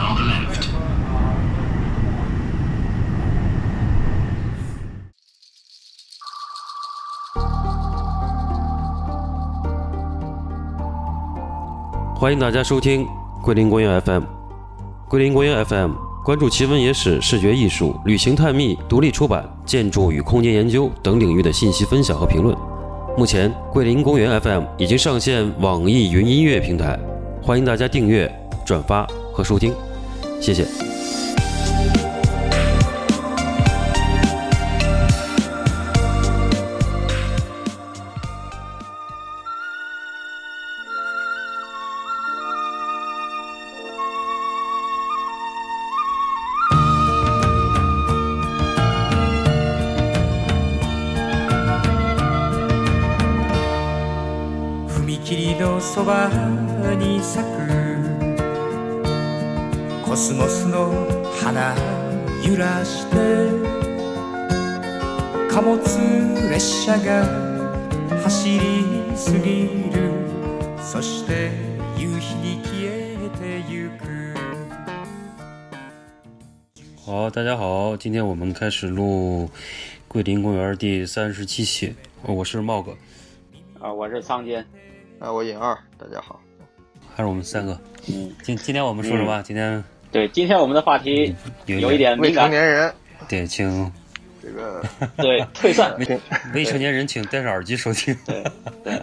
on the left. 欢迎大家收听桂林公园 FM。桂林公园 FM 关注奇闻野史、视觉艺术、旅行探秘、独立出版、建筑与空间研究等领域的信息分享和评论。目前，桂林公园 FM 已经上线网易云音乐平台，欢迎大家订阅、转发和收听，谢谢。 そばに咲くコスモスの花揺らして貨物列車が走り過ぎるそして夕日に消えてゆく。 好，大家好，今天我们开始录桂林公园第37期，我是茂哥， 我是苍坚。 我尹二，大家好， 还是我们三个。今天我们说什么？今天我们的话题有一点敏感。 未成年人， 对，请这个对退散。 未成年人请戴上耳机收听。 对，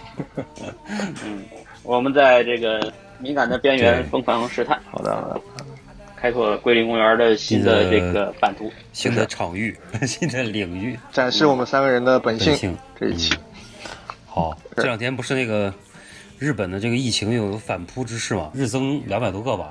我们在这个敏感的边缘疯狂试探。 好的， 开拓桂林公园的新的这个版图、 新的场域、新的领域， 展示我们三个人的本性。这一期。 好，这两天不是那个日本的这个疫情有反扑之势嘛，日增200多个吧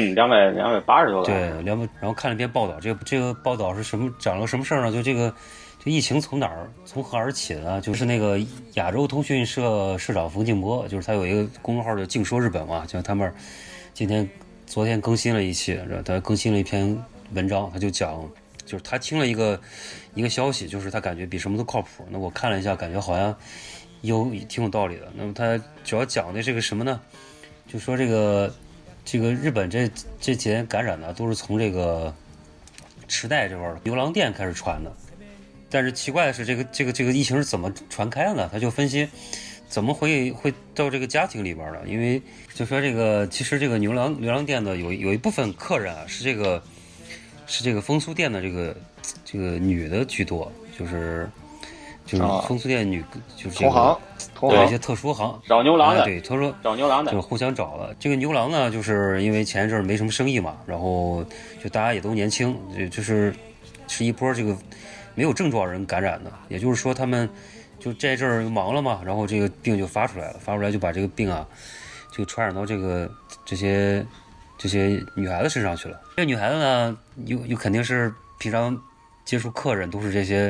，280多个， 对，200。然后看了一篇报道，这个报道是什么？讲了什么事儿呢？就这疫情从何而起的呢？就是那个亚洲通讯社社长冯静波，就是他有一个公众号叫净说日本嘛，就他们昨天更新了一期，他更新了一篇文章，他就讲，就是他听了一个消息，就是他感觉比什么都靠谱。那我看了一下，感觉好像挺有道理的。那么他主要讲的这个什么呢？就说这个日本这几年感染呢，都是从这个池袋这块的牛郎店开始传的。但是奇怪的是，这个疫情是怎么传开的呢？他就分析怎么会到这个家庭里边呢？因为就说其实这个牛郎店的有一部分客人啊是这个风俗店的这个女的居多，就是风俗店女，就是同行对一些特殊行找牛郎的， 对，他说找牛郎的， 就是互相找了。这个牛郎呢，就是因为前一阵没什么生意嘛，然后就大家也都年轻，就是一波这个没有症状人感染的，也就是说他们就这阵儿忙了嘛，然后这个病就发出来就把这个病啊就传染到这些女孩子身上去了。这个女孩子呢，有肯定是平常接触客人都是这些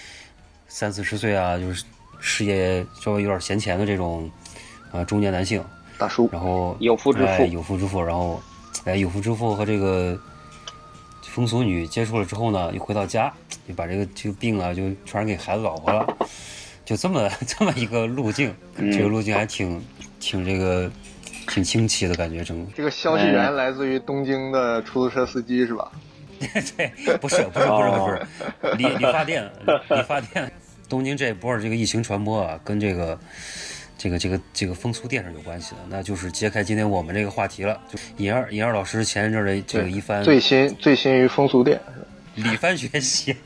30-40岁啊，就是事业稍微有点闲钱的这种中年男性大叔， 然后有夫之妇， 然后有夫之妇和这个风俗女接触了之后呢，又回到家就把这个病啊就传染给孩子老婆了，就这么一个路径，这个路径还挺清奇的感觉。 这个消息源来自于东京的出租车司机是吧？ 对，不是理发店，东京这一波这个疫情传播啊，跟这个风俗店是有关系的，那就是揭开今天我们这个话题了。就尹二老师前一阵的这个一番最新于风俗店一番学习，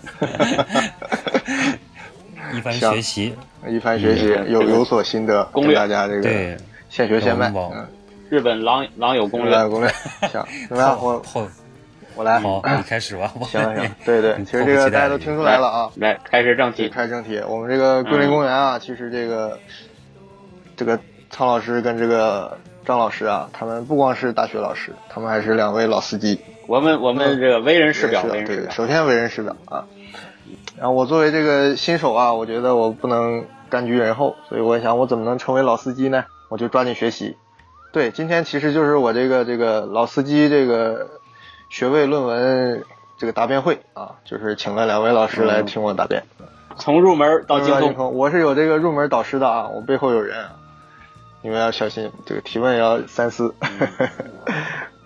一番学习有所心得， 攻略大家这个对现学现卖。 日本狼友攻略， 行，怎么样？我来， 好，你开始吧。 行，对，其实这个大家都听出来了啊。 来，开始正题。 我们这个桂林公园啊，其实这个苍老师跟这个张老师啊，他们不光是大学老师，他们还是2位老司机。 我们这个为人师表， 对，首先为人师表啊。然后我作为这个新手啊，我觉得我不能甘居人后，所以我想我怎么能成为老司机呢？我就抓紧学习。对，今天其实就是我这个老司机这个学位论文这个答辩会啊，就是请了2位老师来听我答辩。 从入门到精通， 我是有这个入门导师的啊，我背后有人啊，你们要小心，这个提问要三思。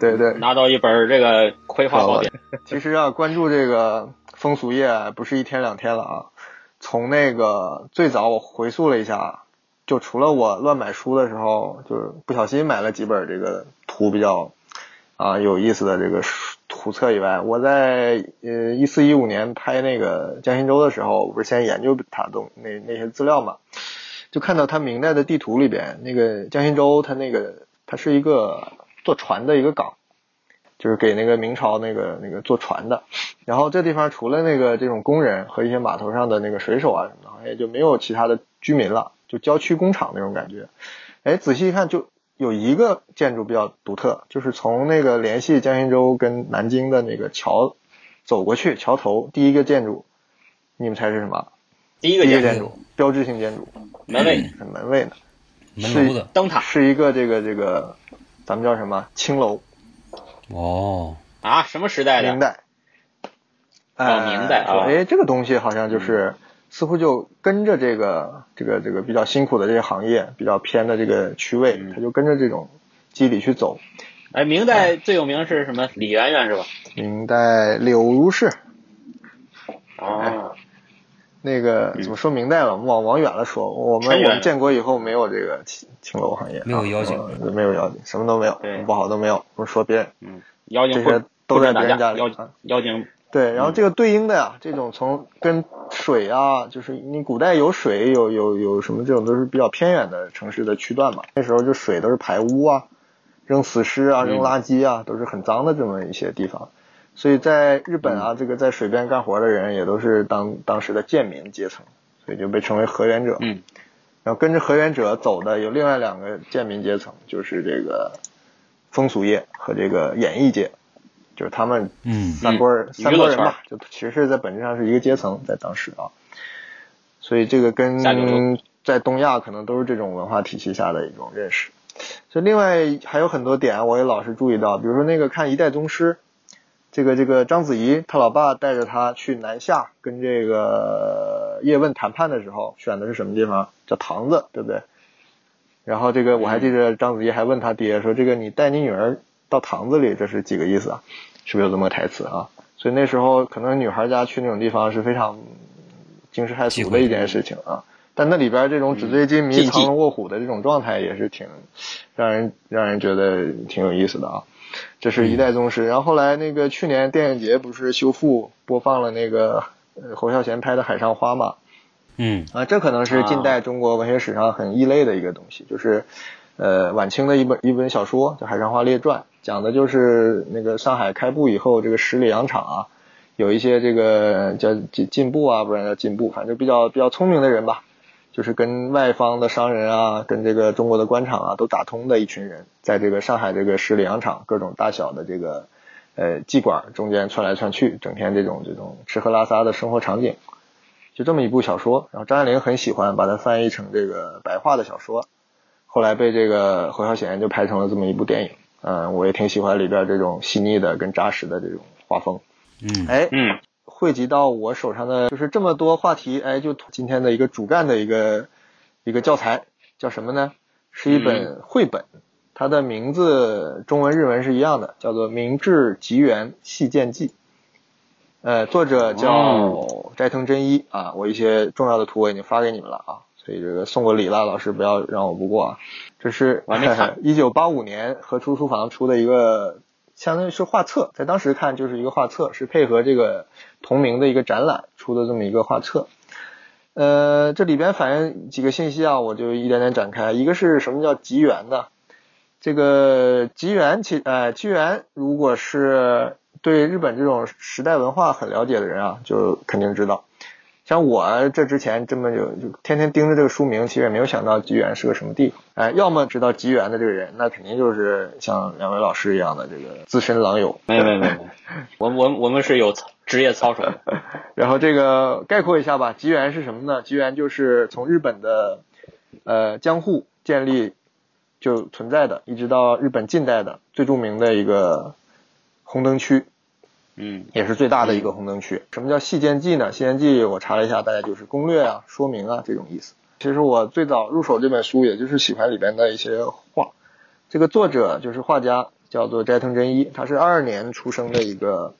对对， 拿到一本这个葵花宝典。 其实啊，关注这个风俗业不是一天两天了啊。从那个最早我回溯了一下，就除了我乱买书的时候，就是不小心买了几本这个图比较有意思的这个图册以外，我在14-15年拍那个江心洲的时候，我不是先研究它那些资料嘛，就看到它明代的地图里边，那个江心洲它是一个坐船的一个港，就是给那个明朝那个坐船的。然后这地方除了这种工人和一些码头上的那个水手啊什么的，好像也就没有其他的居民了，就郊区工厂那种感觉。仔细一看，就有一个建筑比较独特，就是从那个联系江心洲跟南京的那个桥走过去，桥头第一个建筑，你们猜是什么？ 第一个建筑，标志性建筑， 门卫， 门卫呢？ 门楼的灯塔， 是一个这个咱们叫什么青楼？ 哦啊，什么时代的？ 明代。 明代啊。 这个东西好像就是似乎就跟着这个比较辛苦的这些行业，比较偏的这个区位，它就跟着这种机理去走。 明代最有名是什么？李媛媛是吧？ 明代柳如是。那个怎么说明代了？我们往远了说，我们建国以后没有这个青楼行业， 没有妖精， 没有妖精，什么都没有，不好都没有。不是说别人， 妖精这些都在别人家里。 妖精。 对，然后这个对应的呀，这种从跟水啊，就是你古代有水有什么这种都是比较偏远的城市的区段嘛，那时候就水都是排污啊，扔死尸啊，扔垃圾啊，都是很脏的这么一些地方。所以在日本啊，这个在水边干活的人也都是当时的贱民阶层，所以就被称为河源者。然后跟着河源者走的有另外两个贱民阶层，就是这个风俗业和这个演艺界。就是他们三波人吧，就其实是在本质上是一个阶层，在当时啊，所以这个跟在东亚可能都是这种文化体系下的一种认识。所以另外还有很多点我也老是注意到，比如说那个看一代宗师，这个章子怡他老爸带着他去南下跟这个叶问谈判的时候，选的是什么地方？叫堂子，对不对？然后这个我还记得章子怡还问他爹说，这个你带你女儿到堂子里，这是几个意思啊？是不是有这么个台词啊？所以那时候可能女孩家去那种地方是非常惊世骇俗的一件事情啊。但那里边这种纸醉金迷、藏龙卧虎的这种状态也是挺让人觉得挺有意思的啊。这是一代宗师。然后后来那个去年电影节不是修复播放了那个侯孝贤拍的《海上花》嘛？这可能是近代中国文学史上很异类的一个东西，就是晚清的一本小说叫《海上花列传》，讲的就是那个上海开埠以后，这个十里洋场啊，有一些这个叫进步啊，不然叫进步，反正比较聪明的人吧，就是跟外方的商人啊，跟这个中国的官场啊都打通的一群人，在这个上海这个十里洋场各种大小的这个妓馆中间窜来窜去，整天这种吃喝拉撒的生活场景，就这么一部小说。然后张爱玲很喜欢把它翻译成这个白话的小说，后来被这个侯孝贤就拍成了这么一部电影。我也挺喜欢里边这种细腻的跟扎实的这种画风。汇集到我手上的就是这么多话题，就今天的一个主干的一个教材叫什么呢？是一本绘本，它的名字中文日文是一样的，叫做《明治吉原细见记》。作者叫斋藤真一啊，我一些重要的图我已经发给你们了啊，所以这个送过礼了，老师不要让我不过啊。这是1985年合出书房出的一个相当于是画册，在当时看就是一个画册，是配合这个同名的一个展览出的这么一个画册。这里边反映几个信息啊，我就一点点展开。一个是什么叫吉原呢？这个吉原如果是对日本这种时代文化很了解的人啊，就肯定知道。像我这之前这么就天天盯着这个书名，其实也没有想到吉原是个什么地方。要么知道吉原的这个人，那肯定就是像两位老师一样的这个资深狼友。 没，我们是有职业操守的。 然后这个概括一下吧，吉原是什么呢？吉原就是从日本的江户建立就存在的，一直到日本近代的最著名的一个红灯区。也是最大的一个红灯区。什么叫细见记呢？细见记我查了一下，大概就是攻略啊、说明啊这种意思。其实我最早入手这本书，也就是喜欢里边的一些画。这个作者就是画家叫做斋藤真一，他是22年出生的一个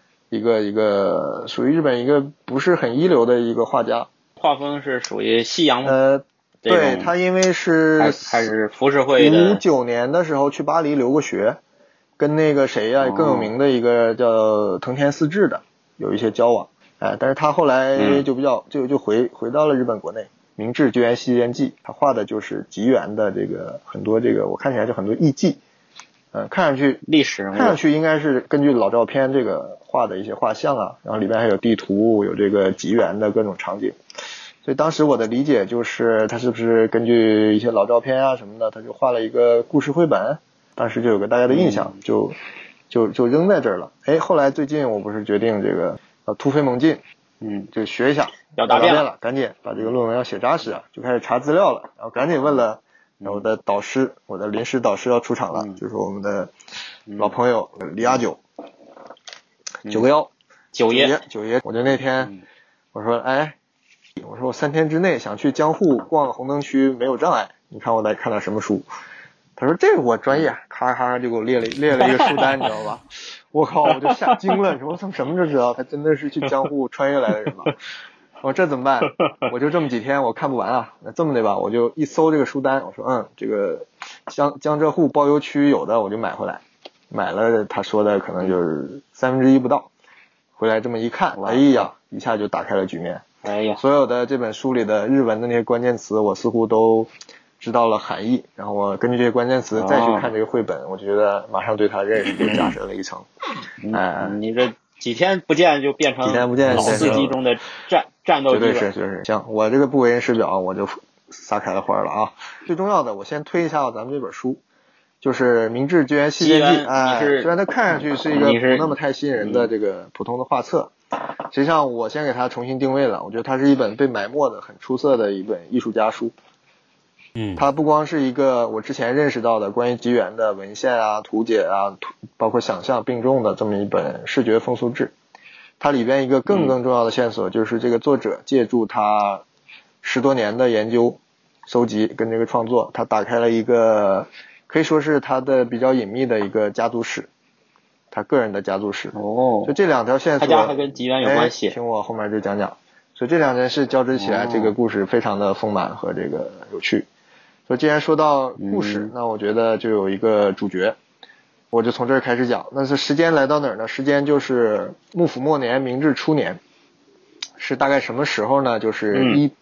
属于日本一个不是很一流的一个画家。 画风是属于西洋对，他因为是还是浮世绘的。 59年的时候去巴黎留过学，跟那个谁呀，更有名的一个叫藤田嗣治的有一些交往。但是他后来就就回到了日本国内。明治居延西间记，他画的就是吉原的这个很多这个我看起来就很多艺伎，看上去历史， 看上去应该是根据老照片这个画的一些画像啊，然后里边还有地图，有这个吉原的各种场景。所以当时我的理解就是他是不是根据一些老照片啊什么的，他就画了一个故事绘本，当时就有个大概的印象，就扔在这儿了。后来最近我不是决定这个突飞猛进，就学一下， 要答辩了，赶紧把这个论文要写扎实啊，就开始查资料了，然后赶紧问了我的导师，我的临时导师要出场了，就是我们的老朋友李亚九，9个1九爷，我就那天我说我3天之内想去江户逛红灯区没有障碍，你看我得看到什么书？他说这个我专业，咔咔就给我列了一个书单，你知道吧？我靠，我就吓惊了，你说我怎么什么都知道？他真的是去江户穿越来的人吗？我说这怎么办？我就这么几天我看不完啊，那这么的吧，我就一搜这个书单，我说这个江浙沪包邮区有的我就买回来，买了他说的可能就是1/3不到，回来这么一看，一下就打开了局面。所有的这本书里的日文的那些关键词我似乎都知道了含义，然后我根据这些关键词再去看这个绘本，我觉得马上对它认识就加深了一层。 你这几天不见就变成老司机中的战斗机了。 绝对是。行，我这个不为人师表，我就撒开了花了啊。最重要的，我先推一下咱们这本书，就是《明治居延西间记》。虽然它看上去是一个不那么太吸引人的这个普通的画册，实际上我先给它重新定位了，我觉得它是一本被埋没的很出色的一本艺术家书。它不光是一个我之前认识到的关于吉原的文献啊、图解啊，包括想象并重的这么一本视觉风俗志，它里边一个更重要的线索就是这个作者借助他10多年的研究、搜集跟这个创作，他打开了一个可以说是他的比较隐秘的一个家族史，他个人的家族史。就这两条线索， 他家还跟吉原有关系。 听我后面就讲讲。所以这两件事交织起来，这个故事非常的丰满和这个有趣。所以既然说到故事，那我觉得就有一个主角，我就从这儿开始讲。那是时间来到哪儿呢？时间就是幕府末年、明治初年，是大概什么时候呢？就是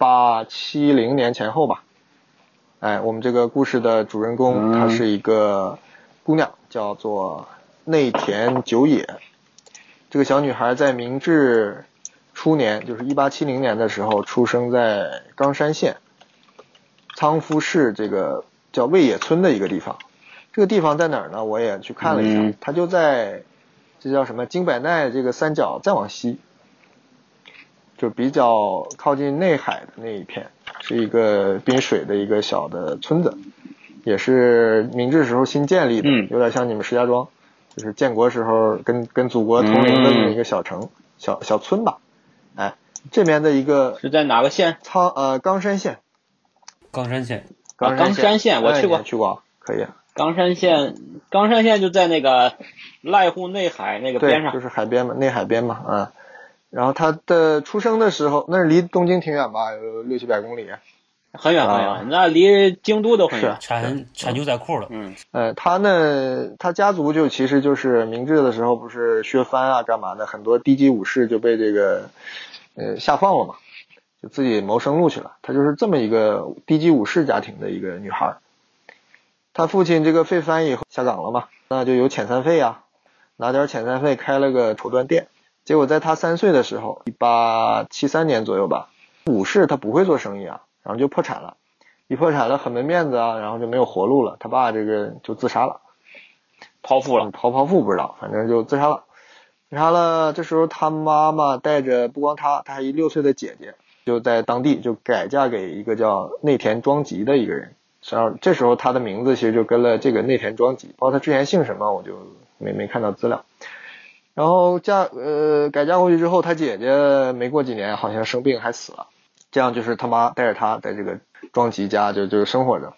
1870年前后吧。我们这个故事的主人公，她是一个姑娘，叫做内田久野。这个小女孩在明治初年，就是1870年的时候，出生在冈山县仓敷市这个叫味野村的一个地方。这个地方在哪儿呢？我也去看了一下，它就在这叫什么京百奈这个三角再往西，就比较靠近内海的那一片，是一个滨水的一个小的村子，也是明治时候新建立的，有点像你们石家庄，就是建国时候跟祖国同龄的这么一个小城、小村吧。这边的一个是在哪个县？ 冈山县。 冈山县， 我去过， 可以。 冈山县就在那个濑户内海那个边上， 对，就是海边嘛，内海边嘛，然后他的出生的时候，那离东京挺远吧，有600-700公里。 很远，那离京都都很远。 产牛仔裤了。 他家族就其实就是明治的时候不是削藩啊干嘛的，很多低级武士就被这个下放了嘛。就自己谋生路去了，她就是这么一个低级武士家庭的一个女孩。她父亲这个废藩以后下岗了嘛，那就有遣散费啊，拿点遣散费开了个绸缎店。结果在她3岁的时候，1873年左右吧，武士他不会做生意啊，然后就破产了，一破产了很没面子啊，然后就没有活路了，他爸这个就自杀了， 剖腹了， 剖腹不知道，反正就自杀了。这时候他妈妈带着不光他还一6岁的姐姐，就在当地就改嫁给一个叫内田庄吉的一个人。然后这时候他的名字其实就跟了这个内田庄吉，包括他之前姓什么我就没看到资料。然后改嫁过去之后，他姐姐没过几年好像生病还死了，这样就是他妈带着他在这个庄吉家就生活着。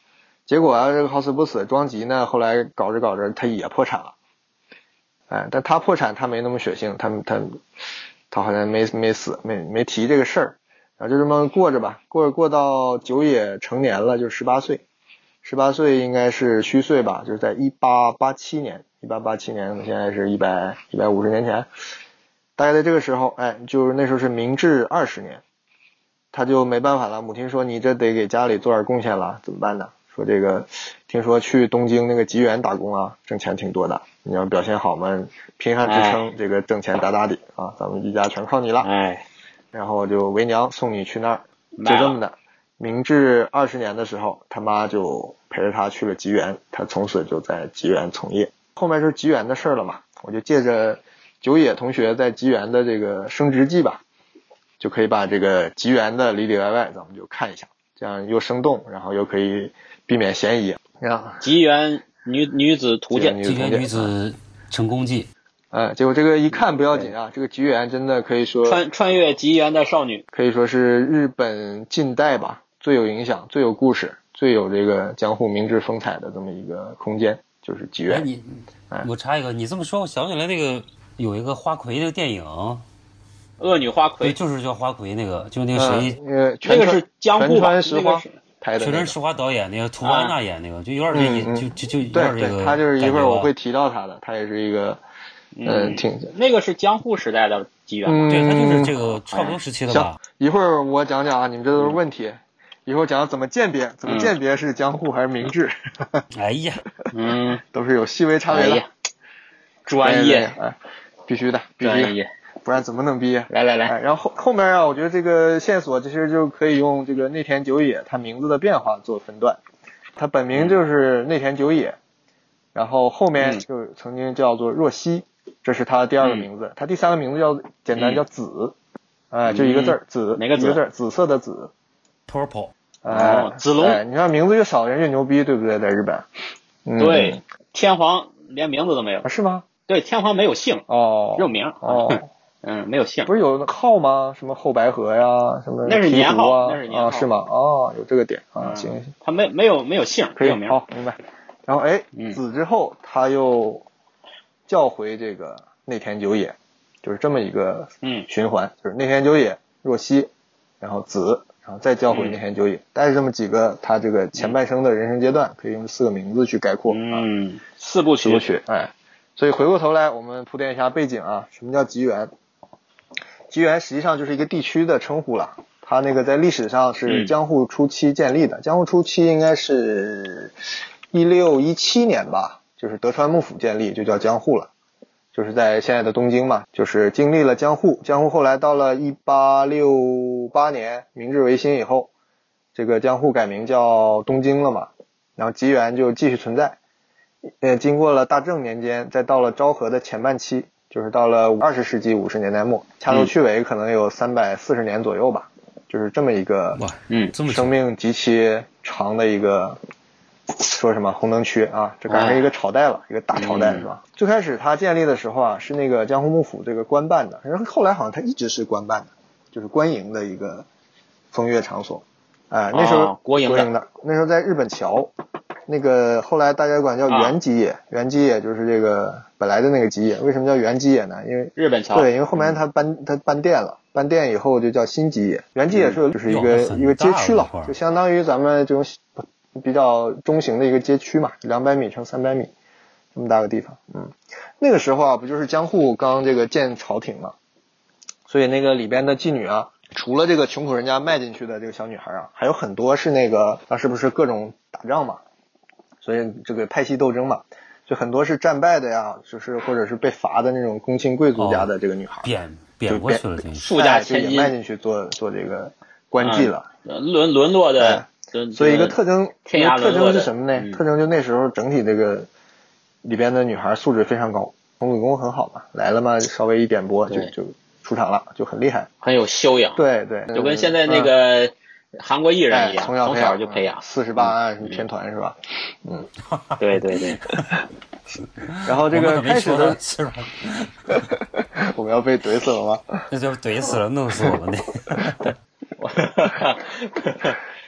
结果啊，这个好死不死，庄吉呢后来搞着搞着他也破产了。但他破产他没那么血腥，他好像没死，没提这个事儿，然后就这么过着吧，过到久野成年了，就18岁应该是虚岁吧，就是在1887年，现在是150年前，大概在这个时候，就是那时候是明治20年，他就没办法了，母亲说你这得给家里做点贡献了，怎么办呢？说这个听说去东京那个吉原打工啊，挣钱挺多的，你要表现好嘛，贫寒支撑，这个挣钱打底啊，咱们一家全靠你了。然后就为娘送你去那儿，就这么的。明治20年的时候，他妈就陪着他去了吉原，他从此就在吉原从业。后面就是吉原的事了嘛，我就借着久野同学在吉原的这个升职记吧，就可以把这个吉原的里里外外咱们就看一下，这样又生动，然后又可以避免嫌疑。 吉原女子图鉴， 吉原女子成功记。 结果这个一看不要紧啊，这个吉原真的可以说穿越吉原的少女， 可以说是日本近代吧最有影响、最有故事、最有这个江户明治风采的这么一个空间，就是吉原。 我插一个，你这么说，我想起来那个有一个花魁的电影， 恶女花魁， 对，就是叫花魁那个，就那个谁， 那个是江户吧？ 石花拍的， 全川石花导演那个，土安娜演那个，就有点就有点这个。 对，他就是一会儿我会提到他的，他也是一个。挺那个是江户时代的吉原， 对，他就是这个差不多时期的吧。 一会儿我讲讲啊，你们这都是问题。一会儿讲怎么鉴别是江户还是明治。 哎呀， 都是有细微差别的。 专业， 必须的，不然怎么能毕业？ 来， 然后后面啊，我觉得这个线索其实就可以用这个内田久也他名字的变化做分段。他本名就是内田久也，然后后面就曾经叫做若曦。这是他的第2个名字，他第3个名字简单叫紫，就一个字紫， 哪个字？ 一个字，紫色的紫 ，purple， 紫龙。 你看名字越少人越牛逼，对不对？在日本， 对，天皇连名字都没有， 是吗？ 对，天皇没有姓只有名没有姓。 不是有号吗？什么后白河呀，什么那是年号，那是年号是吗？有这个点啊，行， 他没有姓， 可以有名。 好，明白。然后紫之后他又叫回这个内田久也，就是这么一个循环，就是内田久也、若曦，然后紫，然后再叫回内田久也，带着这么几个他这个前半生的人生阶段，可以用4个名字去概括。 4部曲。 所以回过头来我们铺垫一下背景啊，什么叫吉原？吉原实际上就是一个地区的称呼了，它那个在历史上是江户初期建立的，江户初期应该是1617年吧。就是德川幕府建立就叫江户了，就是在现在的东京嘛，就是经历了江户后来到了1868年明治维新以后，这个江户改名叫东京了嘛，然后吉原就继续存在，经过了大正年间，再到了昭和的前半期，就是到了20世纪50年代末，掐头去尾可能有340年左右吧，就是这么一个生命极其长的一个说什么红灯区啊，这赶上一个朝代了，一个大朝代是吧？最开始它建立的时候啊，是那个江户幕府这个官办的，然后后来好像它一直是官办的，就是官营的一个风月场所。那时候国营的，那时候在日本桥，那个后来大家管叫原吉野，原吉野就是这个本来的那个吉野。为什么叫原吉野呢？因为日本桥， 对，因为后面它搬店了，搬店以后就叫新吉野。原吉野就是一个街区了，就相当于咱们这种比较中型的一个街区嘛，200米乘300米这么大个地方。那个时候啊，不就是江户刚这个建朝廷嘛，所以那个里边的妓女啊，除了这个穷苦人家卖进去的这个小女孩啊，还有很多是那个当时不是各种打仗嘛，所以这个派系斗争嘛，就很多是战败的呀，就是或者是被罚的那种公卿贵族家的这个女孩， 贬过去了， 富家千金也卖进去做这个官妓了， 沦落的。 所以一个特征是什么呢？特征就那时候整体这个里边的女孩素质非常高，童子功很好嘛，来了嘛稍微一点拨就出场了，就很厉害， 很有修养。 对， 就跟现在那个韩国艺人一样，从小就培养 48案什么天团是吧？ 对。 然后这个开始的我们要被怼死了吗？ 那就怼死了，弄死我们的。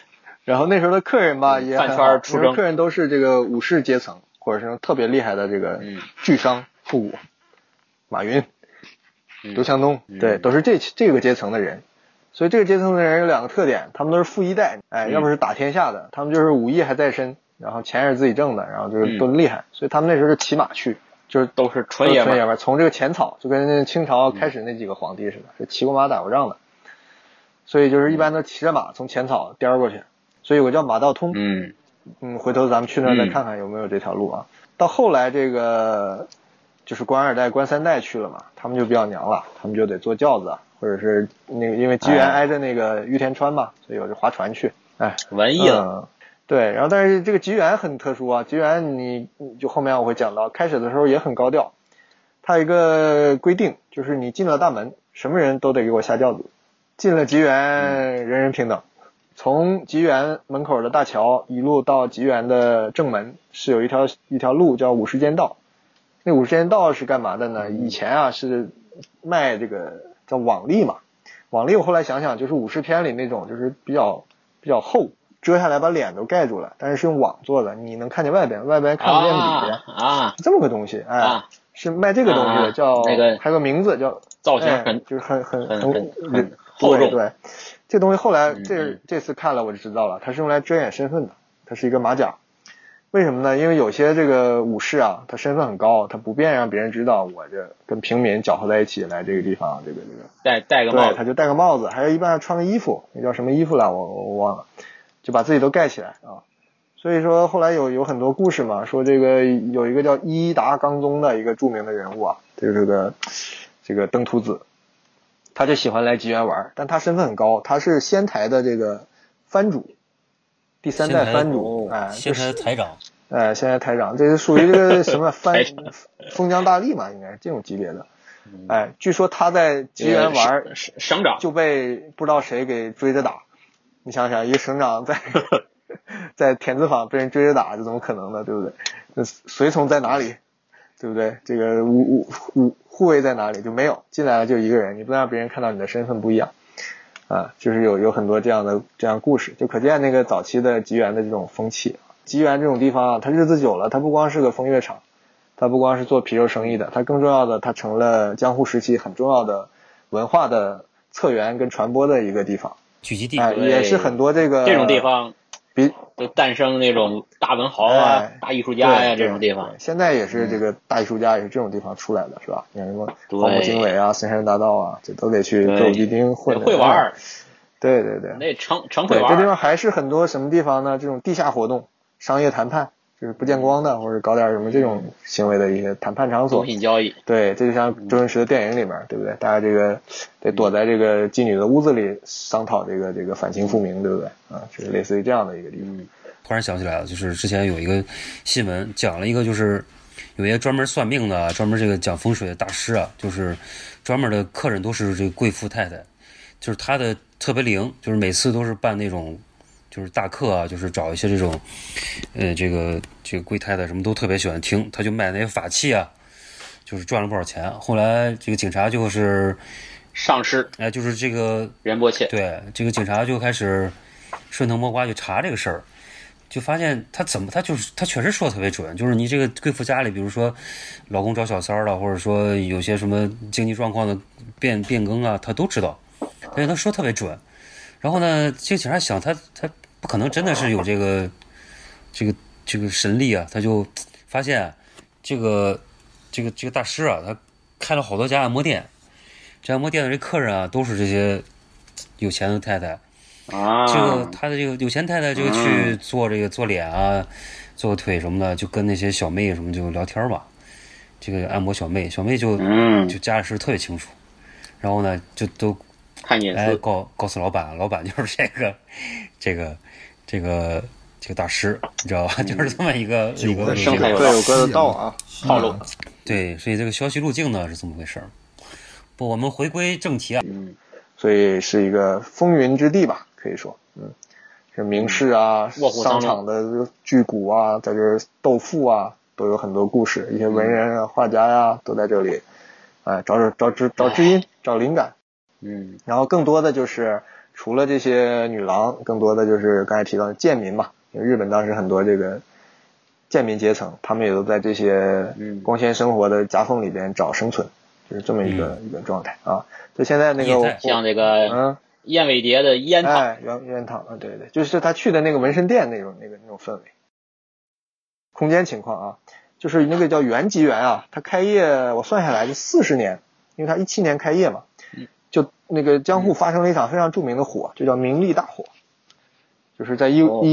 然后那时候的客人吧也很好， 饭圈出征， 客人都是这个武士阶层，或者是特别厉害的这个巨商富贾，马云、刘强东，对，都是这个阶层的人。所以这个阶层的人有两个特点，他们都是富一代，要么是打天下的，他们就是武艺还在身，然后钱也是自己挣的，然后就是都厉害，所以他们那时候就骑马去，就是都是纯爷们儿， 从这个浅草就跟清朝开始那几个皇帝似的，是骑过马打过仗的，所以就是一般都骑着马从浅草颠过去，所以有个叫马道通，回头咱们去那儿再看看有没有这条路啊。到后来这个就是官二代、官三代去了嘛，他们就比较娘了，他们就得坐轿子啊。或者是那个，因为吉原挨着那个玉田川嘛，所以我就划船去。 文艺了。 对，然后但是这个吉原很特殊啊，吉原你就后面我会讲到，开始的时候也很高调。它有一个规定，就是你进了大门，什么人都得给我下轿子。进了吉原，人人平等。从吉原门口的大桥一路到吉原的正门，是有一条路叫武士间道。那武士间道是干嘛的呢？以前啊是卖这个。叫网笠嘛，网笠我后来想想就是武士片里那种，就是比较厚，遮下来把脸都盖住了，但是用网做的，你能看见外边看不见里边是这么个东西，是卖这个东西的，叫那个还有个名字叫造型就是很厚重， 对，这东西后来这次看了我就知道了，它是用来遮掩身份的，它是一个马甲。为什么呢？因为有些这个武士啊，他身份很高，他不便让别人知道我这跟平民搅和在一起来这个地方，这个戴个帽子， 对，他就戴个帽子，还有一般穿个衣服，那叫什么衣服了我忘了，就把自己都盖起来啊。所以说后来有很多故事嘛，说这个有一个叫伊达纲宗的一个著名的人物啊，就是这个登徒子，他就喜欢来吉原玩，但他身份很高，他是仙台的这个藩主。第3代藩主， 仙台台长， 仙台台长，这是属于这个什么封疆大吏嘛，应该是这种级别的。据说他在吉原玩， 省长就被不知道谁给追着打。你想想，一个省长在田字坊被人追着打，这怎么可能呢？对不对？那随从在哪里？对不对？这个护卫在哪里？就没有，进来了就一个人，你不能让别人看到你的身份不一样。就是有很多这样故事，就可见那个早期的吉原的这种风气。吉原这种地方啊，它日子久了，它不光是个风月场，它不光是做皮肉生意的，它更重要的，它成了江户时期很重要的文化的策源跟传播的一个地方， 聚集地。 也是很多这种地方就诞生那种大文豪大艺术家呀，这种地方。 现在也是这个大艺术家也是这种地方出来的，是吧？你看什么荒木经惟啊、森山大道啊，这都得去歌舞伎町混。 会玩。 对， 那成会玩。 这地方还是很多什么地方呢？这种地下活动、商业谈判，就是不见光的，或者搞点什么这种行为的一些谈判场所。 毒品交易。对， 这就像周星驰的电影里面，对不对？大家这个得躲在这个妓女的屋子里商讨这个反清复明，对不对？就是类似于这样的一个地方。 突然想起来了，就是之前有一个新闻讲了一个，就是有一些专门算命的、专门这个讲风水的大师啊，就是专门的客人都是这个贵妇太太，就是他的特别灵，就是每次都是办那种就是大课啊，就是找一些这种这个贵太太什么都特别喜欢听，他就卖那些法器啊，就是赚了不少钱。后来这个警察就是上尸， 就是这个仁波切， 对，这个警察就开始顺藤摸瓜就查这个事儿，就发现他确实说的特别准，就是你这个贵妇家里，比如说老公找小三了，或者说有些什么经济状况的变更啊，他都知道，但是他说特别准。然后呢，这个警察想他不可能真的是有这个神力啊，他就发现这个大师啊，他开了好多家按摩店，这按摩店的这客人啊，都是这些有钱的太太。这个他的这个有钱太太这个去做这个做脸啊，做腿什么的，就跟那些小妹什么就聊天嘛。这个按摩小妹就家里事特别清楚，然后呢就都看眼色， 告诉老板就是这个大师，你知道吧？就是这么一个生态各有各的道啊， 套路。 对，所以这个消息路径呢是这么回事儿。不，我们回归正题啊。 所以是一个风云之地吧，可以说，是名士啊，商场的巨贾啊，在这儿斗富啊，都有很多故事。一些文人啊、画家呀，都在这里，找知音、找灵感。然后更多的就是除了这些女郎，更多的就是刚才提到的贱民嘛，因为日本当时很多这个贱民阶层，他们也都在这些光鲜生活的夹缝里边找生存，就是这么一个状态啊。就现在那个像这个燕尾蝶的烟汤， 烟汤啊，对对，就是他去的那个纹身店那种氛围。空间情况啊，就是那个叫原吉园啊，它开业我算下来就40年，因为它17年开业嘛，就那个江户发生了一场非常著名的火，就叫明利大火，就是在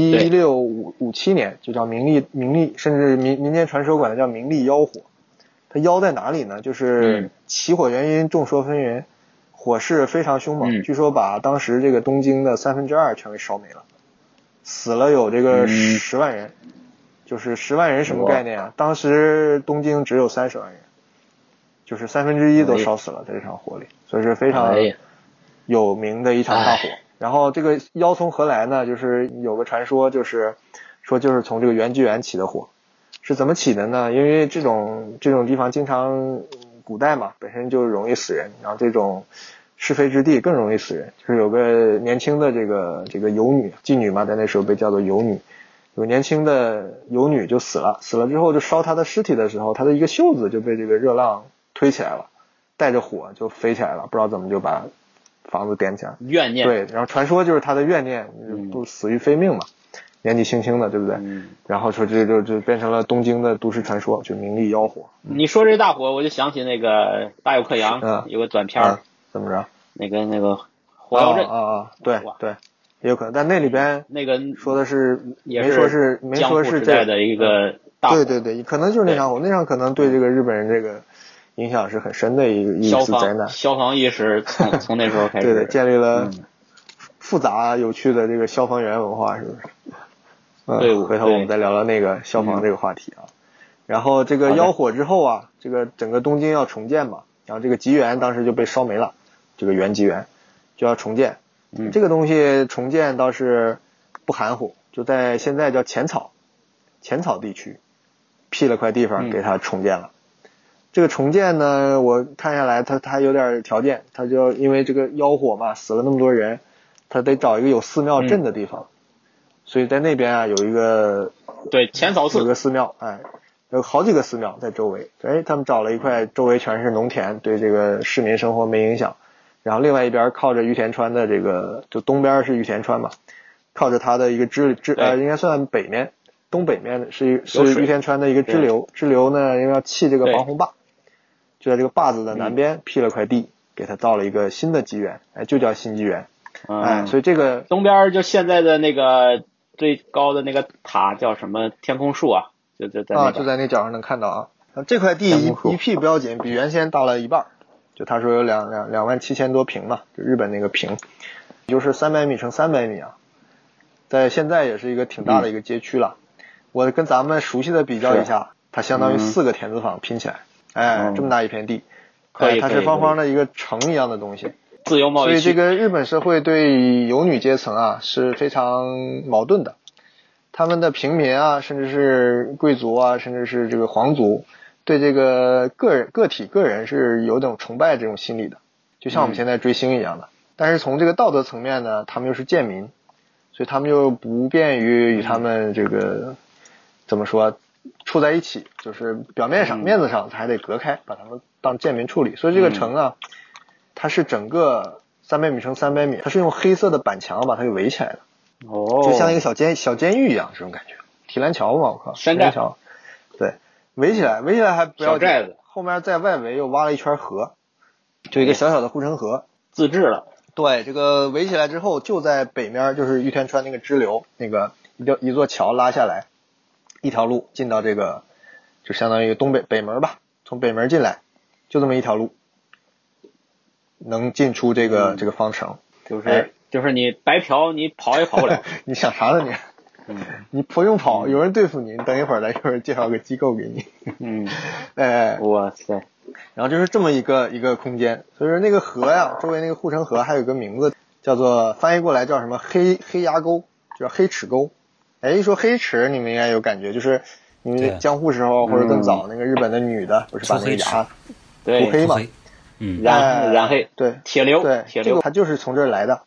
1657年就叫明利，甚至民间传说管它叫明利妖火。它妖在哪里呢？就是起火原因众说纷纭，火势非常凶猛，据说把当时这个东京的2/3全给烧没了，死了有这个10万人。就是10万人什么概念啊？当时东京只有30万人，就是1/3都烧死了在这场火里，所以是非常有名的一场大火。然后这个妖从何来呢？就是有个传说，就是从这个原吉园起的火。是怎么起的呢？因为这种地方经常古代嘛，本身就容易死人，然后这种是非之地更容易死人。就是有个年轻的这个游女妓女嘛，在那时候被叫做游女。有年轻的游女就死了之后就烧她的尸体的时候，她的一个袖子就被这个热浪推起来了，带着火就飞起来了，不知道怎么就把房子点起来。 怨念。 对，然后传说就是她的怨念，不死于非命嘛，年纪轻轻的，对不对？然后说这就变成了东京的都市传说，就明利妖火。 你说这大火，我就想起那个大有克洋有个短片怎么着？ 那个火药阵对对。也有可能，但那里边那个说的是没说是这的一个大火， 对，可能就是那场火，那场可能对这个日本人这个影响是很深的一次灾难。 消防意识从那时候开始， 对，建立了复杂有趣的这个消防员文化，是不是？ 对， 回头我们再聊聊那个消防这个话题啊。然后这个妖火之后啊，这个整个东京要重建嘛，然后这个吉园当时就被烧没了，这个原吉园就要重建。这个东西重建倒是不含糊，就在现在叫浅草地区辟了块地方给它重建了。这个重建呢，我看下来它有点条件，它就因为这个妖火嘛，死了那么多人，它得找一个有寺庙镇的地方，所以在那边啊有一个浅草寺， 有个寺庙，有好几个寺庙在周围，他们找了一块周围全是农田，对这个市民生活没影响。然后另外一边靠着玉田川的这个，就东边是玉田川嘛，靠着它的一个应该算北面，东北面的是玉田川的一个支流，支流呢因为要砌这个防洪坝，就在这个坝子的南边辟了块地，给它造了一个新的吉园，就叫新吉园。所以这个东边就现在的那个最高的那个塔叫什么天空树啊，就在那角上能看到啊。这块地一辟不要紧，比原先大了一半。就他说有27000多平嘛，就日本那个平，就是300米乘300米啊，在现在也是一个挺大的一个街区了。我跟咱们熟悉的比较一下，它相当于4个田字坊拼起来，这么大一片地，它是方方的一个城一样的东西。 自由贸易。 所以这个日本社会对游女阶层啊是非常矛盾的，他们的平民啊，甚至是贵族啊，甚至是这个皇族。对这个个人是有种崇拜这种心理的，就像我们现在追星一样的。但是从这个道德层面呢，他们又是贱民，所以他们又不便于与他们这个怎么说处在一起，就是表面上面子上还得隔开，把他们当贱民处理。所以这个城啊，它是整个300米乘300米，它是用黑色的板墙把它给围起来的，就像一个小监狱一样，这种感觉。提篮桥嘛，我靠， 山寨桥，对。围起来还不要紧，后面在外围又挖了一圈河，就一个小小的护城河， 自治了。 对，这个围起来之后，就在北面就是玉田川那个支流，那个一座桥拉下来，一条路进到这个，就相当于北门吧，从北门进来，就这么一条路，能进出这个方城。 就是你白嫖，你跑也跑不了。 你想啥呢你？你不用跑，有人对付你，等一会儿来有人介绍个机构给你。 哇塞， 然后就是这么一个空间，所以说那个河呀，周围那个护城河还有个名字叫做翻译过来叫什么黑崖沟，叫黑齿沟。一说黑齿你们应该有感觉，就是你们江户时候或者更早那个日本的女的不是把那个牙涂黑嘛， 染黑， 对， 铁流， 这个它就是从这儿来的。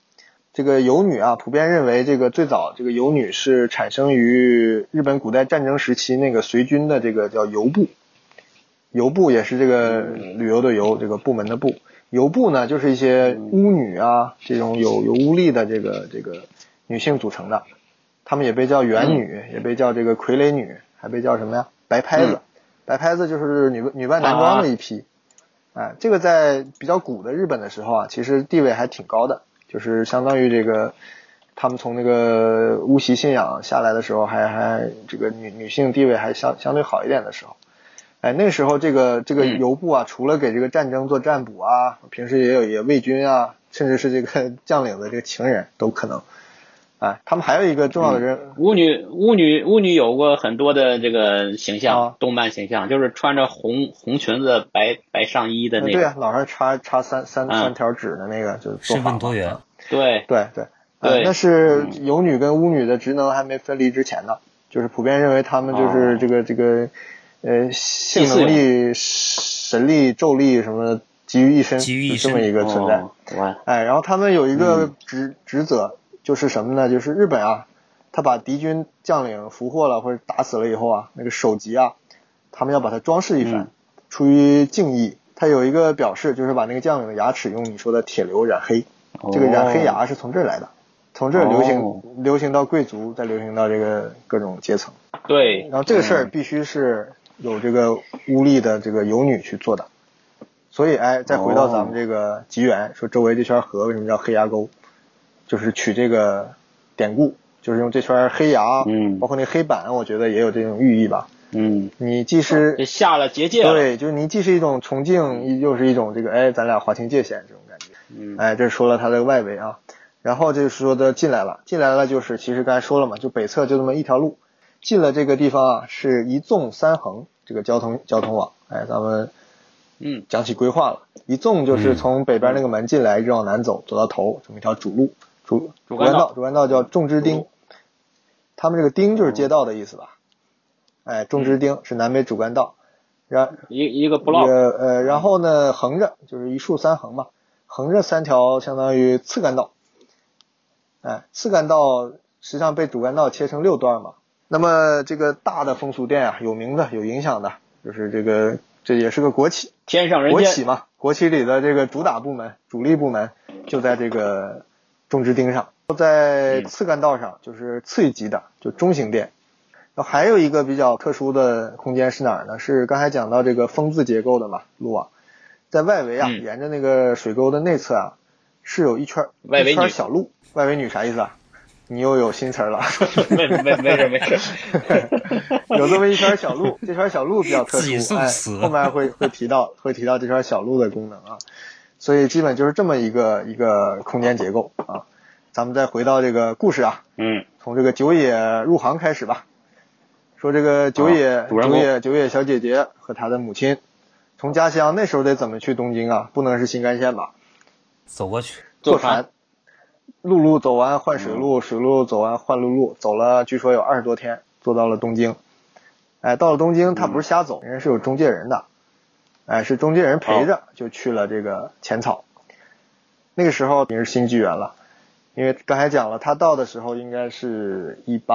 这个游女啊，普遍认为这个最早这个游女是产生于日本古代战争时期那个随军的这个叫游部，游部也是这个旅游的游，这个部门的部。游部呢，就是一些巫女啊，这种有巫力的这个女性组成的，她们也被叫元女，也被叫这个傀儡女，还被叫什么呀？白拍子。白拍子就是女扮男装的一批。这个在比较古的日本的时候啊，其实地位还挺高的，就是相当于这个他们从那个巫习信仰下来的时候，还这个女性地位还相对好一点的时候。那时候这个游部啊，除了给这个战争做占卜啊，平时也有卫军啊，甚至是这个将领的这个情人都可能。他们还有一个重要的人， 巫女有过很多的这个形象，动漫形象，就是穿着红裙子白上衣的那个。 对啊，脑上插三条纸的那个，就是身份多元。 对。 那是游女跟巫女的职能还没分离之前呢，就是普遍认为他们就是这个性能力、神力、咒力什么集于一身，这么一个存在。然后他们有一个职责。就是什么呢？就是日本啊，他把敌军将领俘获了或者打死了以后啊，那个首级啊，他们要把它装饰一番，出于敬意。他有一个表示，就是把那个将领的牙齿用你说的铁流染黑，这个染黑牙是从这儿来的，从这儿流行到贵族，再流行到这个各种阶层。 对， 然后这个事儿必须是有这个巫力的这个游女去做的。所以再回到咱们这个吉原，说周围这圈河为什么叫黑牙沟？就是取这个典故，就是用这圈黑牙，包括那黑板，我觉得也有这种寓意吧。你既是下了结界了， 对，就是你既是一种崇敬，又是一种这个咱俩划清界限这种感觉。这是说了它的外围啊，然后就是说的进来了就是其实刚才说了嘛，就北侧就这么一条路，进了这个地方啊，是一纵三横这个交通网。咱们讲起规划了，一纵就是从北边那个门进来，一直往南走到头，这么一条主路。主干道叫种之町，他们这个町就是街道的意思吧？种之町是南北主干道， 一个 block， 然后呢横着就是一竖三横嘛，横着三条相当于次干道，次干道实际上被主干道切成6段嘛。那么这个大的风俗店啊，有名的有影响的，就是这也是个国企， 天上人间国企嘛，国企里的这个主力部门就在这个种之町上，在次干道上就是次一级的，就中型店。然后还有一个比较特殊的空间是哪儿呢？是刚才讲到这个风字结构的嘛路啊，在外围啊，沿着那个水沟的内侧啊，是有一圈小路。外围女啥意思啊？你又有新词了。 没事。 有这么一圈小路，这圈小路比较特殊，后面会提到这圈小路的功能啊。所以基本就是这么一个空间结构啊。咱们再回到这个故事啊，从这个久野入行开始吧。说这个久野小姐姐和她的母亲从家乡那时候得怎么去东京啊？不能是新干线吧？ 走过去， 坐船，陆路走完换水路，水路走完换陆路，走了据说有20多天，坐到了东京。到了东京，他不是瞎走，人家是有中介人的。是中介人陪着就去了这个浅草。那个时候已经是新纪元了，因为刚才讲了，他到的时候应该是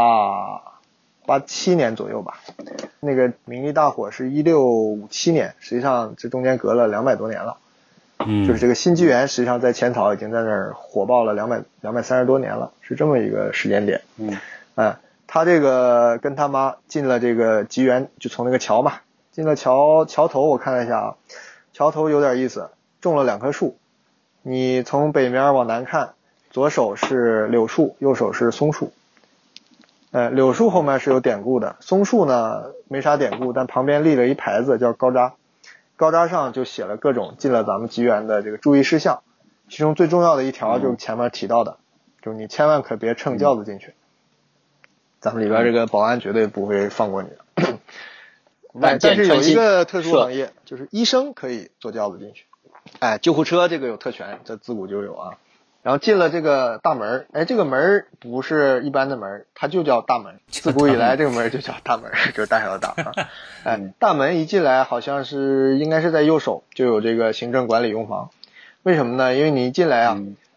1887年左右吧。那个明利大火是1657年，实际上这中间隔了200多年了。就是这个新纪元实际上在浅草已经在那儿火爆了230多年了，是这么一个时间点。他这个跟他妈进了这个吉原，就从那个桥嘛。进了桥头，我看了一下啊，桥头有点意思，种了2棵树。你从北面往南看，左手是柳树，右手是松树。柳树后面是有典故的，松树呢没啥典故，但旁边立了一牌子叫高札，高札上就写了各种进了咱们吉原的这个注意事项，其中最重要的一条就是前面提到的，就是你千万可别乘轿子进去，咱们里边这个保安绝对不会放过你的。但是有一个特殊行业，就是医生可以坐轿子进去。救护车这个有特权，这自古就有啊。然后进了这个大门，这个门不是一般的门，它就叫大门。自古以来这个门就叫大门，就是大小的大啊。大门一进来好像是应该是在右手就有这个行政管理用房。为什么呢？因为你一进来啊，就是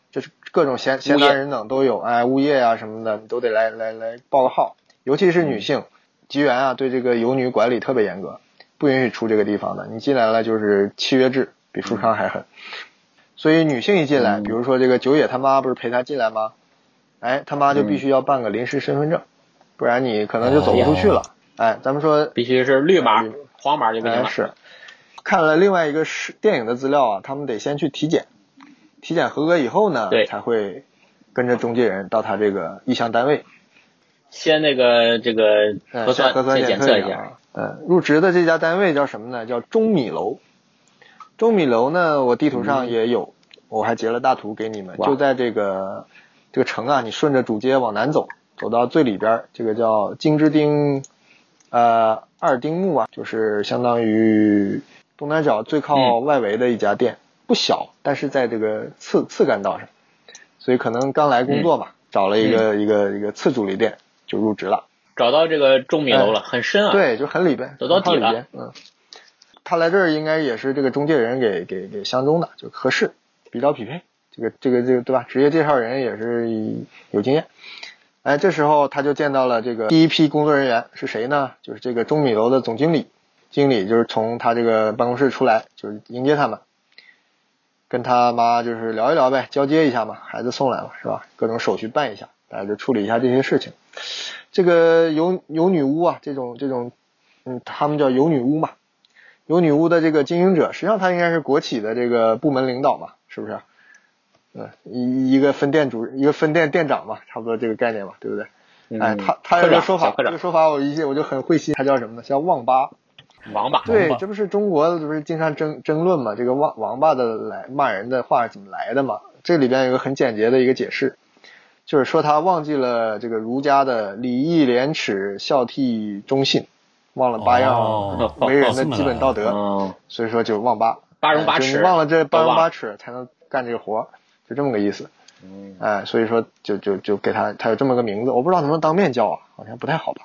各种闲杂人等都有，哎，物业啊什么的，你都得来报个号。尤其是女性，吉原啊对这个游女管理特别严格，不允许出这个地方的。你进来了就是契约制，比富商还狠。所以女性一进来，比如说这个九野他妈不是陪他进来吗？哎，他妈就必须要办个临时身份证，不然你可能就走不出去了。哎，咱们说必须是绿码，黄码就不行了。 是。看了另外一个电影的资料啊，他们得先去体检，体检合格以后呢，才会跟着中介人到他这个意向单位。 先这个核酸检测一下。 入职的这家单位叫什么呢？叫中米楼。中米楼呢，我地图上也有，我还截了大图给你们。就在这个城啊，你顺着主街往南走，走到最里边，这个叫金之町二丁目啊，就是相当于东南角最靠外围的一家店，不小，但是在这个次干道上，所以可能刚来工作嘛，找了一个次主力店就入职了。 找到这个中米楼了，很深啊。 对，就很里边， 走到底了。 他来这儿应该也是这个中介人给相中的，就合适，比较匹配。这个对吧？职业介绍人也是有经验。哎，这时候他就见到了这个第一批工作人员是谁呢？就是这个中米楼的总经理。经理就是从他这个办公室出来，就是迎接他们，跟他妈就是聊一聊呗，交接一下嘛，孩子送来了是吧？各种手续办一下，大家就处理一下这些事情。这个有女巫啊，这种他们叫有女巫嘛。有女巫的这个经营者，实际上他应该是国企的这个部门领导嘛，是不是？一个分店店长嘛，差不多这个概念嘛，对不对？哎，他有个说法，这个说法我就很会心，他叫什么呢？叫旺八。 王八。 对，这不是中国不是经常争论嘛？这个王八的骂人的话怎么来的嘛？这里边有个很简洁的一个解释，就是说他忘记了这个儒家的礼义廉耻孝悌忠信，忘了8样为人的基本道德，所以说就忘八。 八荣八耻， 你忘了这八荣八耻才能干这个活，就这么个意思。所以说就给他有这么个名字，我不知道能不能当面叫啊，好像不太好吧。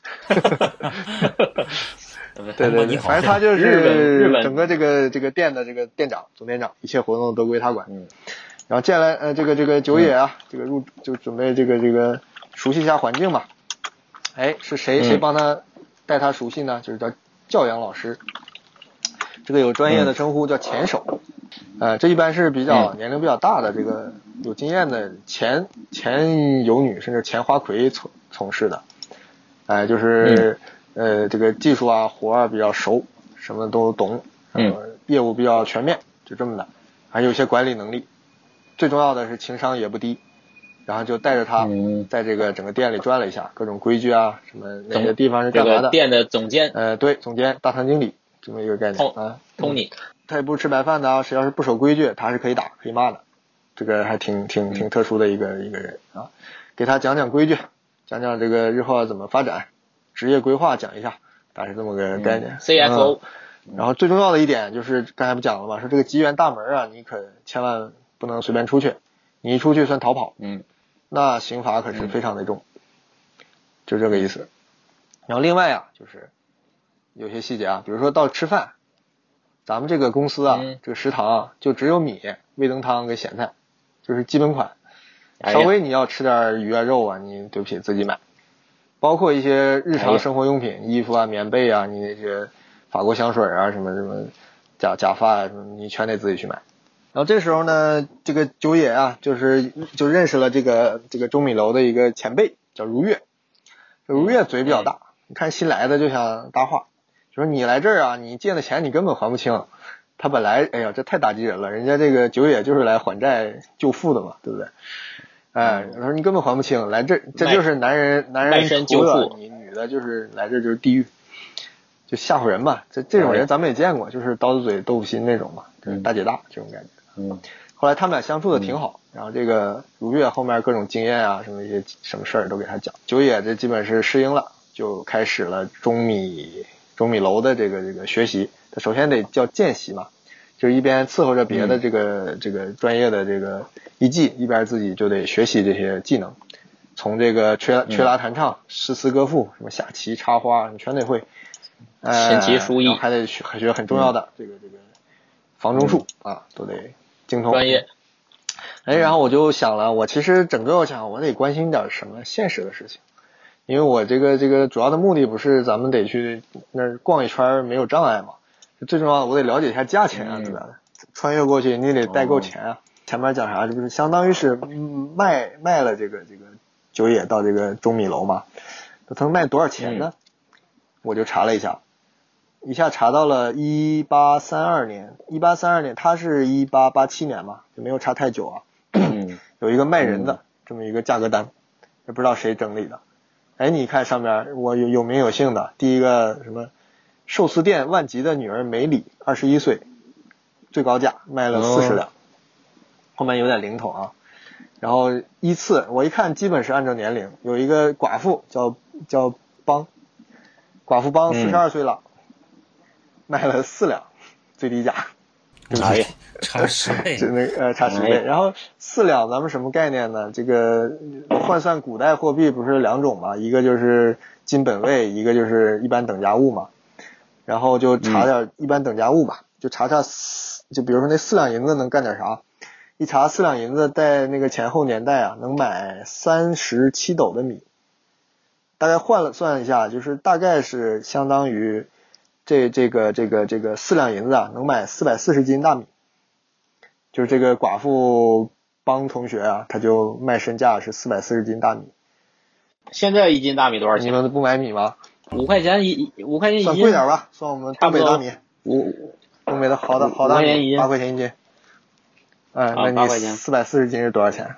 对，反正他就是整个这个店的这个店长、总店长，一切活动都归他管。然后见来这个九野啊，这个就准备这个熟悉一下环境嘛。哎，是谁帮他带他熟悉呢？就是叫教养老师，这个有专业的称呼叫前手。这一般是比较年龄比较大的这个有经验的前游女甚至前花魁从事的。就是这个技术啊活啊比较熟，什么都懂，业务比较全面，就这么的。还有一些管理能力，最重要的是情商也不低。然后就带着他在这个整个店里转了一下，各种规矩啊，什么哪个地方是干嘛的。 这个店的总监， 对，总监、大堂经理这么一个概念啊。 Tony， 他也不吃白饭的啊，谁要是不守规矩，他是可以打可以骂的。这个还挺特殊的一个人啊。给他讲讲规矩，讲讲这个日后要怎么发展，职业规划讲一下，大概是这么个概念。 CFO。 然后最重要的一点就是刚才不讲了吗？说这个吉原大门啊，你可千万不能随便出去，你一出去算逃跑。那刑罚可是非常的重，就这个意思。然后另外啊，就是有些细节啊，比如说到吃饭，咱们这个公司啊，这个食堂啊，就只有米、味噌汤跟咸菜，就是基本款。稍微你要吃点鱼啊肉啊，你对不起自己买。包括一些日常生活用品，衣服啊、棉被啊，你那些法国香水啊，什么假发啊，什么你全得自己去买。然后这时候呢，这个九野啊，就认识了这个中米楼的一个前辈，叫如月。如月嘴比较大，你看新来的就想搭话，就说你来这儿啊，你借的钱你根本还不清。他本来哎呀，这太打击人了，人家这个九野就是来还债救父的嘛，对不对？他说你根本还不清，来这就是男人救父，你女的就是来这就是地狱，就吓唬人嘛。这种人咱们也见过，就是刀子嘴豆腐心那种嘛，就是大姐大这种感觉。后来他们俩相处的挺好，然后这个如月后面各种经验啊，什么一些什么事儿都给他讲。九野这基本是适应了，就开始了中米楼的这个学习。他首先得叫见习嘛，就是一边伺候着别的这个专业的这个艺伎，一边自己就得学习这些技能。从这个吹拉弹唱、诗词歌赋，什么下棋、插花，你全得会。 琴棋书艺， 还得学很重要的这个房中术啊，都得精通。 专业。 然后我就想了，我其实整个我想我得关心点什么现实的事情，因为我这个主要的目的不是咱们得去那儿逛一圈没有障碍嘛，最重要的我得了解一下价钱啊，对吧？穿越过去你得带够钱啊。前面讲啥，这不是相当于是卖了这个九野到这个中米楼嘛？他能卖多少钱呢？我就查了一下查到了1832年，1832年，他是1887年嘛，就没有差太久啊。有一个卖人的这么一个价格单，也不知道谁整理的。你看上面我有名有姓的，第一个什么寿司店万吉的女儿梅里，21岁，最高价卖了40两。后面有点零头啊。然后依次我一看基本是按照年龄，有一个寡妇叫邦，寡妇邦42岁了，卖了4两，最低价。 差10倍， 差10倍。然后4两咱们什么概念呢？这个换算古代货币不是2种嘛，一个就是金本位，一个就是一般等价物嘛。然后就查点一般等价物吧，就查就比如说那4两银子能干点啥？一查4两银子在那个前后年代啊，能买37斗的米，大概换了算一下，就是大概是相当于这个4两银子啊，能买440斤大米。就是这个寡妇帮同学啊，他就卖身价是440斤大米。 现在1斤大米多少钱？ 你们不买米吗 ？5块钱一斤， 算贵点吧，算我们东北大米。东北的好大米8块钱一斤。那你440斤是多少钱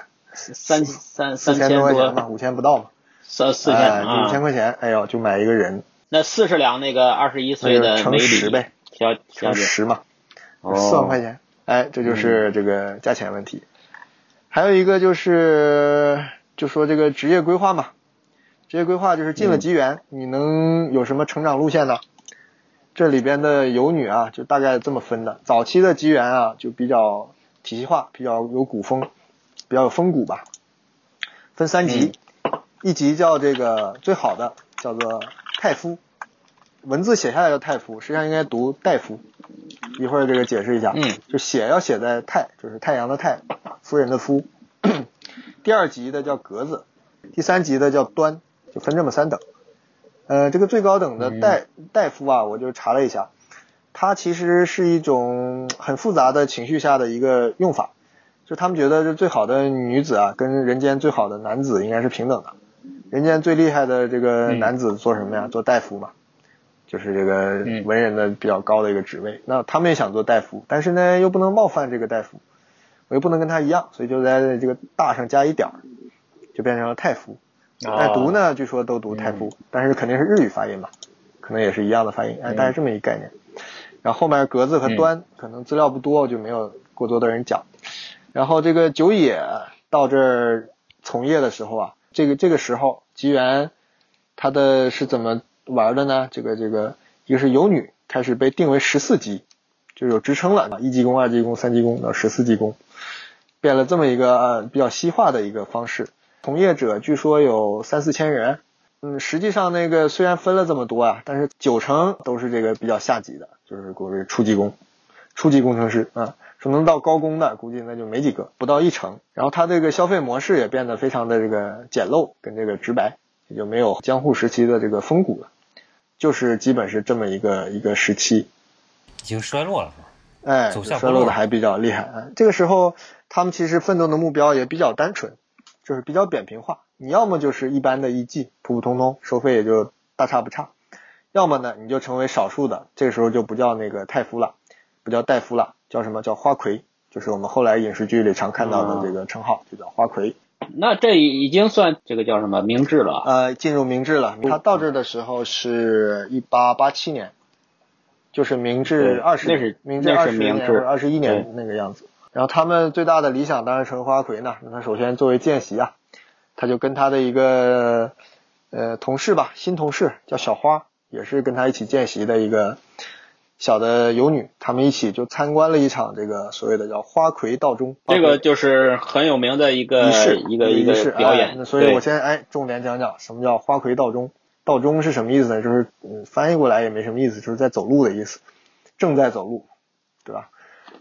？3000多块钱吧，5000不到嘛。 4000 5000块钱，就买一个人。 那40两那个21岁的乘10呗， 乘 10嘛，4万块钱。这就是这个价钱问题。还有一个就说这个职业规划嘛，职业规划就是进了吉原，你能有什么成长路线呢？这里边的游女啊，就大概这么分的。早期的吉原啊，就比较体系化，比较有古风，比较有风骨吧。分3级，一级叫这个最好的，叫做太夫，文字写下来叫太夫，实际上应该读大夫。一会儿这个解释一下，就写要写在太，就是太阳的太，夫人的夫。第2级的叫格子，第3级的叫端，就分这么3等。这个最高等的大夫啊，我就查了一下，它其实是一种很复杂的情绪下的一个用法，就他们觉得这最好的女子啊，跟人间最好的男子应该是平等的。人间最厉害的这个男子做什么呀？做大夫嘛，就是这个文人的比较高的一个职位。那他们也想做大夫，但是呢又不能冒犯这个大夫，我又不能跟他一样，所以就在这个大上加一点，就变成了太夫。读呢据说都读太夫，但是肯定是日语发音嘛，可能也是一样的发音，大概这么一概念。然后后面格子和端可能资料不多，就没有过多的人讲。然后这个九野到这儿从业的时候啊，这个时候吉原他的是怎么玩的呢？这个一个是游女开始被定为14级，就有职称了，1级公、2级公、3级公到14级公，变了这么一个比较西化的一个方式。从业者据说有3-4千人，实际上那个虽然分了这么多啊，但是90%都是这个比较下级的，就是初级工、初级工程师啊，说能到高工的估计那就没几个，不到1成。然后他这个消费模式也变得非常的这个简陋跟这个直白，也就没有江户时期的这个风骨了，就是基本是这么一个时期， 已经衰落了是吧？走下衰落的还比较厉害。这个时候他们其实奋斗的目标也比较单纯，就是比较扁平化，你要么就是一般的艺妓，普普通通，收费也就大差不差，要么呢你就成为少数的，这个时候就不叫那个太夫了，不叫大夫了，叫什么？叫花魁，就是我们后来影视剧里常看到的这个称号，就叫花魁。 那这已经算这个叫什么明治了？ 进入明治了。他到这的时候是1887年，就是明治20年，明治20年或者21年那个样子。然后他们最大的理想当然成为花魁呢。那他首先作为见习啊，他就跟他的一个同事吧，新同事叫小花，也是跟他一起见习的一个小的游女，他们一起就参观了一场这个所谓的叫花魁道中， 这个就是很有名的一个仪式表演。 所以我先重点讲讲什么叫花魁道中。道中是什么意思呢？就是翻译过来也没什么意思，就是在走路的意思，正在走路，对吧？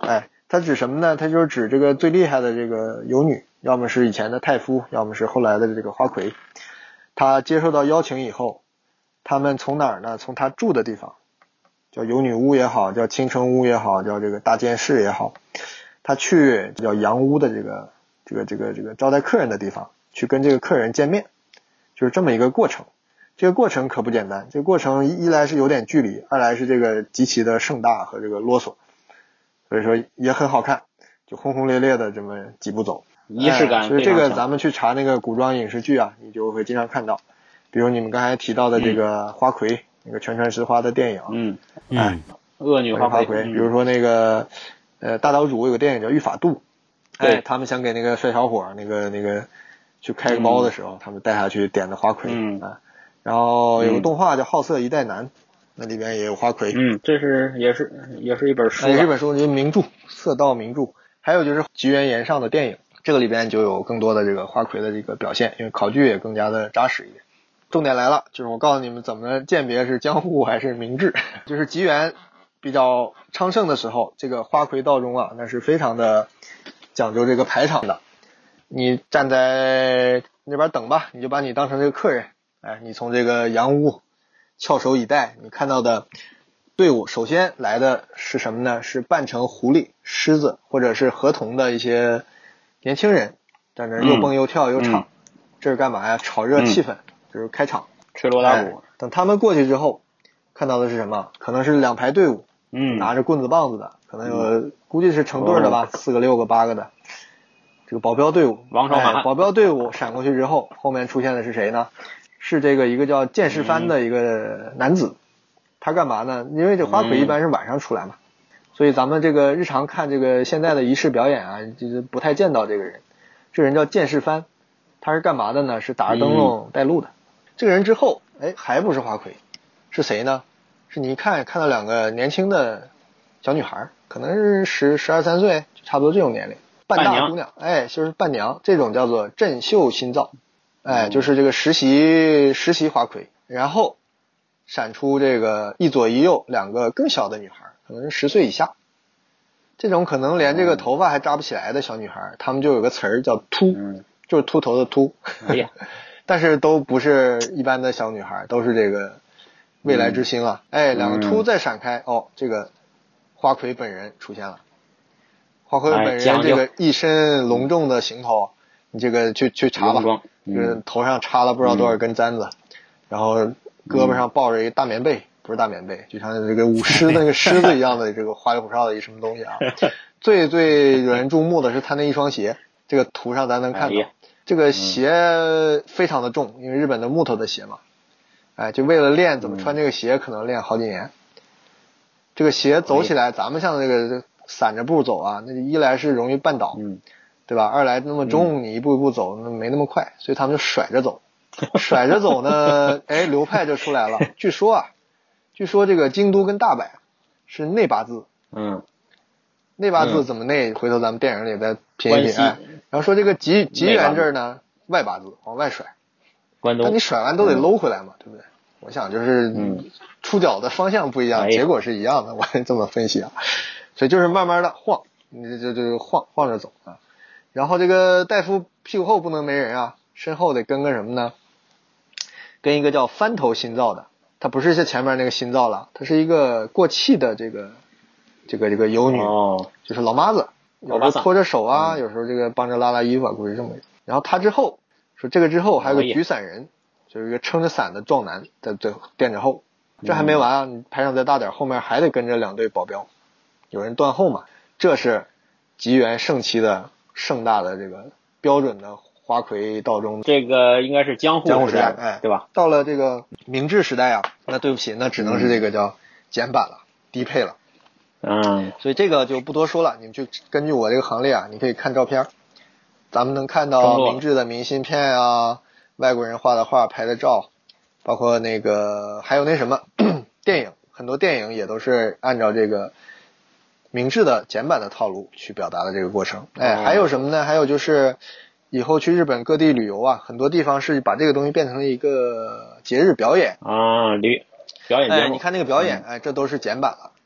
它指什么呢？它就是指这个最厉害的这个游女，要么是以前的太夫，要么是后来的这个花魁。他接受到邀请以后，他们从哪儿呢？从他住的地方，叫游女屋也好，叫倾城屋也好，叫这个大监室也好，他去叫洋屋的这个招待客人的地方，去跟这个客人见面，就是这么一个过程。这个过程可不简单，这个过程一来是有点距离，二来是这个极其的盛大和这个啰嗦，所以说也很好看，就轰轰烈烈的这么几步走， 仪式感非常强。 所以这个咱们去查那个古装影视剧啊，你就会经常看到，比如你们刚才提到的这个花魁，那个全川石花的电影， 恶女花魁，比如说那个大岛渚有个电影叫《御法度》，他们想给那个帅小伙那个去开个包的时候，他们带他去点的花魁，然后有个动画叫《好色一代男》，那里边也有花魁， 这是也是一本书， 也是一本书，就是名著，色道名著。还有就是吉原岩上的电影，这个里边就有更多的这个花魁的这个表现，因为考据也更加的扎实一点。重点来了，就是我告诉你们怎么鉴别是江户还是明治。就是吉原比较昌盛的时候，这个花魁道中啊，那是非常的讲究这个排场的。你站在那边等吧，你就把你当成这个客人，你从这个洋屋翘首以待，你看到的队伍首先来的是什么呢？是扮成狐狸、狮子或者是河童的一些年轻人，在那又蹦又跳又唱，这是干嘛呀？炒热气氛，就是开场， 吹锣打鼓。 等他们过去之后，看到的是什么？可能是两排队伍，拿着棍子棒子的，可能有估计是成对的吧，4个、6个、8个的。这个保镖队伍， 王朝马， 保镖队伍闪过去之后，后面出现的是谁呢？是这个一个叫剑士番的一个男子，他干嘛呢？因为这花魁一般是晚上出来嘛，所以咱们这个日常看这个现在的仪式表演啊，就是不太见到这个人。这个人叫剑士番，他是干嘛的呢？是打着灯笼带路的。这个人之后，还不是花魁，是谁呢？是你一看到两个年轻的小女孩，可能是12、13岁，就差不多这种年龄。半大姑娘，就是伴娘，这种叫做镇绣新造，就是这个实习花魁，然后闪出这个一左一右两个更小的女孩，可能是10岁以下，这种可能连这个头发还扎不起来的小女孩，她们就有个词儿叫秃，就是秃头的秃，但是都不是一般的小女孩，都是这个未来之星啊，两个秃再闪开，这个花魁本人出现了。花魁本人这个一身隆重的行头，你这个去查吧，就是头上插了不知道多少根簪子，然后胳膊上抱着一个大棉被，不是大棉被，就像这个舞狮的那个狮子一样的这个花里胡哨的一什么东西啊。最惹人注目的是他那一双鞋，这个图上咱能看到，这个鞋非常的重，因为日本的木头的鞋嘛，就为了练怎么穿这个鞋，可能练好几年。这个鞋走起来，咱们像这个散着步走啊，那一来是容易绊倒，对吧？二来那么重，你一步一步走，那没那么快，所以他们就甩着走。甩着走呢，流派就出来了。据说这个京都跟大阪是内八字，内八字怎么内？回头咱们电影里再品一品。然后说这个吉原这儿呢，外八字往外甩，那你甩完都得搂回来嘛，对不对？我想就是出脚的方向不一样，结果是一样的，我这么分析啊。所以就是慢慢的晃，你就晃着走啊。然后这个大夫屁股后不能没人啊，身后得跟个什么呢？跟一个叫翻头新造的，它不是像前面那个新造了，它是一个过气的这个游女，就是老妈子，有时候拖着手啊，有时候这个帮着拉衣服啊，估计这么。然后他之后说这个之后还有个举伞人，就是一个撑着伞的壮男在最后垫着后。这还没完啊，你排场再大点，后面还得跟着2队保镖。有人断后嘛，这是吉原盛期的盛大的这个标准的花魁道中， 这个应该是江户时代，对吧？ 到了这个明治时代啊，那对不起，那只能是这个叫简版了，低配了。所以这个就不多说了，你们就根据我这个行列啊，你可以看照片，咱们能看到明治的明信片啊，外国人画的画、拍的照，包括那个还有那什么电影，很多电影也都是按照这个明治的简版的套路去表达的这个过程。还有什么呢？还有就是以后去日本各地旅游啊，很多地方是把这个东西变成了一个节日表演表演节目。 你看那个表演，这都是简版了。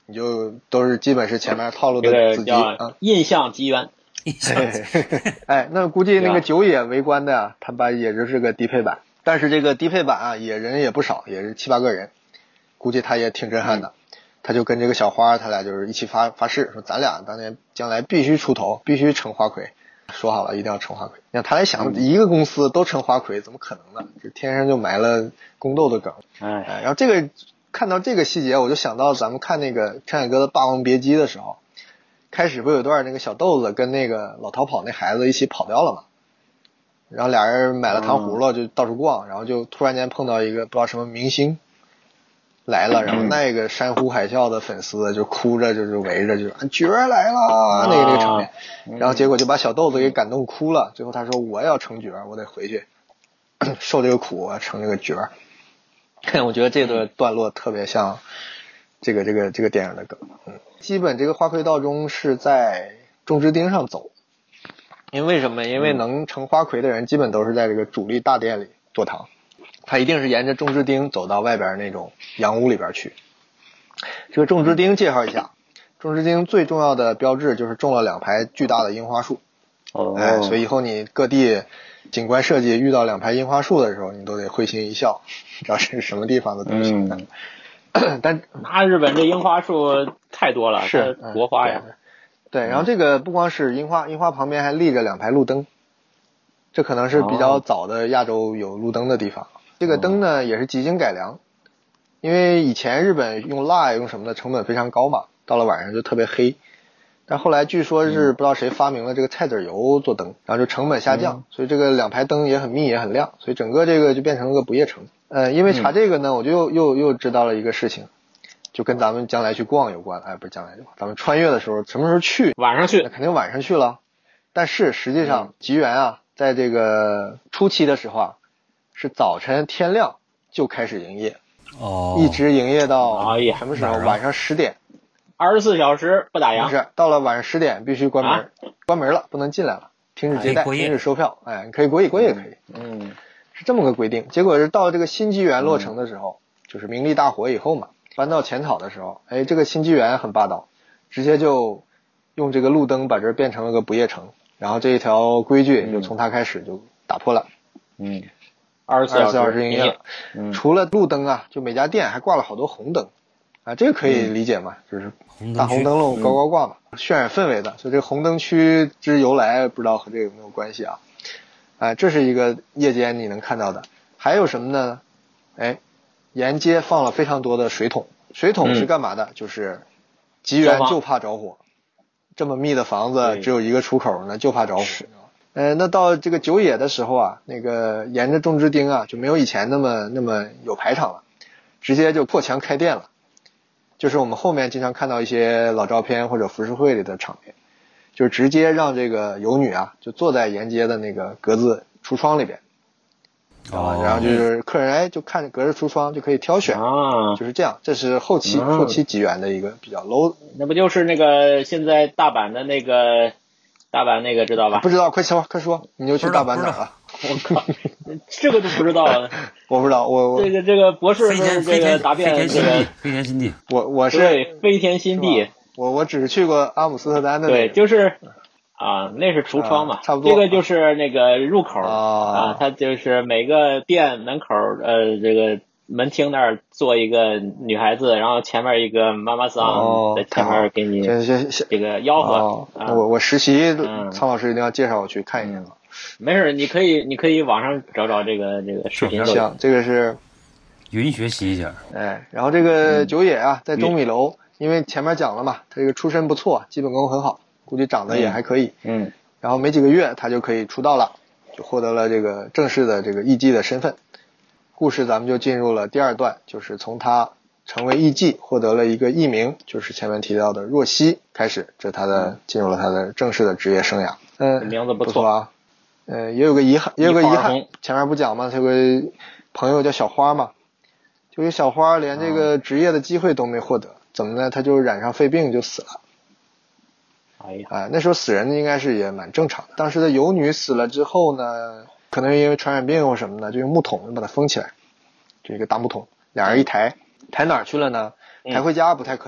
你就都是基本是前面套路这个的子集叫印象吉原。 哎，那估计那个九野围观的啊，他班也就是个低配版，但是这个低配版啊，也人也不少，也是7、8个人，估计他也挺震撼的。他就跟这个小花，他俩就是一起发誓，说咱俩当年将来必须出头，必须成花魁。说好了，一定要成花魁。你看他来想，一个公司都成花魁，怎么可能呢？这天生就埋了宫斗的梗。哎，然后这个看到这个细节，我就想到咱们看那个陈凯歌的《霸王别姬》的时候，开始不有一段那个小豆子跟那个老逃跑那孩子一起跑掉了嘛？然后俩人买了糖葫芦就到处逛，然后就突然间碰到一个不知道什么明星来了，然后那个山呼海啸的粉丝就哭着就是围着就是角儿来了那个场面，然后结果就把小豆子给感动哭了，最后他说我要成角儿，我得回去受这个苦，我要成这个角儿。我觉得这个段落特别像这个电影的梗。基本这个花魁道中是在种植町上走，因为什么？因为能成花魁的人基本都是在这个主力大殿里坐堂，他一定是沿着种植町走到外边那种洋屋里边去。这个种植町介绍一下，种植町最重要的标志就是种了2排巨大的樱花树。哎，所以以后你各地景观设计遇到2排樱花树的时候，你都得会心一笑，知道这是什么地方的东西。但那日本这樱花树太多了， 是国花呀。 对，然后这个不光是樱花，樱花旁边还立着2排路灯，这可能是比较早的亚洲有路灯的地方。这个灯呢也是几经改良，因为以前日本用蜡用什么的成本非常高嘛，到了晚上就特别黑。但后来据说是不知道谁发明了这个菜籽油做灯，然后就成本下降，所以这个2排灯也很密也很亮，所以整个这个就变成了个不夜城。因为查这个呢，我就又知道了一个事情，就跟咱们将来去逛有关。哎，不是将来，咱们穿越的时候什么时候去？ 晚上去， 那肯定晚上去了。但是实际上吉原啊，在这个初期的时候啊，是早晨天亮就开始营业，一直营业到什么时候？晚上10点。 24小时不打烊。 不是，到了晚上10点必须关门，关门了，不能进来了，停止接待，停止收票。哎，你可以过夜也可以。是这么个规定。结果是到这个新纪元落成的时候，就是明利大火以后嘛，搬到浅草的时候，哎，这个新纪元很霸道，直接就用这个路灯把这变成了个不夜城，然后这一条规矩就从它开始就打破了。24小时营业。除了路灯啊，就每家店还挂了好多红灯。啊，这个可以理解嘛，就是大红灯笼高高挂嘛，渲染氛围的。所以这个红灯区之由来，不知道和这个有没有关系啊？这是一个夜间你能看到的。还有什么呢？哎，沿街放了非常多的水桶，水桶是干嘛的？就是吉原就怕着火，这么密的房子只有一个出口呢，就怕着火。那到这个九野的时候啊，那个沿着种植町啊，就没有以前那么有排场了，直接就破墙开店了。就是我们后面经常看到一些老照片或者浮世绘里的场面，就是直接让这个游女啊就坐在沿街的那个格子橱窗里边，然后就是客人就看隔着橱窗就可以挑选，就是这样。这是后期吉原的一个比较 low。 那不就是那个现在大阪那个知道吧？ 不知道，快说，你就去大阪哪了？ 我靠，这个都不知道。 我不知道，我这个博士这个答辩这个飞田新地， 我是对飞田新地， 我只是去过阿姆斯特丹的。 对，就是那是橱窗嘛， 差不多。 这个就是那个入口它就是每个店门口这个门厅那儿坐一个女孩子，然后前面一个妈妈桑在前面给你这个吆喝。 我实习，苍老师一定要介绍我去看一下。 没事，你可以网上找这个视频。 行，这个是云学习一下。 哎，然后这个九野啊，在中米楼，因为前面讲了嘛，他这个出身不错，基本功很好，估计长得也还可以。然后没几个月他就可以出道了，就获得了这个正式的这个艺妓的身份。故事咱们就进入了第2段，就是从他成为艺妓，获得了一个艺名，就是前面提到的若曦开始，这他的进入了他的正式的职业生涯。 名字不错啊。也有个遗憾，前面不讲吗？他有个朋友叫小花嘛，就这小花连这个职业的机会都没获得，怎么呢？他就染上肺病就死了。那时候死人应该是也蛮正常的。当时的游女死了之后呢，可能因为传染病或什么的，就用木桶把它封起来，就一个大木桶，俩人一抬哪儿去了呢？抬回家不太可能，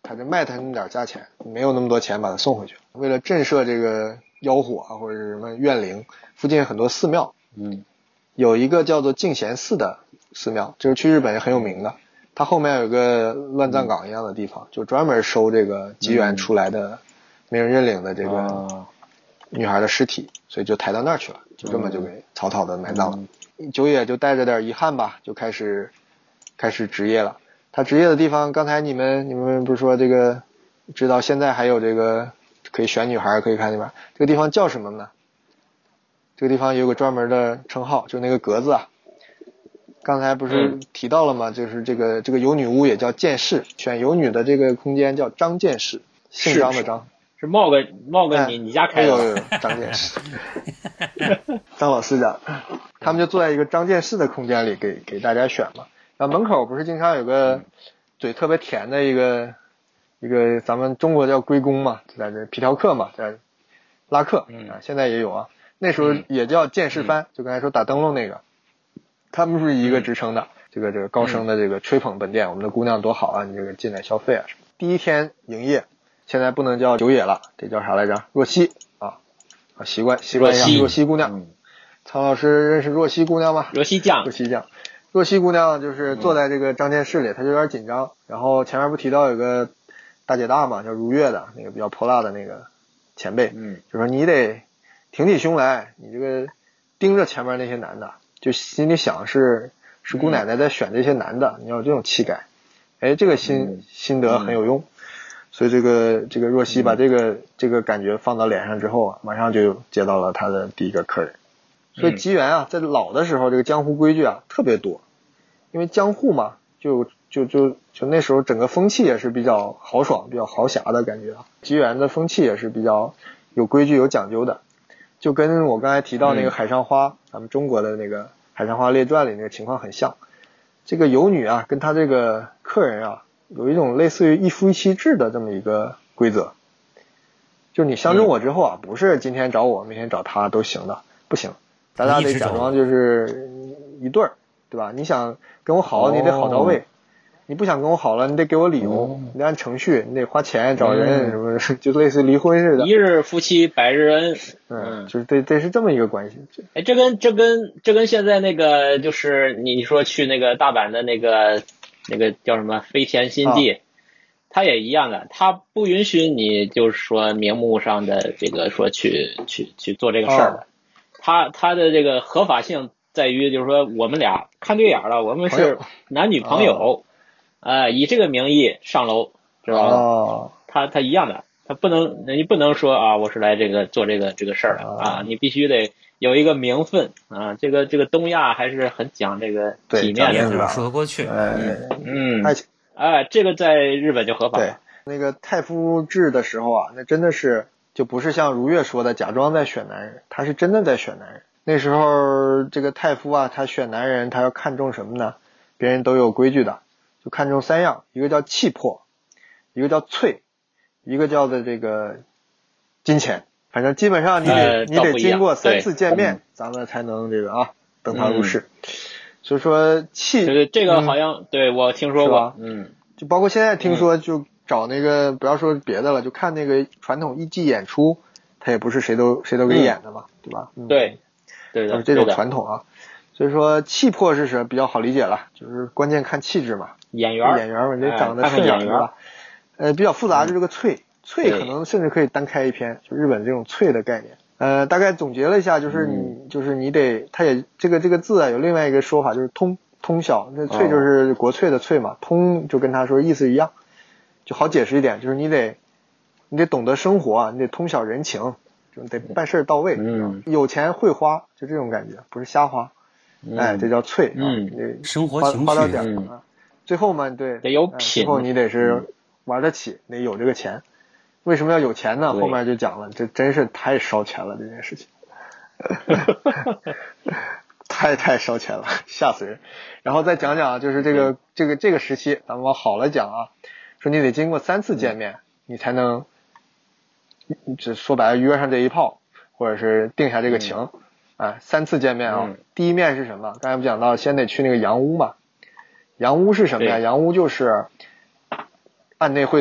他就卖他那么点价钱，没有那么多钱把他送回去。为了震慑这个妖火啊或者是什么怨灵，附近有很多寺庙，有一个叫做净贤寺的寺庙，就是去日本很有名的，它后面有个乱葬岗一样的地方，就专门收这个吉原出来的没人认领的这个女孩的尸体，所以就抬到那儿去了，就这么就给草草的埋葬了。九野就带着点遗憾吧，就开始职业了。他职业的地方，刚才你们不是说这个知道现在还有这个可以选女孩可以看那边，这个地方叫什么呢？这个地方有个专门的称号，就那个格子啊。刚才不是提到了吗？就是这个有女屋也叫见室，选有女的这个空间叫张见室，姓张的张。 是冒个你家开的？ 有张见室，张老师长，他们就坐在一个张见室的空间里给大家选嘛。然后门口不是经常有个嘴特别甜的一个咱们中国叫龟公嘛，就在这皮条客嘛，在拉客现在也有啊。那时候也叫见室番，就刚才说打灯笼那个，他们是一个职称的。这个高声的这个吹捧本店，我们的姑娘多好啊，你这个进来消费啊什么。第一天营业。现在不能叫九野了，得叫啥来着？若曦啊，习惯一下。若曦姑娘，曹老师认识若曦姑娘吗？ 若曦酱， 若曦姑娘就是坐在这个张见室里，她就有点紧张。然后前面不提到有个大姐大嘛，叫如月的那个比较泼辣的那个前辈，就说你得挺起胸来，你这个盯着前面那些男的，就心里想是姑奶奶在选这些男的，你要有这种气概。哎，这个心得很有用。所以这个若曦把这个感觉放到脸上之后啊，马上就接到了他的第一个客人。所以吉原啊，在老的时候，这个江湖规矩啊特别多，因为江户嘛，就那时候整个风气也是比较豪爽、比较豪侠的感觉啊。吉原的风气也是比较有规矩、有讲究的，就跟我刚才提到那个海上花，咱们中国的那个《海上花列传》里那个情况很像。这个游女啊，跟他这个客人啊。有一种类似于一夫一妻制的这么一个规则，就是你相中我之后啊，不是今天找我明天找他都行的，不行，大家得假装就是一对儿，对吧？你想跟我好，你得好到位；你不想跟我好了，你得给我理由，你得按程序，你得花钱找人什么，就类似于离婚似的。 一日夫妻百日恩， 就是得是这么一个关系。 哎，这跟现在那个就是你说去那个大阪的那个叫什么飞田新地，它也一样的，它不允许你就是说名目上的这个说去做这个事儿的。它的这个合法性在于就是说我们俩看对眼了，我们是男女朋友，以这个名义上楼，知道吗？它一样的，你不能说啊我是来做这个事儿的啊，你必须得有一个名分啊，这个东亚还是很讲这个体面的， 是吧？说得过去。 这个在日本就合法了。 对，那个太夫制的时候啊，那真的是就不是像如月说的假装在选男人，他是真的在选男人。那时候这个太夫啊，他选男人，他要看重什么呢？别人都有规矩的，就看重3样，一个叫气魄，一个叫粹，一个叫的这个金钱。反正基本上你得经过3次见面，咱们才能这个登堂入室。所以说这个好像对我听说过， 就包括现在听说就找那个不要说别的了，就看那个传统艺伎演出，他也不是谁都给演的嘛，对吧？ 对的， 就是这种传统啊。所以说气魄是什么比较好理解了，就是关键看气质嘛， 演员嘛，你得长得顺眼是吧？比较复杂就是这个粹可能甚至可以单开一篇，就日本这种粹的概念。大概总结了一下，就是你得，它也这个字啊有另外一个说法，就是通晓，那粹就是国粹的粹嘛，通就跟他说意思一样，就好解释一点，就是你得懂得生活啊，你得通晓人情，就得办事到位，有钱会花，就这种感觉，不是瞎花，这叫粹生活情趣花到点啊。最后嘛，对， 得有品， 最后你得是玩得起，得有这个钱。为什么要有钱呢？后面就讲了，这真是太烧钱了，这件事情太烧钱了，吓死人。然后再讲讲就是这个时期，咱们往好了讲啊，说你得经过3次见面，你才能只说白了约上这一炮，或者是定下这个情3次见面啊。第一面是什么？刚才不讲到先得去那个洋屋嘛。洋屋是什么呀？洋屋就是案内会所，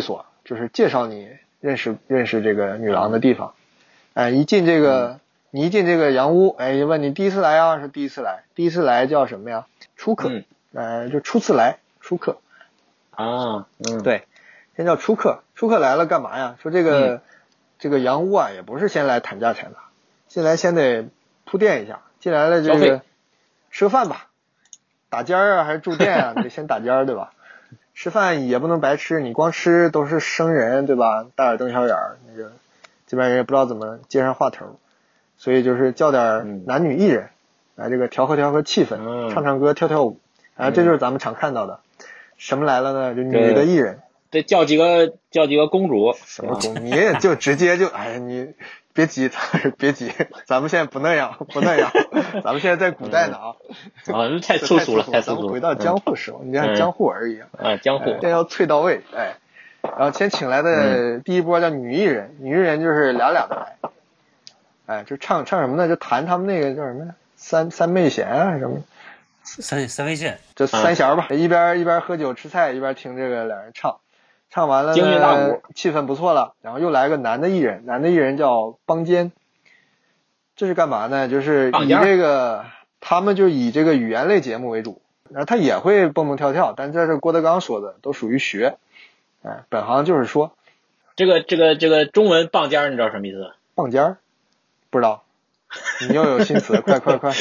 就是介绍你认识这个女郎的地方。哎，你一进这个洋屋，哎，问你第一次来啊？是第一次来。第一次来叫什么呀？初客。就初次来，初客。 啊， 对，先叫初客。初客来了干嘛呀？说这个洋屋啊，也不是先来谈价钱的，进来先得铺垫一下。进来了这个吃个饭吧，打尖啊还是住店啊？你得先打尖对吧？吃饭也不能白吃，你光吃都是生人对吧？大眼瞪小眼，那个这边人也不知道怎么接上话头，所以就是叫点男女艺人来这个调和气氛，唱唱歌跳跳舞，这就是咱们常看到的。什么来了呢？就女的艺人， 对，叫几个公主， 什么公主？你也就直接就你别急，咱们现在不那样，咱们现在在古代呢太粗俗了， 咱们回到江户时候，你像江户儿一样江户这要脆到位，然后先请来的第一波叫女艺人，女艺人就是俩的来，就唱什么呢？就弹他们那个叫什么呀？三味弦啊什么？ 三味线， 这三弦吧，一边喝酒吃菜，一边听这个俩人唱完了呢，气氛不错了，然后又来个男的艺人叫帮间，这是干嘛呢？就是以这个他们就以这个语言类节目为主，然后他也会蹦蹦跳跳，但这是郭德纲说的，都属于学，本行就是说， 这个中文棒尖你知道什么意思？ 棒尖不知道，你又有新词，快！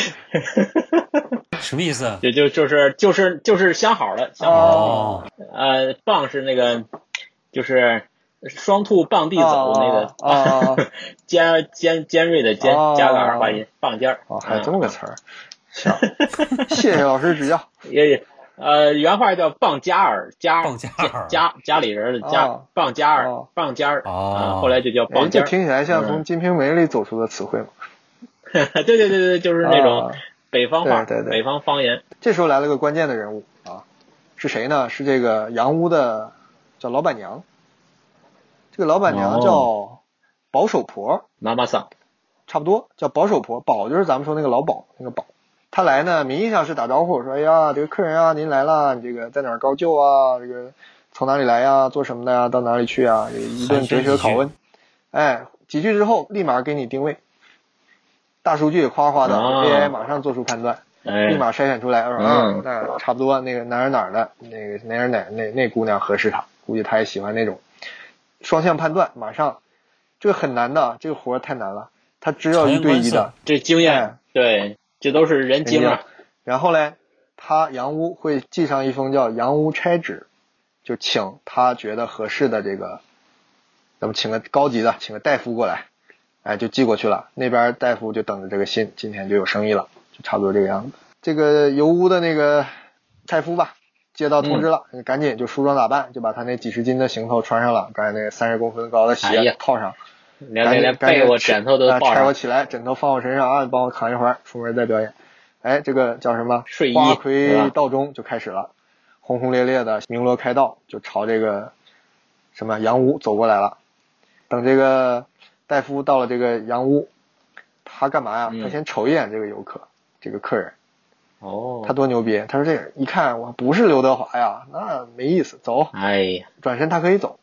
什么意思？ 就是相好了，棒是那个就是双兔傍地走那个尖锐的尖加个儿化音，棒尖还有这么个词儿，行，谢谢老师指教。 原话叫棒夹儿，家里人的家，棒夹儿，棒尖儿后来就叫棒尖儿。 这听起来像从《金瓶梅》里走出的词汇嘛？ 对，就是那种北方话，北方方言。 这时候来了个关键的人物是谁呢？是这个洋屋的叫老板娘。这个老板娘叫保守婆， 妈妈桑， 差不多叫保守婆。保就是咱们说那个老鸨，那个保。他来呢，名义上是打招呼，说：“哎呀，这个客人啊，您来了，你这个在哪儿高就啊？这个从哪里来呀？做什么的呀？到哪里去啊？一顿哲学拷问。”几句之后，立马给你定位。大数据夸的 AI 马上做出判断，立马筛选出来，那差不多那个哪儿的那个哪姑娘合适他，估计他也喜欢那种双向判断，马上这个很难的，这个活太难了，他只有1对1的， 这经验，对，这都是人精啊。 然后呢，他洋屋会寄上一封叫洋屋差纸，就请他觉得合适的这个，咱们请个高级的，请个大夫过来。就寄过去了，那边大夫就等着这个信，今天就有生意了，就差不多这个样子。这个油屋的那个大夫吧，接到通知了，赶紧就梳妆打扮，就把他那几十斤的行头穿上了，刚才那个30公分高的鞋套上， 连被窝枕头都抱上， 拆我起来，枕头放我身上你帮我扛一会儿，出门再表演。这个叫什么？ 睡衣。 花魁道中就开始了，轰轰烈烈的鸣锣开道，就朝这个什么洋屋走过来了。等这个大夫到了这个洋屋，他干嘛呀？他先瞅一眼这个游客，这个客人。他多牛逼！他说这个一看我不是刘德华呀，那没意思，走。转身他可以走。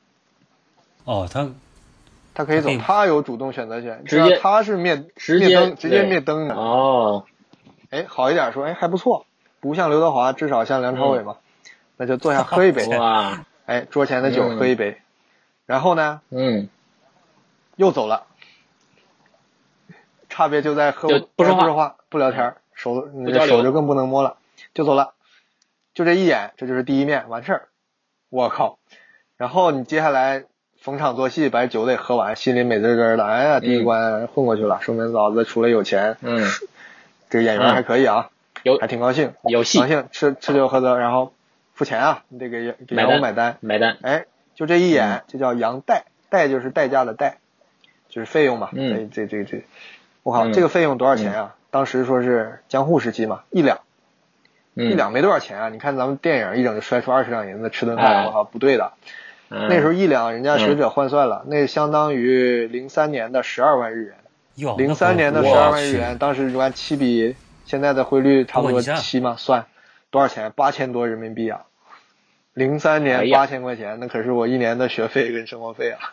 他可以走，他有主动选择权。 直接他是直接灭灯的。好一点说，还不错，不像刘德华，至少像梁朝伟嘛。那就坐下喝一杯。 哇！ 桌前的酒喝一杯，然后呢？又走了，差别就在不说话不聊天，手就更不能摸了，就走了，就这一眼，这就是第一面，完事儿。我靠！然后你接下来逢场作戏，把酒得喝完，心里美滋滋的，第一关混过去了，说明老子出来有钱，这个演员还可以啊，还挺高兴， 有戏， 高兴吃酒喝酒，然后付钱啊，你得给洋屋买单，就这一眼，就叫洋代，代就是代价的代。就是费用嘛，我靠，这个费用多少钱啊？当时说是江户时期嘛，1两，1两没多少钱啊。你看咱们电影一整就摔出20两银子吃顿饭，我靠，不对的。那时候1两，人家学者换算了，那相当于03年的12万日元。03年的12万日元，当时按7比现在的汇率差不多7嘛，算多少钱？8000多人民币啊 03年8000块钱，那可是我1年的学费跟生活费啊。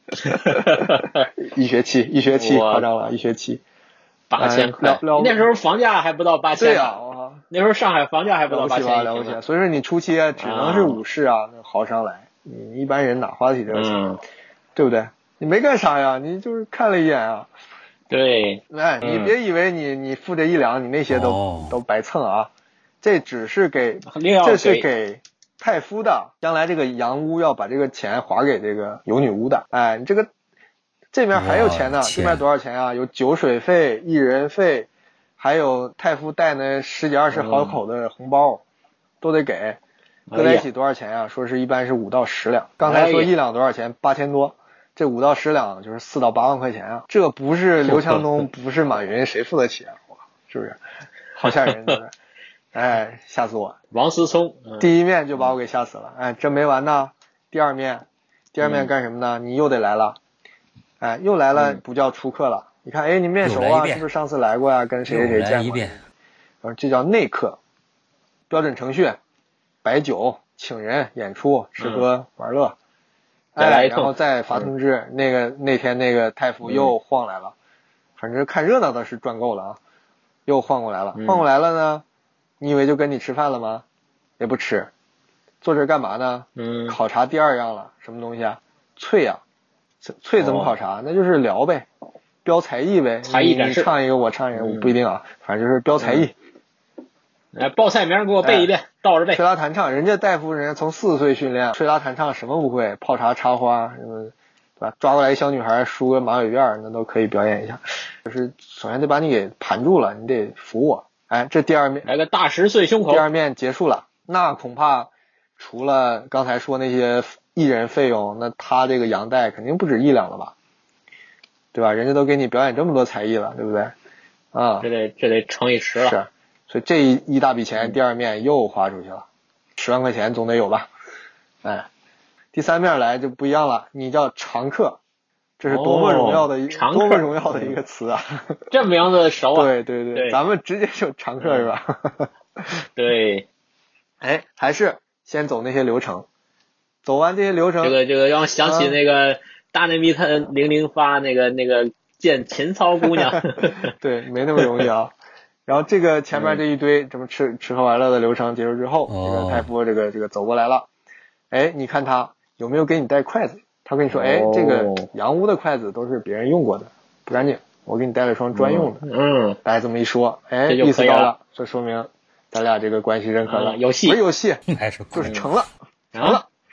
一学期夸张了，一学期 8000块。那时候房价还不到8000。 对啊， 那时候上海房价还不到8000。 了不起。所以说你初期只能是武士啊，那豪商来，你一般人哪花得起这个钱？对不对？你没干啥呀，你就是看了一眼啊。 对。 你别以为你付这1两，你那些都白蹭啊。这是给太夫的，将来这个洋屋要把这个钱划给这个有女巫的。你这边还有钱呢，这边多少钱啊？有酒水费、一人费，还有太夫带那10几20好口的红包，都得给。搁在一起多少钱啊？说是一般是5到10两。刚才说1两多少钱？8000多。这5到10两就是4到8万块钱啊！这不是刘强东，不是马云，谁付得起啊？是不是？好吓人，是不是？吓死我！ 王思聪第一面就把我给吓死了。真没完呢。第二面干什么呢？你又得来了。又来了，不叫出客了。你看，你面熟啊，是不是上次来过呀？跟谁见过？这叫内客。标准程序，摆酒、请人、演出、吃喝玩乐。然后再发通知，那天那个太傅又晃来了，反正看热闹的是赚够了啊，又晃过来了。晃过来了呢，你以为就跟你吃饭了吗？也不吃，坐这干嘛呢？考察第2样了，什么东西啊？萃啊，萃怎么考察？那就是聊呗，标才艺呗， 才艺展示， 你唱一个我唱一个，我不一定啊，反正就是标才艺。 报菜名给我背一遍，倒着背。 吹拉弹唱，人家大夫人家从4岁训练，吹拉弹唱什么不会？泡茶插花什么，对吧？抓过来一小女孩梳个马尾辫，那都可以表演一下。就是首先得把你给盘住了，你得服我。这第2面来个大石碎胸口。 第2面结束了，那恐怕除了刚才说那些艺人费用，那他这个洋带肯定不止1两了吧？对吧？人家都给你表演这么多才艺了，对不对？ 这得乘以10了。 是。所以这一大笔钱，第2面又花出去了，10万块钱总得有吧？第3面来就不一样了，你叫常客，这是多么荣耀的多么荣耀的一个词啊！ 这名字熟啊！ 对，咱们直接就常客是吧？ 对， 还是先走那些流程，走完这些流程， 这个让我想起那个大内密探00发那个见秦操姑娘， 对，没那么容易啊。然后这个前面这一堆这么吃喝玩乐的流程结束之后，这个太夫这个走过来了，你看他有没有给你带筷子？他跟你说，这个洋屋的筷子都是别人用过的，不干净，我给你带了双专用的。大家这么一说，意思到了，这说明咱俩这个关系认可了， 有戏， 不是有戏，就是成了，成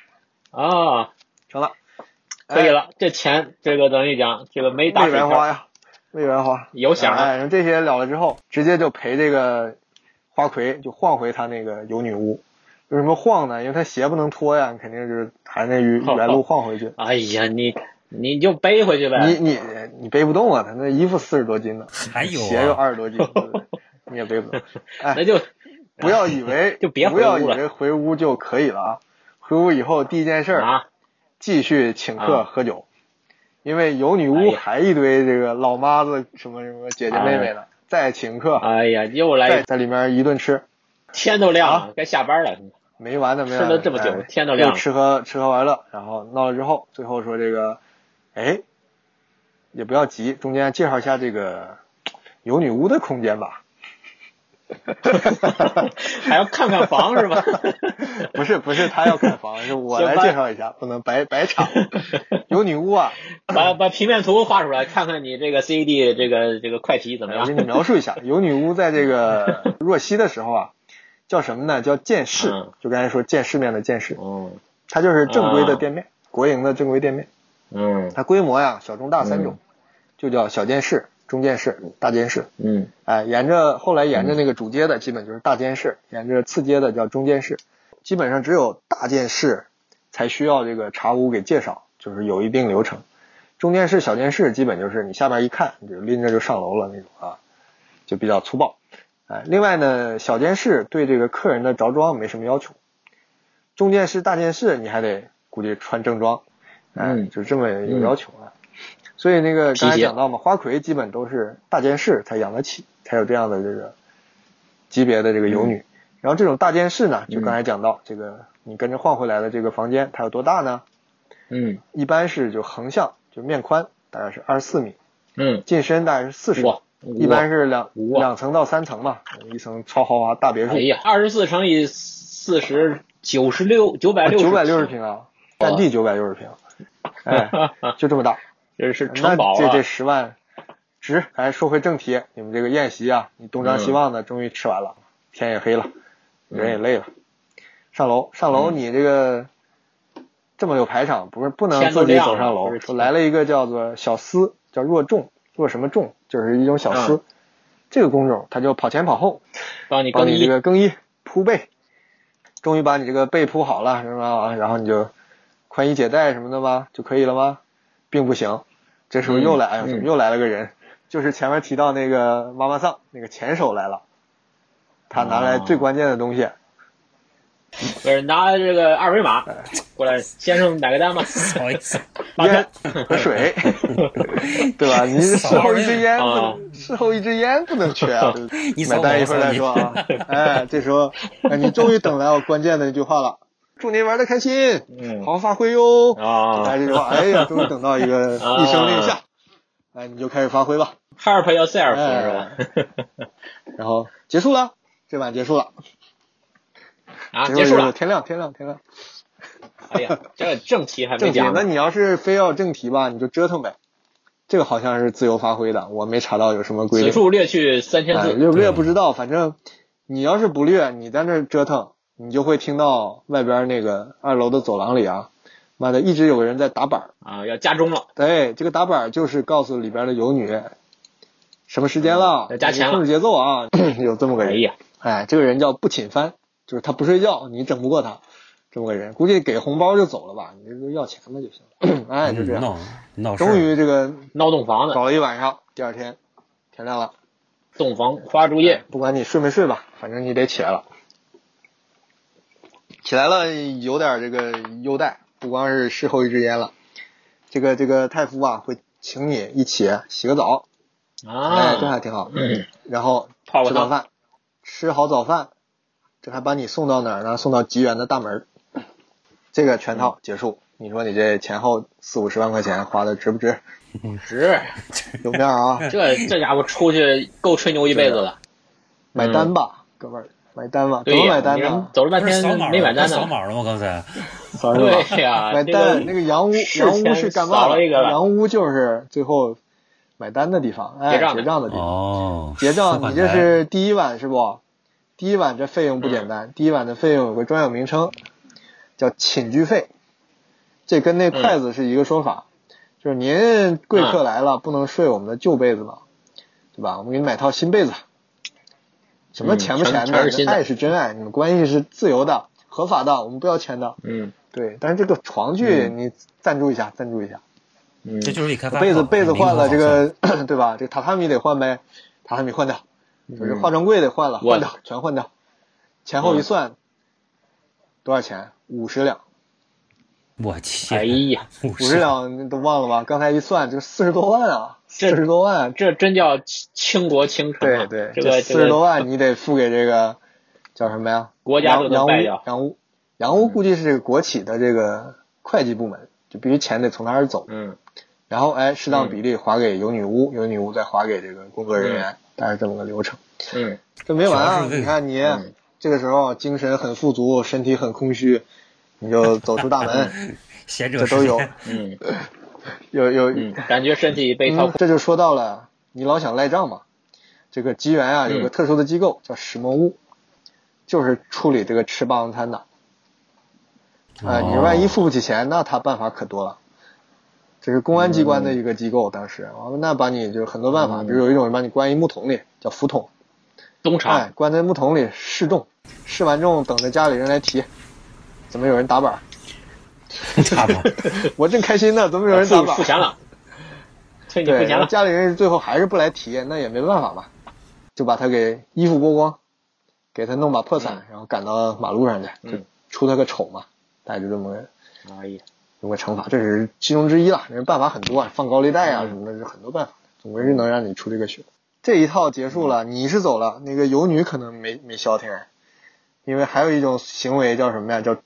了， 可以了。这钱这个等于讲这个没打水花呀。魏元花有响了， 然后这些了了之后，直接就陪这个花魁就晃回他那个有女巫。为什么晃呢？因为他鞋不能脱呀，肯定就是还那原路晃回去。 哎呀，你就背回去呗。 你背不动啊，他那衣服40多斤呢， 还有鞋有20多斤，对不对？你也背不动。 那就不要以为就别不要以为回屋就可以了啊！回屋以后第一件事继续请客喝酒。因为有女巫还一堆这个老妈子什么姐姐妹妹的，再请客。 又来在里面一顿吃， 天都亮了，该下班了。 没完的， 吃了这么久，天都亮了。 吃喝玩乐，然后闹了之后，最后说这个，也不要急，中间介绍一下这个有女巫的空间吧。 还要看看房是吧？ 不是他要看房，是我来介绍一下，不能白场。有女巫啊， 把平面图画出来，看看你这个 CAD 这个快题怎么样？ 我给你描述一下，有女巫在这个若曦的时候啊，叫什么呢？叫见世，就刚才说见世面的见世。它就是正规的店面，国营的正规店面。它规模呀小中大3种，就叫小见世、中见世、大见世。后来沿着那个主街的基本就是大见世，沿着次街的叫中见世。基本上只有大见世才需要这个茶屋给介绍，就是有一定流程。中见世、小见世基本就是你下边一看，你就拎着就上楼了那种啊，就比较粗暴。另外呢，小见世对这个客人的着装没什么要求，中见世、大见世你还得估计穿正装，就这么有要求啊。所以那个刚才讲到嘛，花魁基本都是大见世才养得起，才有这样的这个级别的这个有女。然后这种大见世呢，就刚才讲到这个你跟着换回来的这个房间它有多大呢？一般是就横向就面宽大概是24米，进深大概是40米，一般是两层到3层吧，一层超豪华大别墅。 哎呀，24乘以40 960 平啊，占地960平，哎，就这么大， 这是城堡啊。 这10万值。哎，说回正题，你们这个宴席啊，你东张西望的终于吃完了，天也黑了，人也累了，上楼，你这个这么有排场，不能自己走上楼，说来了一个叫做小厮，叫若什么众，就是一种小厮，这个工种他就跑前跑后， 帮你这个更衣铺被，终于把你这个被铺好了是吧？然后你就宽衣解带什么的吧就可以了吗？并不行，这时候又来了个人，就是前面提到那个妈妈桑那个前手来了，他拿来最关键的东西。 不是拿这个2维码过来，先生哪个单吧？ 不好意思， 烟和水，对吧？你事后一支烟不能缺啊！买单一会儿再说啊。哎，这时候你终于等来我关键的一句话了，祝您玩得开心，好好发挥哟。哎，这句话，哎呀，终于等到一个一声令下，哎，你就开始发挥吧。 Help yourself 是吧？然后结束了，这晚结束了。 结束了， 天亮。 哎呀，这正题还没讲。 那你要是非要正题吧，你就折腾呗。这个好像是自由发挥的，我没查到有什么规定。 此处略去3000字。 略不略不知道，反正你要是不略，你在那折腾，你就会听到外边那个2楼的走廊里啊，妈的一直有个人在打板啊，要加钟了。 对，这个打板就是告诉里边的游女什么时间了， 要加钱了， 控制节奏啊。有这么个人。哎，这个人叫不寝番。就是他不睡觉，你整不过他，这么个人，估计给红包就走了吧，你这个要钱的就行了。哎，就这样，终于这个闹洞房的， 搞了一晚上，第二天天亮了， 洞房花烛夜， 不管你睡没睡吧，反正你得起来了。起来了有点这个优待，不光是事后一支烟了，这个太夫啊会请你一起洗个澡啊， 哎，这还挺好。然后吃早饭，吃好早饭。这还把你送到哪儿呢？送到吉园的大门，这个全套结束。你说你这前后40-50万块钱花的值不值？ 值， 有面啊！ 这家伙出去够吹牛一辈子了。 买单吧，哥们儿，买单吧。怎么买单呢？ 走了半天没买单呢。 扫码了吗？刚才。 对呀， 买单。那个洋屋是干嘛的？洋屋就是最后买单的地方，哎，结账的地方。 哦。 结账，你这是第一晚是不？第一晚这费用不简单，第一晚的费用有个专有名称，叫寝居费，这跟那筷子是一个说法，就是您贵客来了，不能睡我们的旧被子嘛，对吧？我们给你买套新被子，什么钱不钱的，爱是真爱，你们关系是自由的、合法的，我们不要钱的。对，但是这个床具你赞助一下。 这就是一开发被子换了，这个对吧？这个榻榻米得换呗，榻榻米换掉。就是化妆柜得换了，全换掉，前后一算，多少钱？50两。 我天！ 哎呀 ，50两都忘了吧？刚才一算就40多万啊，40多万， 这真叫倾国倾城啊！ 对， 这个 40多万你得付给这个叫什么呀？ 国家都能败掉。 洋屋估计是这个国企的这个会计部门，就必须钱得从那儿走。然后哎，适当比例划给有女巫，有女巫再划给这个工作人员。大概这么个流程。这没完啊！你看你这个时候精神很富足，身体很空虚，你就走出大门，这都有。有感觉身体被掏空。 这就说到了你老想赖账嘛。这个吉园啊有个特殊的机构叫石磨屋，就是处理这个吃霸王餐的。你万一付不起钱，那他办法可多了。这是公安机关的一个机构，当时那把你就很多办法，比如有一种把你关一木桶里，叫浮桶， 东厂， 哎，关在木桶里示众，示完众等着家里人来提，怎么有人打板？ 打板， 我正开心呢，怎么有人打板？ 付钱了，催你付钱了， 家里人最后还是不来提，那也没办法嘛，就把他给衣服剥光，给他弄把破伞，然后赶到马路上去，就出他个丑嘛，大概就这么个。 哎呀。 有个惩罚，这是其中之一了。人办法很多啊，放高利贷啊什么的，是很多办法。总归是能让你出这个血。这一套结束了，你是走了，那个游女可能没消停，因为还有一种行为叫什么呀？叫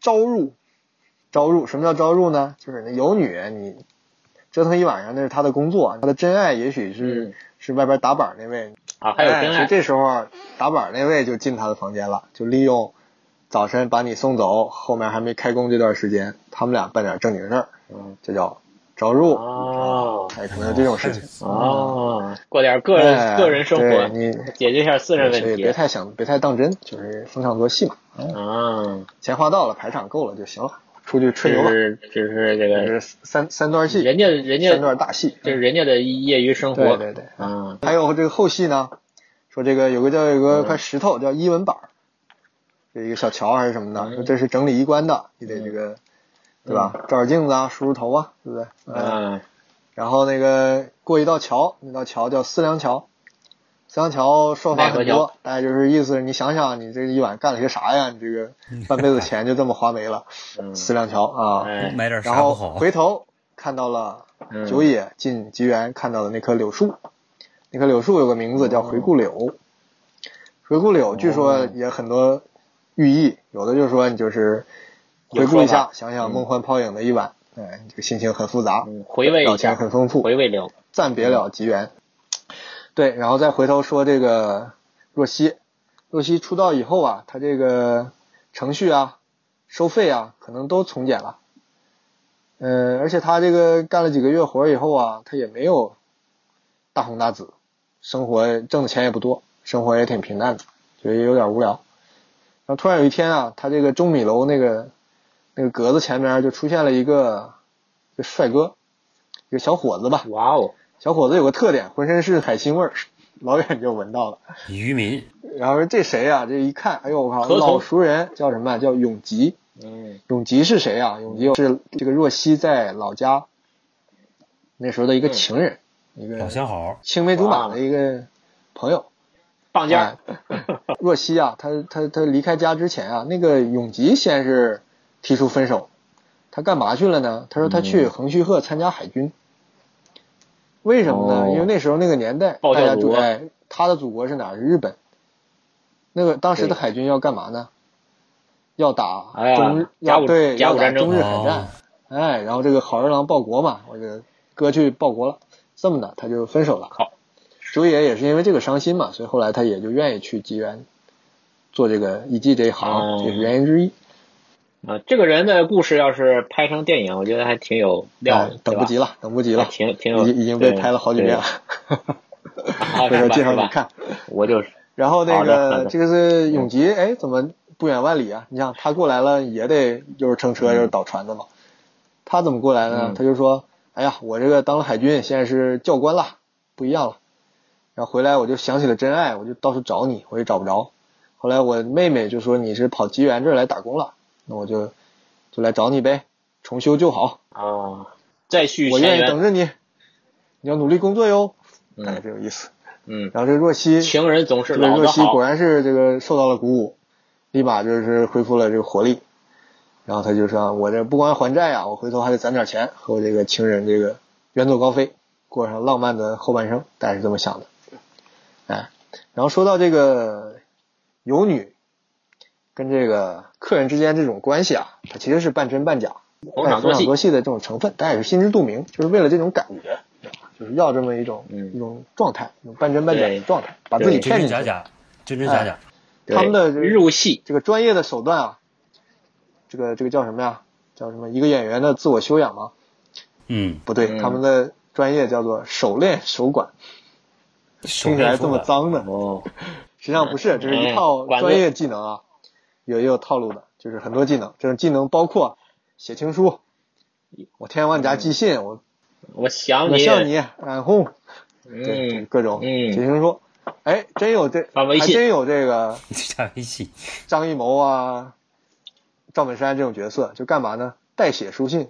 招入。什么叫招入呢？就是那游女，你折腾一晚上那是她的工作，她的真爱也许是外边打板那位啊，还有真爱。 所以这时候打板那位就进她的房间了，就利用早晨把你送走，后面还没开工这段时间，他们俩办点正经事儿，这叫招入可能有这种事情过点个人生活， 你解决一下私人问题， 别太当真，就是逢场作戏嘛。钱花到了，排场够了就行了，出去吹牛了。 这是这个三段戏， 人家三段大戏， 这是人家的业余生活。 对，还有这个后戏呢，说这个有个块石头叫伊文板，这一个小桥还是什么的，说这是整理衣冠的，你得这个。对吧？照照镜子啊，梳梳头啊，对不对？然后那个过一道桥，那道桥叫思量桥。思量桥说法很多，大概就是意思，你想想，你这一晚干了些啥呀？你这个半辈子钱就这么花没了。思量桥啊， 买点然后回头看到了九野进吉原看到的那棵柳树，那棵柳树有个名字叫回顾柳。回顾柳据说也很多寓意，有的就是说你就是回顾一下，想想梦幻泡影的一晚，这个心情很复杂， 回味一下， 表情很丰富， 回味柳， 暂别了吉原。对，然后再回头说这个若曦出道以后啊，他这个程序啊、收费啊，可能都从简了。而且他这个干了几个月活以后啊，他也没有大红大紫，生活挣的钱也不多，生活也挺平淡的，觉得也有点无聊。然后突然有一天啊，他这个钟米楼那个格子前面就出现了一个帅哥，一个小伙子吧。 哇哦！ 小伙子有个特点，浑身是海腥味儿，老远就闻到了。 渔民。 然后这谁啊？这一看，哎呦我靠，老熟人，叫什么？叫永吉。永吉是谁啊？永吉是这个若曦在老家那时候的一个情人，一个老相好， 青梅竹马的一个朋友。 绑架。 若曦啊，他离开家之前啊，那个永吉先是提出分手，他干嘛去了呢？他说他去横须贺参加海军。为什么呢？因为那时候那个年代，大家住他的祖国是哪儿？是日本。那个当时的海军要干嘛呢？要打中日海战。然后这个好儿郎报国嘛，我这个哥去报国了，这么的他就分手了。九野也是因为这个伤心嘛，所以后来他也就愿意去吉原做这个艺伎这一行，这是原因之一。 这个人的故事要是拍成电影，我觉得还挺有料的， 等不及了， 挺有， 已经被拍了好几遍了。回头介绍你看， 我就是。 然后那个这个是永吉，怎么不远万里啊？你想他过来了也得又是乘车又是倒船的嘛，他怎么过来呢？他就说，哎呀，我这个当了海军，现在是教官了，不一样了。然后回来我就想起了真爱，我就到处找你，我也找不着。后来我妹妹就说你是跑吉原这儿来打工了，那我就来找你呗，重修旧好再续我愿意等着你，你要努力工作哟。大概这有意思。然后这个若曦情人总是老的好， 若曦果然是这个受到了鼓舞，立马就是恢复了这个活力。然后他就说，我这不光要还债啊，我回头还得攒点钱和我这个情人这个远走高飞，过上浪漫的后半生，大概是这么想的。然后说到这个游女跟这个客人之间这种关系啊，它其实是半真半假，逢场作戏的这种成分，但也是心知肚明，就是为了这种感觉，就是要这么一种状态，一种半真半假的状态，把自己骗进去， 真真假假。 他们的入戏这个专业的手段啊，这个叫什么呀？叫什么？一个演员的自我修养吗？不对，他们的专业叫做手练手管。听起来这么脏的实际上不是，这是一套专业技能啊，也有套路的，就是很多技能。这种技能包括写情书，我天万家寄信， 我想你，然后各种写情书。真有还真有这个加微信， 张艺谋啊、赵本山这种角色，就干嘛呢？代写书信。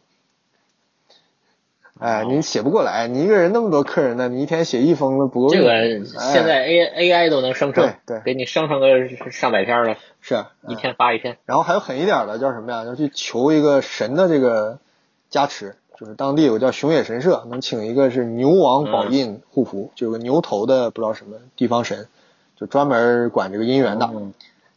你写不过来，你一个人那么多客人呢，你一天写一封都不够用。 这个现在 AI 都能生成， 对， 给你生成个上百篇了， 是一天发一篇。 然后还有狠一点的叫什么呀？要去求一个神的这个加持，就是当地有个叫熊野神社，能请一个是牛王宝印护符，就有个牛头的不知道什么地方神，就专门管这个姻缘的。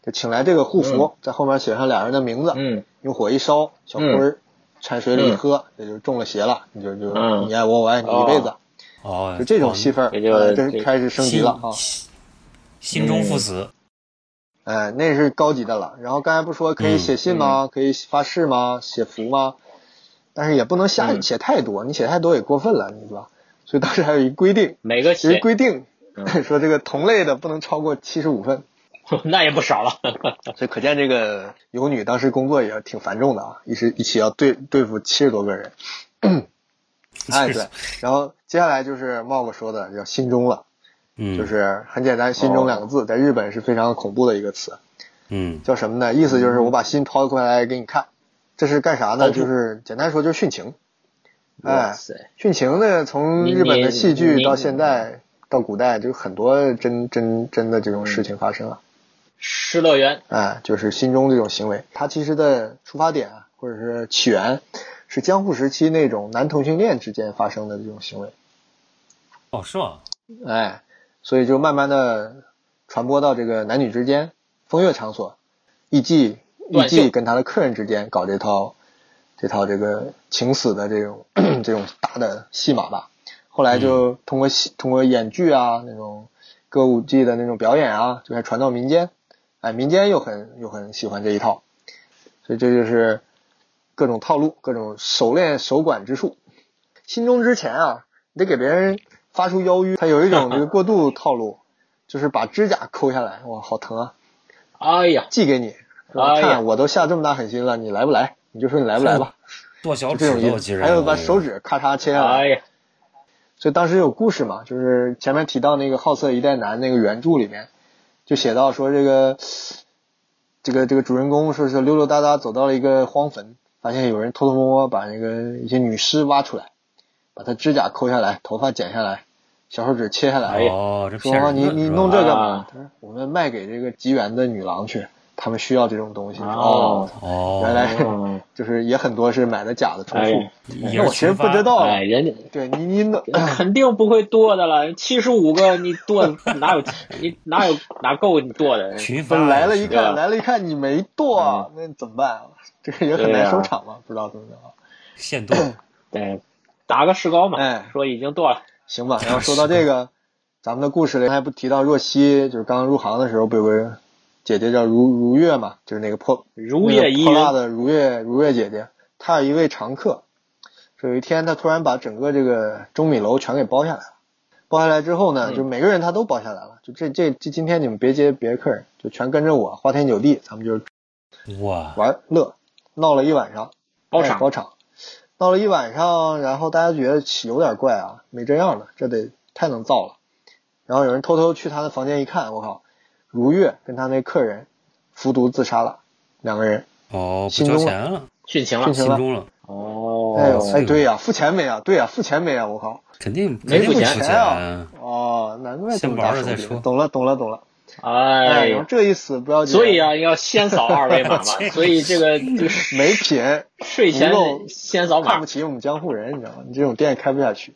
就请来这个护符，在后面写上俩人的名字，用火一烧，小灰儿掺水里一喝，也就中了邪了，你就你爱我，我爱你一辈子。就这种戏份，这开始升级了啊！ 心中赴死， 那是高级的了。然后刚才不说可以写信吗？可以发誓吗？写符吗？但是也不能瞎写太多，你写太多也过分了，你知道吧？所以当时还有一规定， 有一规定说这个同类的不能超过75份， 那也不少了。 所以可见这个游女当时工作也挺繁重的啊，一起要对付70多个人。对，然后接下来就是茂哥说的叫心中了，就是很简单，心中2个字，在日本是非常恐怖的一个词，叫什么呢？意思就是我把心掏过来给你看，这是干啥呢？就是简单说就是殉情。殉情呢，从日本的戏剧到现在到古代，就很多真的这种事情发生了。 失乐园， 就是心中这种行为，它其实的出发点或者是起源是江户时期那种男同性恋之间发生的这种行为。 是吗？ 所以就慢慢的传播到这个男女之间风月场所，艺妓跟他的客人之间搞这套这个情死的这种大的戏码吧。后来就通过演剧啊，那种歌舞伎的那种表演啊，就开始传到民间。民间又很喜欢这一套，所以这就是各种套路，各种手练手管之术。心中之前你得给别人发出邀约，他有一种这个过渡套路，就是把指甲抠下来，哇，好疼啊！寄给你，看我都下这么大狠心了，你来不来？你就说你来不来吧。 剁小指头， 还有把手指咔嚓切下来。所以当时有故事嘛，就是前面提到那个好色一代男那个原著里面，就写到说这个主人公说是溜溜达达走到了一个荒坟，发现有人偷偷摸摸把那个一些女尸挖出来，把他指甲抠下来，头发剪下来，小手指切下来。说你弄这干嘛？我们卖给这个吉原的女郎去，他们需要这种东西。原来就是也很多是买的假的充数。那我其实不知道， 人家对你肯定不会剁的了，75个你剁哪够你剁的？ 来了一看你没剁，那怎么办？这个也很难收场嘛，不知道怎么着。 现剁。 对，打个石膏嘛，说已经剁了。 行吧，然后说到这个，咱们的故事里还不提到若曦，就是刚入行的时候不有个姐姐叫如月嘛，就是那个破辣的如月姐姐，她有一位常客，说有一天她突然把整个这个钟米楼全给包下来了。包下来之后呢，就每个人她都包下来了，就这今天你们别接别的客人，就全跟着我，花天酒地，咱们就玩乐，闹了一晚上，包场。闹了一晚上，然后大家觉得有点怪啊，没这样的，这得太能造了。然后有人偷偷去他的房间一看，我靠，如月跟他那客人服毒自杀了，2个人。 不交钱了， 殉情了。 对呀，付钱没啊？对呀，付钱没啊？我靠， 肯定没付钱啊！难怪这么大手笔。懂了。然后这一死不要紧， 所以要先扫2维码嘛。所以这个就是没品， 睡前先扫码， 看不起我们江户人，你知道吗？你这种店开不下去。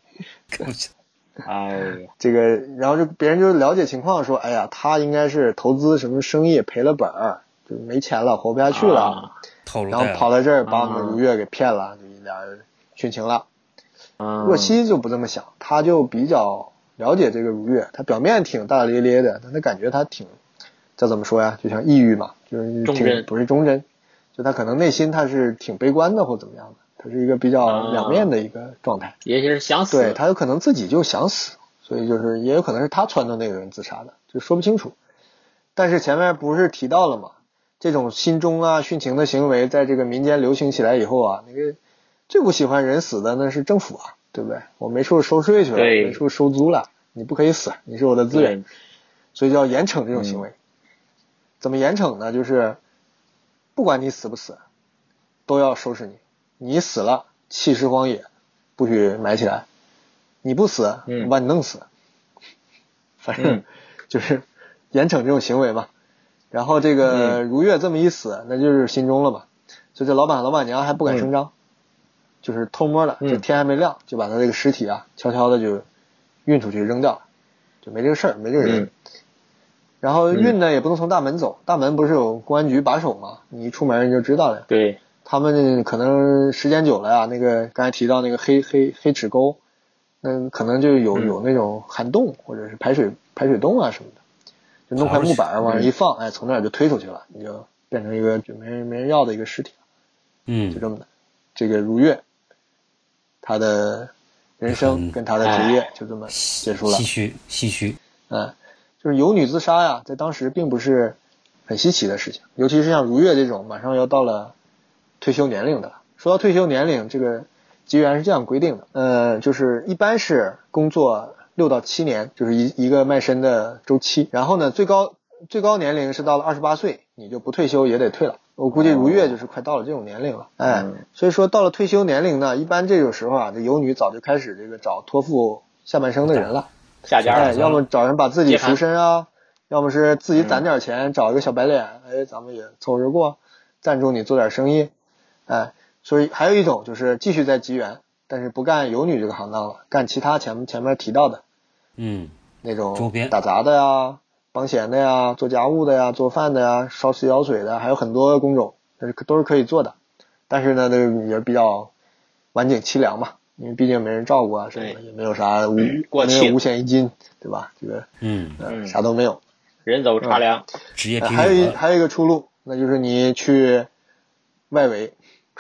这个，然后就别人就了解情况说，他应该是投资什么生意赔了本儿，就没钱了，活不下去了，然后跑到这儿把我们如月给骗了，就俩人殉情了。若曦就不这么想，他就比较了解这个如月，他表面挺大大咧咧的，但他感觉他挺叫怎么说呀，就像抑郁嘛，就是不是忠贞，就他可能内心他是挺悲观的或怎么样的，他是一个比较两面的一个状态， 也是想死， 对，他有可能自己就想死，所以就是也有可能是他撺掇那个人自杀的，就说不清楚。但是前面不是提到了吗，这种心中殉情的行为在这个民间流行起来以后那个最不喜欢人死的那是政府对不对？我没处收税去了，没处收租了，你不可以死，你是我的资源，所以就要严惩这种行为。怎么严惩呢？就是不管你死不死都要收拾你，你死了弃尸荒野，不许埋起来，你不死我把你弄死，反正就是严惩这种行为嘛。然后这个如月这么一死，那就是心中了嘛，所以这老板娘还不敢声张，就是偷摸的，就天还没亮就把他这个尸体悄悄的就运出去扔掉了，就没这个事儿，没这个人。 然后运呢也不能从大门走，大门不是有公安局把守吗？你一出门你就知道了。 对， 他们可能时间久了呀，那个刚才提到那个黑齿沟，那可能就有那种涵洞或者是排水洞啊什么的，就弄块木板往上一放，哎，从那儿就推出去了，你就变成一个就没人要的一个尸体了。就这么的。这个如月，他的人生跟他的职业就这么结束了。 唏嘘。 就是有女自杀呀，在当时并不是很稀奇的事情，尤其是像如月这种马上要到了退休年龄的。说到退休年龄，这个吉原是这样规定的，就是一般是工作6到7年，就是一个卖身的周期。然后呢，最高年龄是到了28岁，你就不退休也得退了。我估计如月就是快到了这种年龄了，所以说到了退休年龄呢，一般这种时候啊，这有女早就开始这个找托付下半生的人了， 下家， 要么找人把自己赎身啊，要么是自己攒点钱，找一个小白脸，咱们也凑合着过，赞助你做点生意，所以还有一种就是继续在吉原，但是不干有女这个行当了，干其他前面提到的，那种打杂的呀。帮闲的呀，做家务的呀，做饭的呀，烧洗脚水的，还有很多工种，都是可以做的。但是呢，这个也比较晚景凄凉嘛，因为毕竟没人照顾啊什么的，也没有啥没有五险一金，对吧？这个啥都没有， 人走茶凉， 职业还有一个出路，那就是你去外围，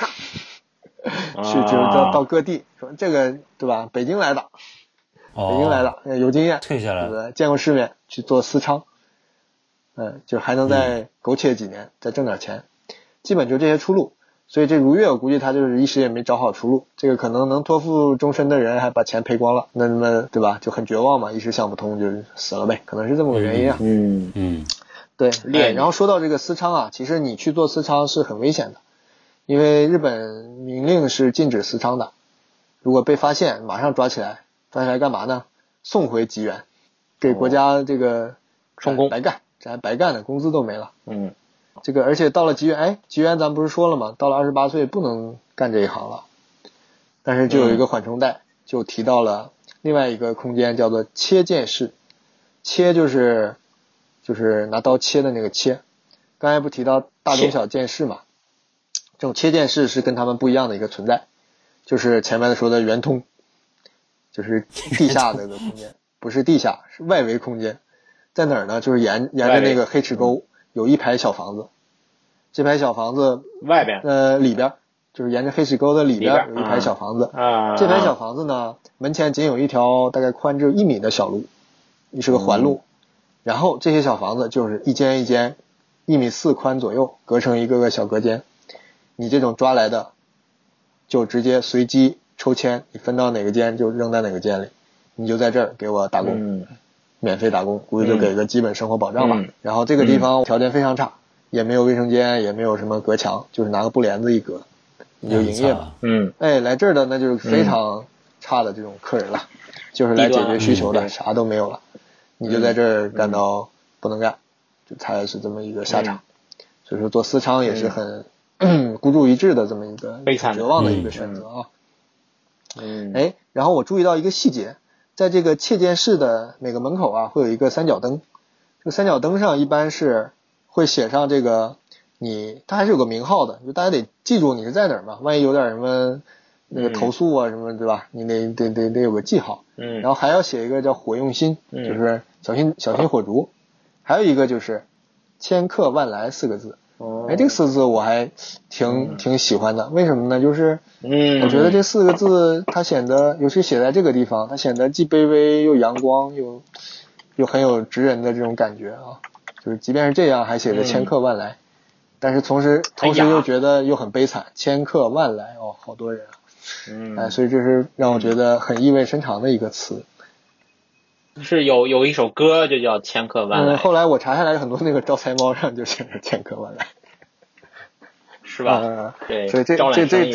去到各地，说这个对吧？北京来的。有经验， 退下来， 对不对？见过世面，去做私娼，就还能再苟且几年，再挣点钱，基本就这些出路。所以这如月，我估计他就是一时也没找好出路。这个可能能托付终身的人还把钱赔光了，那么对吧？就很绝望嘛，一时想不通就死了呗，可能是这么个原因啊。对。然后说到这个私娼啊，其实你去做私娼是很危险的，因为日本明令是禁止私娼的，如果被发现，马上抓起来干嘛呢？送回吉原，给国家这个充公白干，这还白干的，工资都没了。这个而且到了吉原，吉原咱不是说了吗？到了28岁不能干这一行了，但是就有一个缓冲带，就提到了另外一个空间，叫做切剑室。切就是拿刀切的那个切。刚才不提到大中小剑士嘛？这种切剑室是跟他们不一样的一个存在，就是前面说的圆通。就是地下的一个空间，不是地下，是外围空间，在哪儿呢？就是沿着那个黑齿沟有一排小房子，这排小房子外边里边就是沿着黑齿沟的里边有一排小房子，这排小房子呢，门前仅有一条大概宽只有1米的小路，是个环路，然后这些小房子就是一间一间1.4米宽左右，隔成一个个小隔间，你这种抓来的就直接随机抽签，你分到哪个间就扔在哪个间里，你就在这儿给我打工，免费打工，估计就给个基本生活保障吧。然后这个地方条件非常差，也没有卫生间，也没有什么隔墙，就是拿个布帘子一隔，你就营业吧。来这儿的那就是非常差的这种客人了，就是来解决需求的，啥都没有了，你就在这儿干到不能干，就才是这么一个下场。所以说做私娼也是很孤注一掷的这么一个绝望的一个选择啊。然后我注意到一个细节，在这个切剑室的每个门口啊，会有一个三角灯，这个三角灯上一般是会写上这个它还是有个名号的，就大家得记住你是在哪儿嘛，万一有点什么那个投诉啊什么，对吧？你得有个记号。然后还要写一个叫火用心，就是小心火烛，还有一个就是千客万来4个字。这个4字我还挺喜欢的，为什么呢？就是我觉得这4个字它显得，尤其写在这个地方，它显得既卑微又阳光，又很有职人的这种感觉啊。就是即便是这样，还写着千客万来，但是同时又觉得又很悲惨，千客万来好多人啊。所以这是让我觉得很意味深长的一个词。 是有一首歌就叫千客万来。 后来我查下来很多那个招财猫上就写着千客万来， 是吧？对， 所以这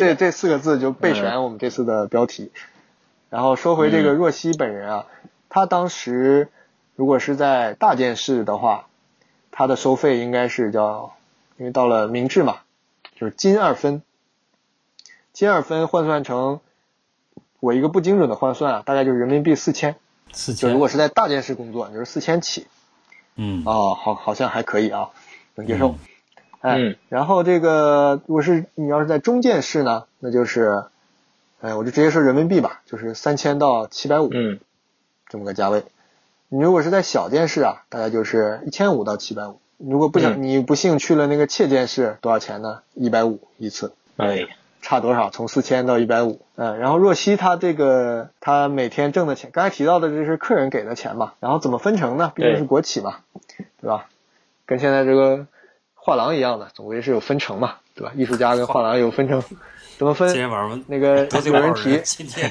4个字就备选我们这次的标题。然后说回这个若曦本人啊，他当时如果是在大剑士的话，他的收费应该是因为到了明治嘛，就是金2分，金2分换算成我一个不精准的换算啊，大概就是人民币4000。就如果是在大剑士工作，就是4000起。 好像还可以啊，能接受。然后这个如果是你要是在中间市呢，那就是我就直接说人民币吧，就是3000到750，这么个价位。你如果是在小件市啊，大概就是1500到750。如果你不幸去了那个切件市，多少钱呢？150一次。差多少？从4000到150。然后若曦他每天挣的钱，刚才提到的这是客人给的钱嘛，然后怎么分成呢？毕竟是国企嘛，对吧？跟现在这个画廊一样的，总归是有分成嘛，对吧？艺术家跟画廊有分成，怎么分？ 今天晚上那个有人提， 今天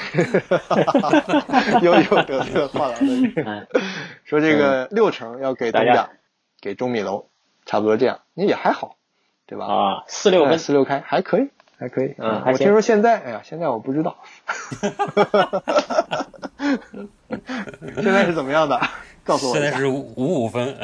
有得罪画廊的人说这个60%要给东家，给中米楼，差不多这样，你也还好，对吧 ？46分 ，46开还可以。我听说现在我不知道现在是怎么样的，告诉我。 现在是55分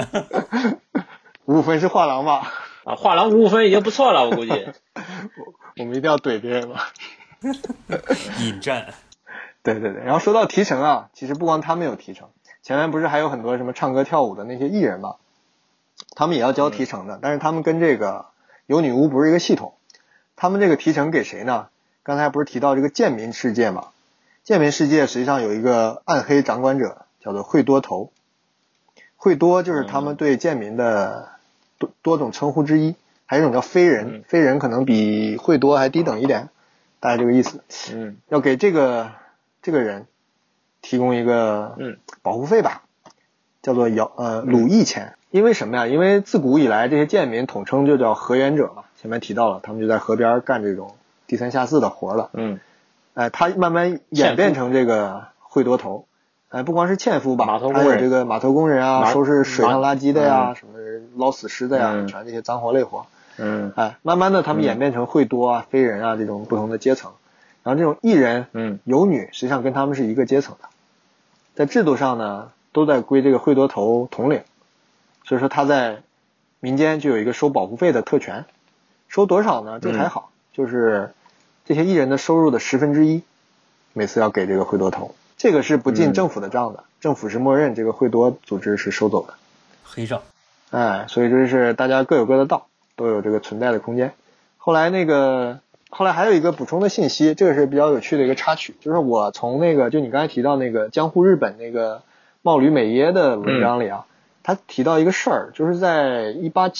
55分是画廊吧？ 画廊55分已经不错了，我估计我们一定要怼别人嘛引战。 对，然后说到提成啊，其实不光他们有提成，前面不是还有很多什么唱歌跳舞的那些艺人嘛，他们也要交提成的，但是他们跟这个有女巫不是一个系统。他们这个提成给谁呢？刚才不是提到这个贱民世界嘛？贱民世界实际上有一个暗黑掌管者，叫做惠多头。惠多就是他们对贱民的多种称呼之一，还有一种叫非人，非人可能比惠多还低等一点，大概这个意思。要给这个人提供一个保护费吧，叫做鲁役钱。因为什么呀？因为自古以来这些贱民统称就叫河源者嘛。前面提到了，他们就在河边干这种低三下四的活了。他慢慢演变成这个惠多头。不光是纤夫吧，还有这个码头工人啊，收拾水上垃圾的呀，什么捞死尸的呀，全这些脏活累活。慢慢的他们演变成惠多啊、非人啊这种不同的阶层。然后这种艺人、游女实际上跟他们是一个阶层的，在制度上呢都在归这个惠多头统领，所以说他在民间就有一个收保护费的特权。收多少呢？这还好，就是这些艺人的收入的1/10，每次要给这个惠多头，这个是不进政府的账的，政府是默认这个惠多组织是收走的黑账。 所以这是大家各有各的道，都有这个存在的空间。后来还有一个补充的信息，这个是比较有趣的一个插曲，就是我从就你刚才提到那个江户日本那个茂吕美耶的文章里啊。他提到一个事儿，就是在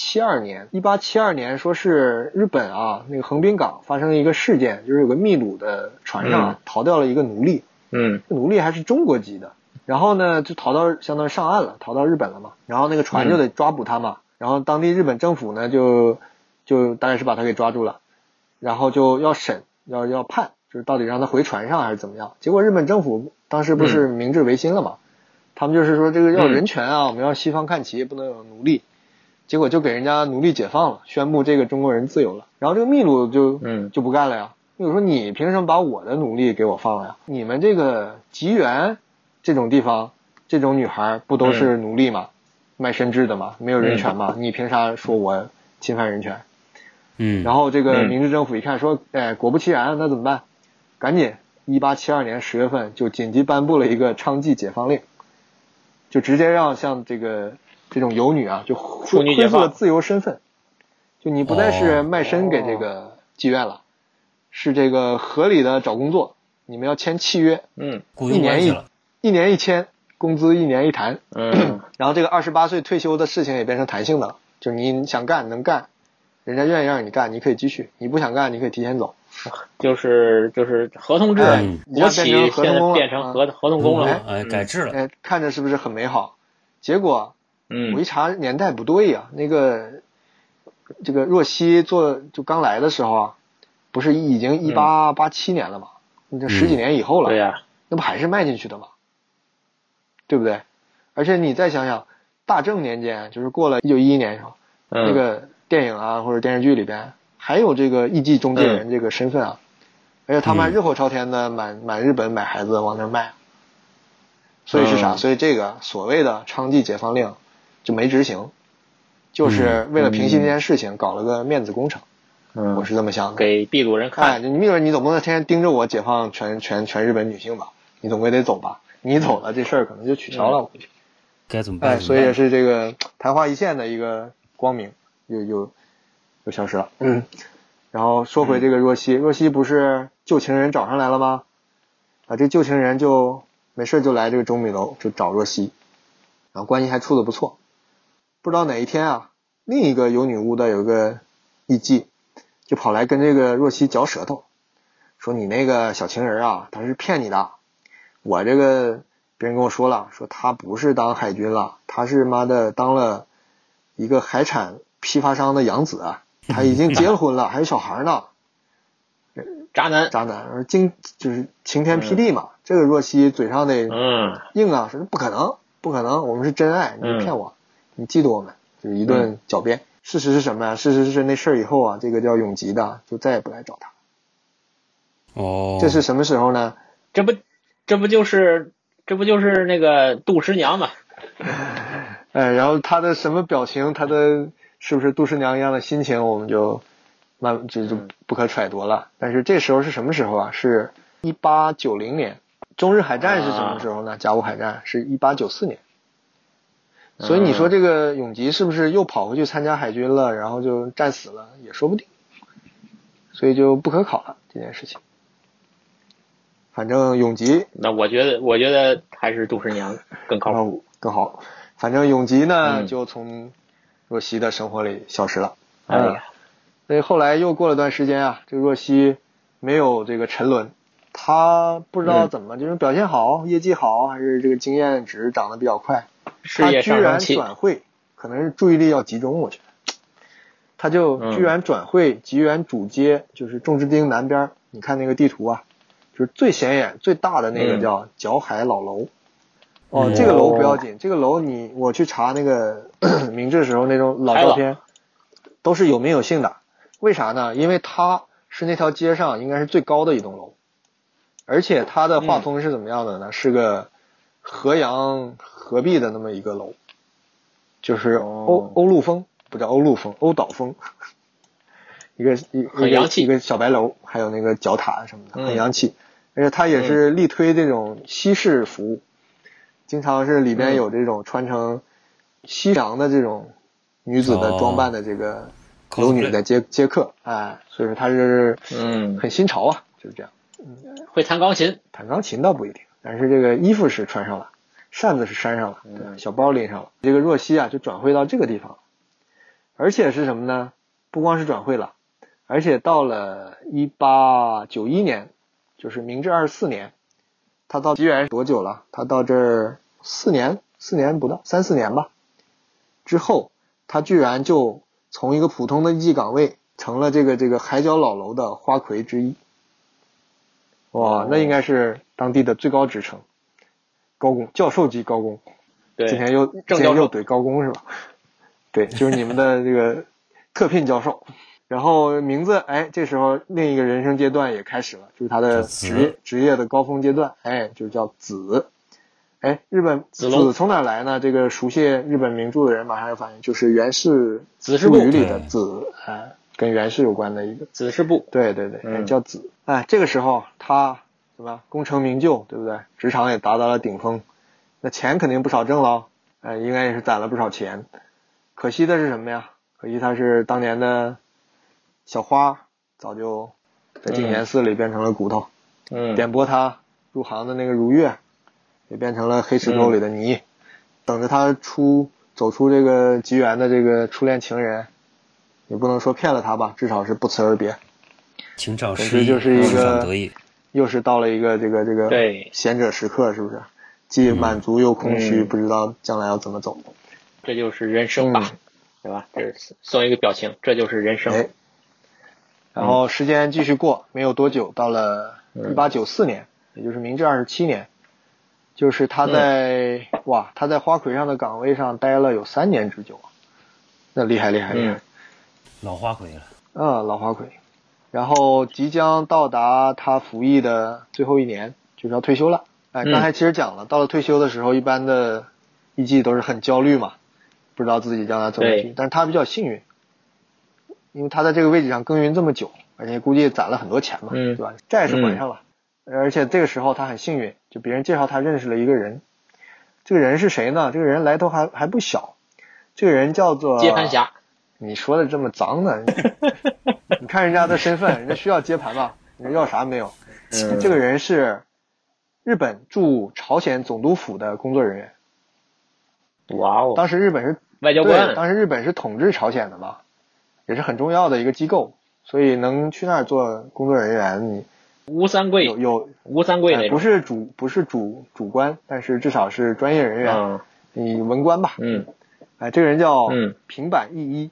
1872年说是日本啊那个横滨港发生了一个事件，就是有个秘鲁的船上逃掉了一个奴隶，奴隶还是中国籍的，然后呢就逃到相当于上岸了，逃到日本了嘛，然后那个船就得抓捕他嘛，然后当地日本政府呢就大概是把他给抓住了，然后就要审要判，就是到底让他回船上还是怎么样，结果日本政府当时不是明治维新了嘛。他们就是说这个要人权啊，我们要西方看齐，不能有奴隶，结果就给人家奴隶解放了，宣布这个中国人自由了。然后这个秘鲁就不干了呀，秘鲁说你凭什么把我的奴隶给我放了呀？你们这个吉原这种地方，这种女孩不都是奴隶吗？卖身制的吗？没有人权吗？你凭啥说我侵犯人权？然后这个明治政府一看说，果不其然，那怎么办？赶紧1872年10月份就紧急颁布了一个娼妓解放令。就直接让像这种游女啊，就恢复了自由身份，就你不再是卖身给这个妓院了，是这个合理的找工作，你们要签契约，一年一签，工资1年1谈，然后这个28岁退休的事情也变成弹性的了，就是你想干能干，人家愿意让你干，你可以继续；你不想干，你可以提前走。 就是合同制，国企现在变成合同工了， 改制了。 看着是不是很美好？结果，我一查年代不对呀，这个若曦就刚来的时候啊，不是已经1887年了吗？这10几年以后了， 对呀， 那不还是卖进去的吗？对不对？而且你再想想，大正年间，就是过了1911年时候，那个电影啊或者电视剧里边还有这个艺妓中介人这个身份啊，而且他们还日后朝天的满日本买孩子往那卖，所以是啥？所以这个所谓的娼妓解放令就没执行，就是为了平息这件事情搞了个面子工程。我是这么想的， 给秘鲁人看。 你秘鲁人你总不能天天盯着我解放全日本女性吧？你总归得走吧？你走了这事儿可能就取消了，我估计。 该怎么办？ 所以也是这个昙花一现的一个光明，又消失了。然后说回这个若曦，若曦不是旧情人找上来了吗？这旧情人就没事就来这个钟米楼就找若曦，然后关系还处得不错。不知道哪一天啊，另一个有女巫的有个艺妓就跑来跟这个若曦嚼舌头，说你那个小情人啊，他是骗你的。我这个别人跟我说了，说他不是当海军了，他是妈的当了一个海产批发商的养子啊，他已经结了婚了，还有小孩呢。 渣男， 就是晴天霹雳嘛。这个若曦嘴上得硬啊，说不可能，我们是真爱，你骗我，你嫉妒我们，就是一顿狡辩。事实是什么呀？事实是那事儿以后啊，这个叫永吉的就再也不来找他。这是什么时候呢？ 这不就是那个杜十娘嘛？ 然后他的什么表情，他的是不是杜十娘一样的心情，我们就不可揣度了。但是这时候是什么时候啊？是1890年。中日海战是什么时候呢？甲午海战是1894年。所以你说这个永吉是不是又跑回去参加海军了，然后就战死了，也说不定。所以就不可考了这件事情。反正永吉， 那我觉得还是杜十娘更靠谱更好。反正永吉呢，就从若曦的生活里消失了。所以后来又过了段时间啊，这个若曦没有这个沉沦，他不知道怎么就是表现好，业绩好，还是这个经验值涨得比较快，他居然转会，可能是注意力要集中，我觉得他就居然转会吉原主街，就是种植町南边，你看那个地图啊，就是最显眼最大的那个叫角海老楼。这个楼不要紧，这个楼我去查那个明治时候那种老照片都是有名有姓的。为啥呢？因为它是那条街上应该是最高的一栋楼，而且它的画风是怎么样的呢？是个河阳合璧的那么一个楼，就是欧陆风，不叫欧陆风，欧岛风。 很洋气， 一个小白楼，还有那个角塔什么的，很洋气。而且它也是力推这种西式服务，经常是里边有这种穿成西洋的这种女子的装扮的这个游女在接客，所以说它是很新潮啊，就是这样。 会弹钢琴倒不一定，但是这个衣服是穿上了，扇子是扇上了，小包拎上了。这个若曦啊就转会到这个地方，而且是什么呢？不光是转会了，而且到了1891年，就是明治24年，他到吉原多久了？他到这儿4年不到，3、4年吧。之后他居然就从一个普通的艺妓岗位成了这个海角老楼的花魁之一。哇，那应该是当地的最高职称，高工，教授级高工。 对， 今天又怼高工是吧？对，就是你们的这个特聘教授。然后名字，这时候另一个人生阶段也开始了，就是他的职业的高峰阶段，就是叫子。日本子从哪来呢？这个熟悉日本名著的人马上就发现，就是源氏物语里的子，跟源氏有关的一个子氏部。 对，叫子。这个时候他什么功成名就，对不对？职场也达到了顶峰，那钱肯定不少挣了，应该也是攒了不少钱。可惜的是什么呀？可惜他是当年的小花，早就在静言寺里变成了骨头。点拨他入行的那个如月也变成了黑石沟里的泥。等着他走出这个吉原的这个初恋情人，也不能说骗了他吧，至少是不辞而别。 情场失意， 就是一个得意， 又是到了一个这个贤者时刻，是不是？既满足又空虚，不知道将来要怎么走。 这就是人生吧，对吧？这是送一个表情，这就是人生。 然后时间继续过，没有多久，到了1894年，也就是明治27年，就是他在花魁上的岗位上待了有3年之久，那厉害。 老花魁了。 老花魁。然后即将到达他服役的最后一年，就是要退休了。刚才其实讲了，到了退休的时候，一般的艺妓都是很焦虑嘛，不知道自己将来走下去。但是他比较幸运，因为他在这个位置上耕耘这么久，而且估计也攒了很多钱嘛，对吧？债是还上了。而且这个时候他很幸运，就别人介绍他认识了一个人， 这个人是谁呢？这个人来头还不小，这个人叫做接盘侠。 你说的这么脏呢？你看人家的身份，人家需要接盘吗？人家要啥没有？这个人是日本驻朝鲜总督府的工作人员。 哇哦！ 当时日本是外交官， 当时日本是统治朝鲜的嘛，也是很重要的一个机构，所以能去那儿做工作人员，你吴三桂有吴三桂那种， 不是主官，但是至少是专业人员，你文官吧。这个人叫平坂义一。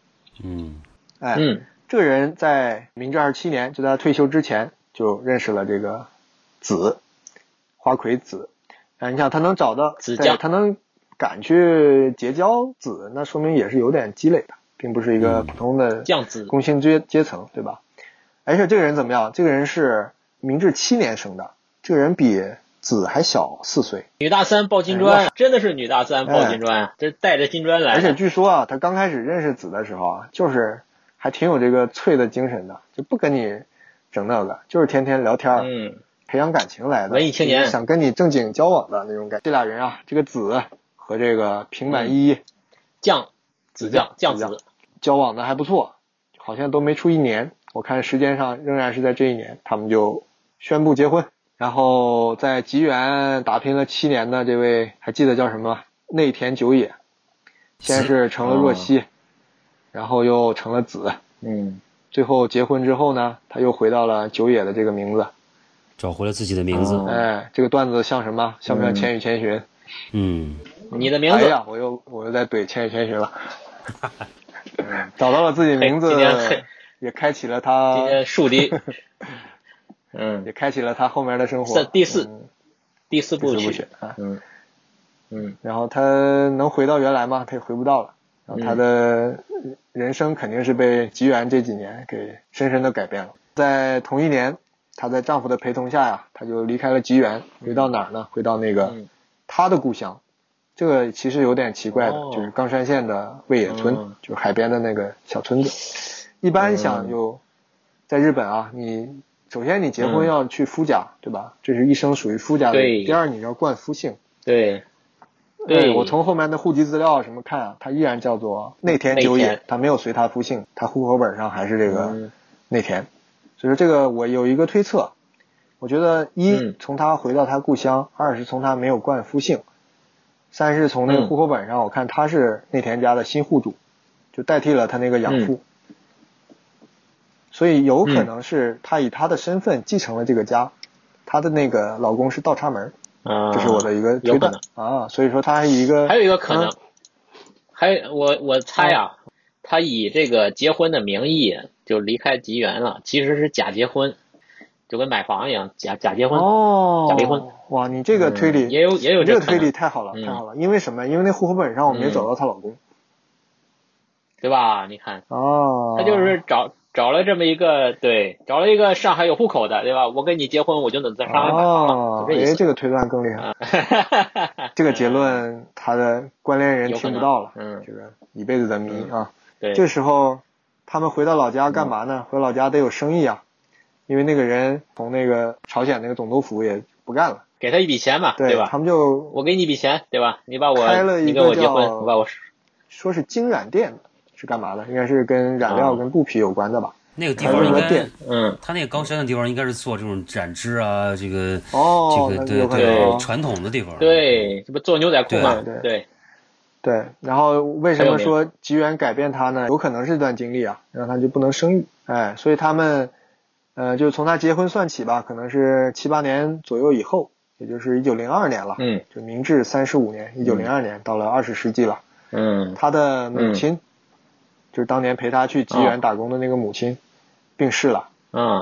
这个人在明治27年，就在他退休之前就认识了这个子花魁子。你想他能找到子将， 他能敢去结交子，那说明也是有点积累的，并不是一个普通的工薪阶层，对吧？而且这个人怎么样？这个人是明治7年生的，这个人比子还小4岁。 女大三抱金砖，真的是女大三抱金砖，这带着金砖来的。 而且据说啊，他刚开始认识子的时候啊，就是还挺有这个脆的精神的，就不跟你整那个，就是天天聊天，培养感情来的， 文艺青年， 想跟你正经交往的那种感觉。这俩人啊，这个子和这个平坂一将子交往的还不错，好像都没出1年，我看时间上仍然是在这1年，他们就宣布结婚。然后在吉原打拼了7年的这位，还记得叫什么？内田久也，先是成了若曦，然后又成了子。最后结婚之后呢，他又回到了久也的这个名字， 找回了自己的名字。 这个段子像什么？像不像千与千寻？ 你的名字。 哎呀，我又在怼千与千寻了。找到了自己名字，也开启了他今天树敌。 也开启了他后面的生活。 第四部曲啊。然后他能回到原来吗？他也回不到了。然后他的人生肯定是被吉原这几年给深深的改变了。在同一年，她在丈夫的陪同下呀，她就离开了吉原，回到哪儿呢？回到那个她的故乡。这个其实有点奇怪的，就是冈山县的味野村，就是海边的那个小村子。一般想就在日本啊，你首先你结婚要去夫家，对吧？这是一生属于夫家的。第二，你要冠夫姓。 对， 我从后面的户籍资料什么看啊，他依然叫做内田久也，他没有随他夫姓，他户口本上还是这个内田。所以说这个我有一个推测，我觉得一从他回到他故乡，二是从他没有冠夫姓，三是从那个户口本上我看他是内田家的新户主，就代替了他那个养父。所以有可能是他以他的身份继承了这个家，他的那个老公是倒插门，这是我的一个推断啊。所以说他还有一个可能，我猜啊，他以这个结婚的名义就离开吉原了，其实是假结婚，就跟买房一样，假结婚，假离婚。 哇，你这个推理也有这个推理太好了，太好了。因为什么？因为那户口本上我没找到她老公， 对吧？你看，他就是找了这么一个，找了一个上海有户口的，对吧？我跟你结婚，我就能在上海买房。 这个推断更厉害。这个结论他的关联人听不到了，这个一辈子的谜啊。这时候他们回到老家干嘛呢？回老家得有生意啊，因为那个人从那个朝鲜那个总督府也不干了， 给他一笔钱嘛，对吧？ 他们就我给你一笔钱，对吧？你开了一个结婚，我把我说是精染店。是干嘛的？应该是跟染料跟布匹有关的吧。 那个地方应该，他那个冈山的地方应该是做这种染织啊，这个对传统的地方。 对，这不做牛仔裤嘛？ 对。然后为什么说吉原改变他呢？有可能是这段经历啊，让他就不能生育。所以他们就从他结婚算起吧，可能是7、8年左右以后，也就是1902年了。就明治35年，1902年到了20世纪了。他的母亲。就是当年陪他去吉原打工的那个母亲病逝了。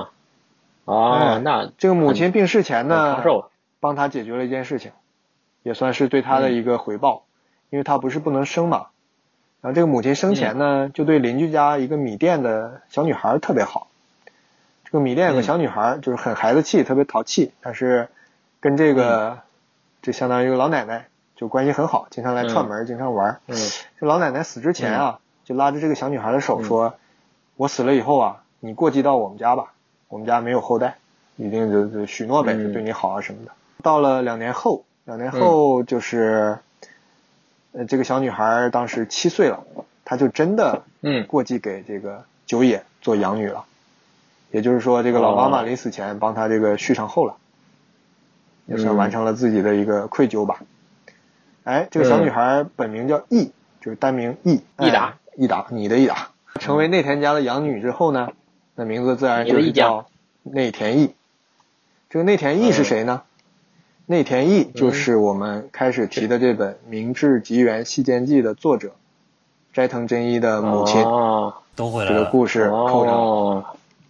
那这个母亲病逝前呢，帮他解决了一件事情，也算是对他的一个回报，因为他不是不能生嘛。然后这个母亲生前呢，就对邻居家一个米店的小女孩特别好。这个米店有个小女孩，就是很孩子气，特别淘气，但是跟这相当于一个老奶奶就关系很好，经常来串门，经常玩。这老奶奶死之前啊。就拉着这个小女孩的手说，我死了以后啊，你过继到我们家吧，我们家没有后代，一定就许诺呗，就对你好啊什么的。到了2年后， 2年后就是这个小女孩当时7岁了，她就真的过继给这个久野做养女了。也就是说，这个老妈妈临死前帮她这个续上后了，也算完成了自己的一个愧疚吧。这个小女孩本名叫义，就是单名义达，你的义达。成为内田家的养女之后呢，那名字自然就是叫内田义。这个内田义是谁呢？内田义就是我们开始提的这本《明治吉原细见记》的作者斋藤真一的母亲。 都回来了。 这个故事扣上。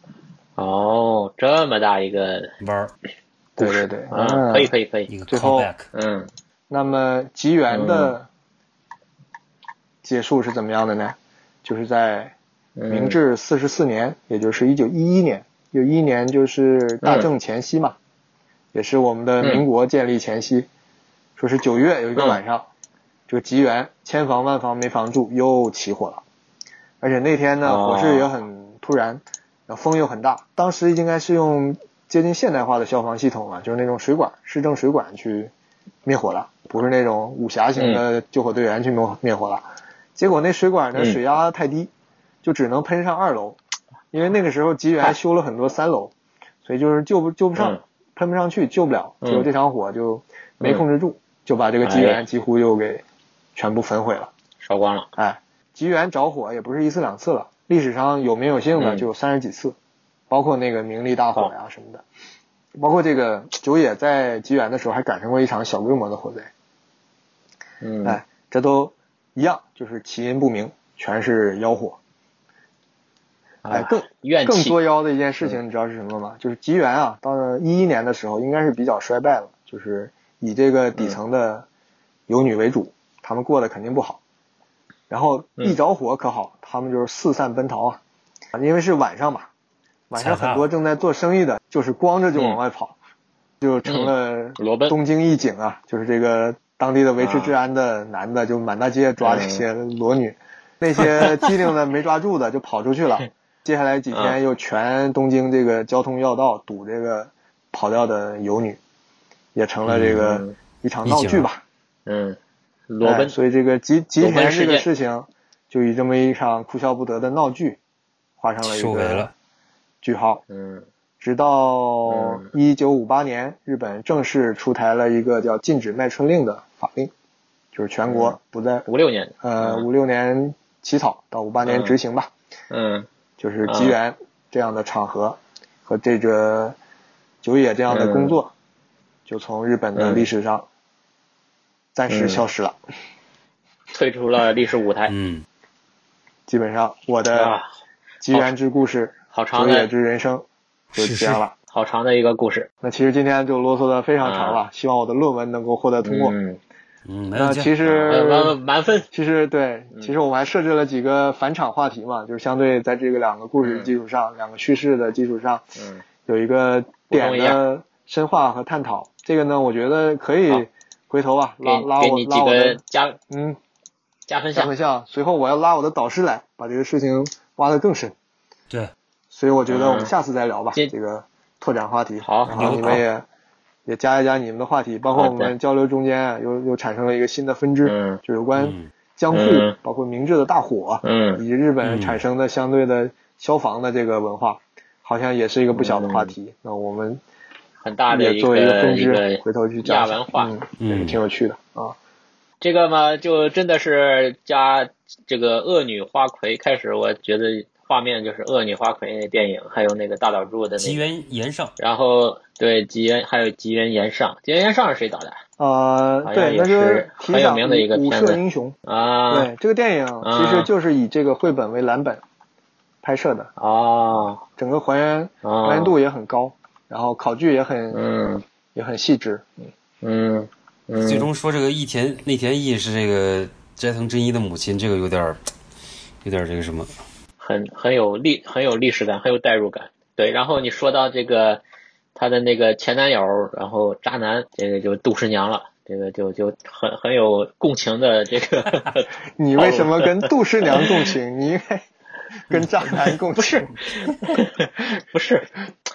这么大一个弯儿。 对， 可以。 最后，那么吉原的结束是怎么样的呢？就是在明治44年，也就是1911年，1911年就是大正前夕嘛，也是我们的民国建立前夕。说是9月有一个晚上，这个吉原千房万房没房住，又起火了，而且那天呢火势也很突然，风又很大。当时应该是用接近现代化的消防系统就是那种水管，市政水管去灭火了，不是那种武侠型的救火队员去灭火了。结果那水管的水压太低，就只能喷上2楼，因为那个时候吉原修了很多3楼，所以就是救不上，喷不上去，救不了。结果这场火就没控制住，就把这个吉原几乎又给全部焚毁了， 烧光了。 吉原着火也不是1次2次了，历史上有名有姓的就有30几次，包括那个明利大火呀什么的，包括这个久野在吉原的时候还赶上过一场小规模的火灾。这都一样，就是起因不明，全是妖火。更作妖的一件事情你知道是什么吗？就是吉原到了11年的时候应该是比较衰败了，就是以这个底层的游女为主，他们过得肯定不好。然后一着火可好，他们就是四散奔逃因为是晚上嘛，晚上很多正在做生意的就是光着就往外跑，就成了东京一景就是这个当地的维持治安的男的就满大街抓这些裸女，那些机灵的没抓住的就跑出去了。接下来几天又全东京这个交通要道堵这个跑掉的游女，也成了这个一场闹剧吧。 裸奔。 所以这个吉田这个事情就以这么一场哭笑不得的闹剧画上了一个句号。直到1958年，日本正式出台了一个叫禁止卖春令的法令，就是全国不在 56年 56年起草到58年执行吧。就是吉原这样的场合和这个久野这样的工作就从日本的历史上暂时消失了， 退出了历史舞台。 基本上我的吉原之故事，久野之人生就这样了。 好长的一个故事。 那其实今天就啰嗦的非常长了，希望我的论文能够获得通过。那其实满分。 其实我们还设置了几个返场话题嘛，就是相对在这个2个故事基础上，2个叙事的基础上，有一个点的深化和探讨。这个呢，我觉得可以回头拉我的加分项。 随后我要拉我的导师来，把这个事情挖得更深。 对， 所以我觉得我们下次再聊吧，这个拓展话题。 好， 然后你们也加一加你们的话题，包括我们交流中间又产生了一个新的分支，就有关江户，包括明治的大火，以及日本产生的相对的消防的这个文化，好像也是一个不小的话题。那我们很大的也作为一个分支，回头去讲亚文化， 也是挺有趣的这个嘛，就真的是加这个恶女花魁开始，我觉得画面就是恶女花魁那电影，还有那个大岛渚的吉原岩上， 然后对还有吉原岩上，吉原岩上是谁导的？ 对，那是很有名的一个片子， 五色英雄对，这个电影其实就是以这个绘本为蓝本拍摄的整个还原度也很高，然后考据也很细致。 最终说这个内田义是这个斋藤真一的母亲，这个有点这个什么， 很有历史感，很有代入感。对，然后你说到这个他的那个前男友，然后渣男，这个就杜十娘了，这个就很有共情的这个。 你为什么跟杜十娘共情？你应该跟渣男共情。 不是，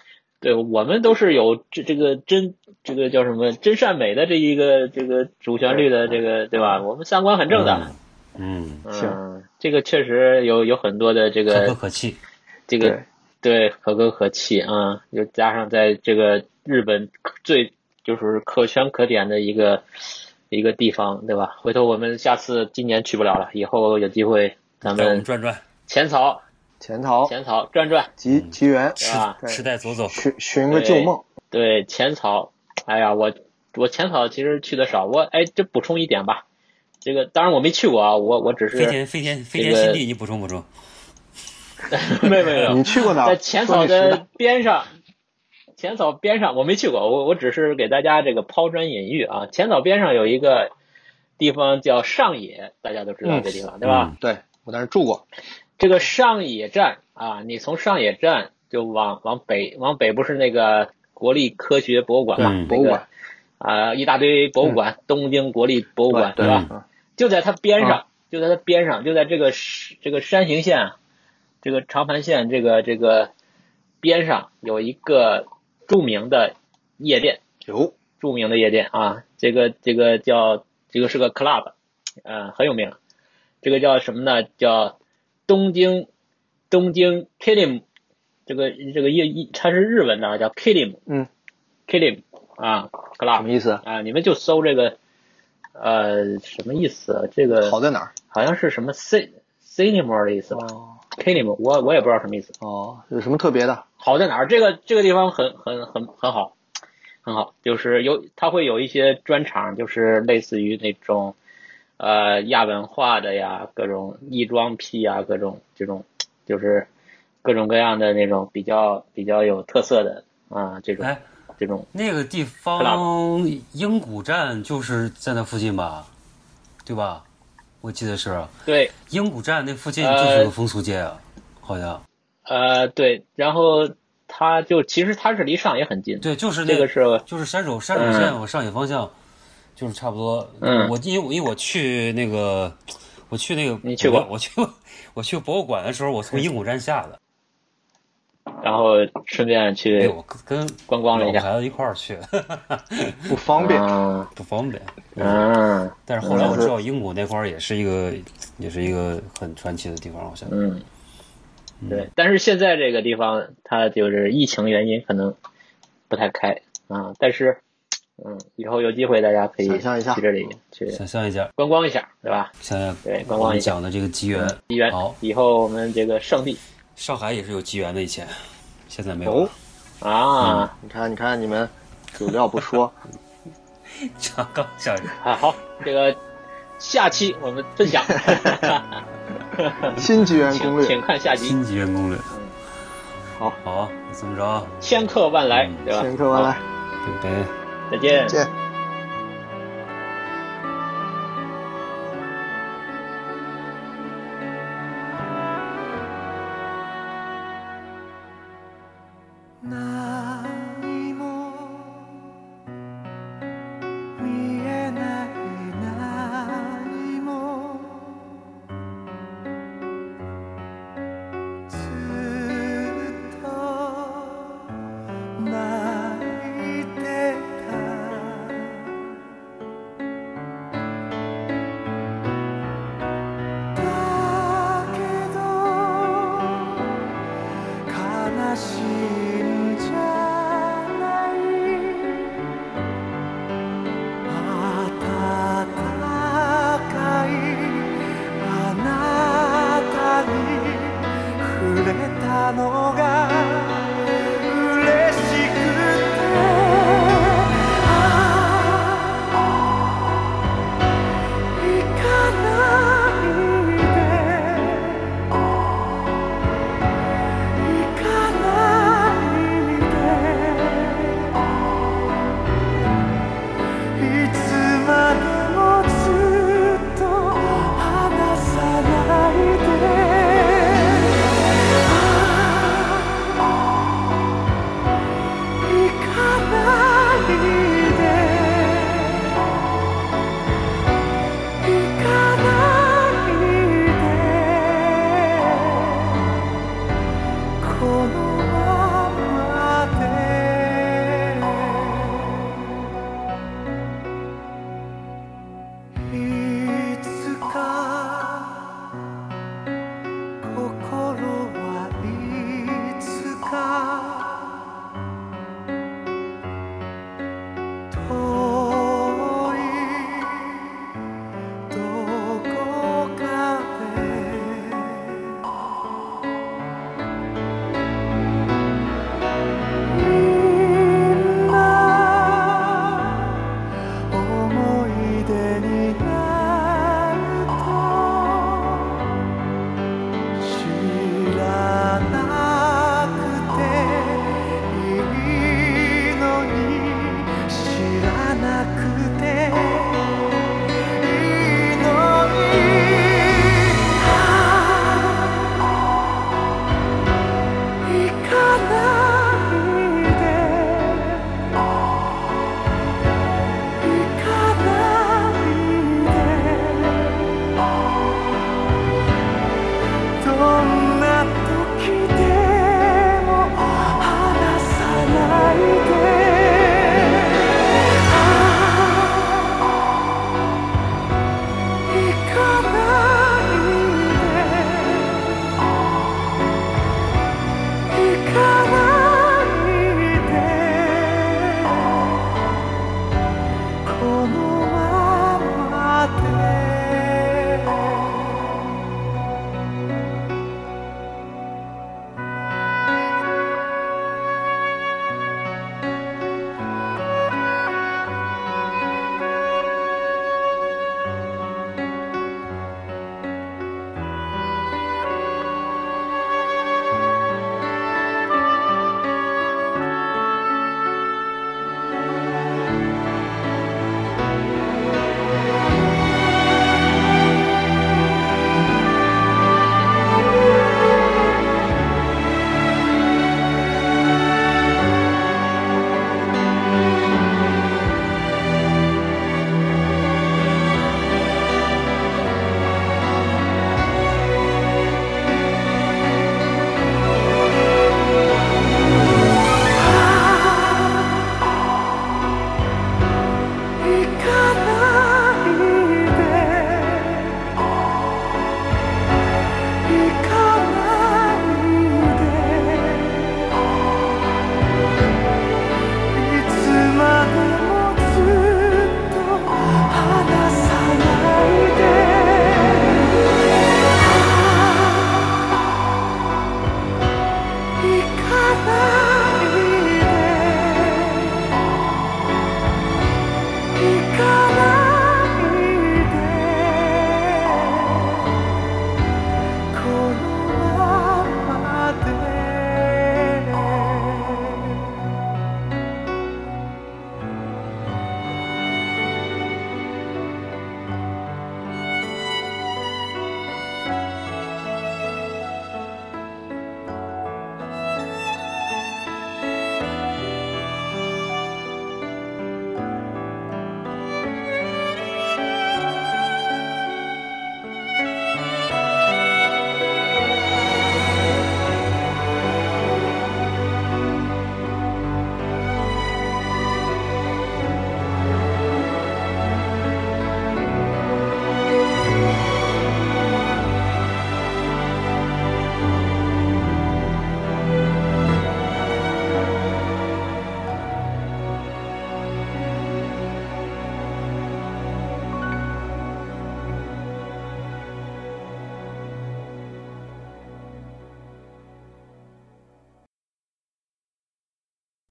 对，我们都是有这个这个叫什么真善美的这一个这个主旋律的这个对吧？我们三观很正的。 行， 这个确实有很多的这个可歌可泣， 这个对可歌可泣啊，又加上在这个日本最就是可圈可点的一个地方，对吧？回头我们下次今年去不了了，以后有机会咱们转转浅草转转吉原时代走走， 寻个旧梦。 对浅草，哎呀，我浅草其实去的少，这补充一点吧。这个当然我没去过啊，我只是飞天新地，你补充。 没有， 你去过哪？ 在浅草的边上，我没去过，我只是给大家这个抛砖引玉啊。浅草边上有一个地方叫上野，大家都知道这地方，对吧？ 对，我在那住过。 这个上野站啊，你从上野站就往北不是那个国立科学博物馆嘛？ 博物馆一大堆博物馆，东京国立博物馆，对吧？就在它边上，就在这个山形县，这个长盘县这个边上有一个著名的夜店，啊，这个是个 club， 很有名，这个叫什么呢？叫东京 Kilim， 这个它是日文的，叫 Kilim， Kilim 啊 club 什么意思啊？你们就搜这个什么意思？这个好在哪儿？ 好像是什么 cinema 的意思吧？Kilim 我也不知道什么意思。 有什么特别的？ 好在哪儿？这个地方很好，很好，就是它会有一些专场，就是类似于那种亚文化的呀，各种异装癖啊，各种这种就是各种各样的那种比较有特色的这种那个地方鹰谷站就是在那附近吧，对吧？我记得是。 对， 鹰谷站那附近就是个风俗街啊，好像。 对，然后其实它是离上野很近。 对，就是这个就是山手线往上野方向，就是差不多。因为我去那个， 你去过？ 我去博物馆的时候，我从鹰谷站下的。 然后顺便去跟观光了一下， 孩子一块儿去， 不方便， 不方便。但是后来我知道鹰谷那块儿也是一个很传奇的地方，好像。 对。但是现在这个地方它就是疫情原因可能不太开啊，但是以后有机会大家可以去这里去想象一下观光一下，对吧？ 想象对，观光一下。 讲的这个吉原， 好，以后我们这个圣地。 上海也是有吉原的，以前，现在没有了。 你看你们有料不说， 刚想好，这个下期我们分享新吉原攻略， 请看下集。 新吉原攻略。 好， 这么着， 千客万来，对吧？ 千客万来， 对， 再见。 见。 遠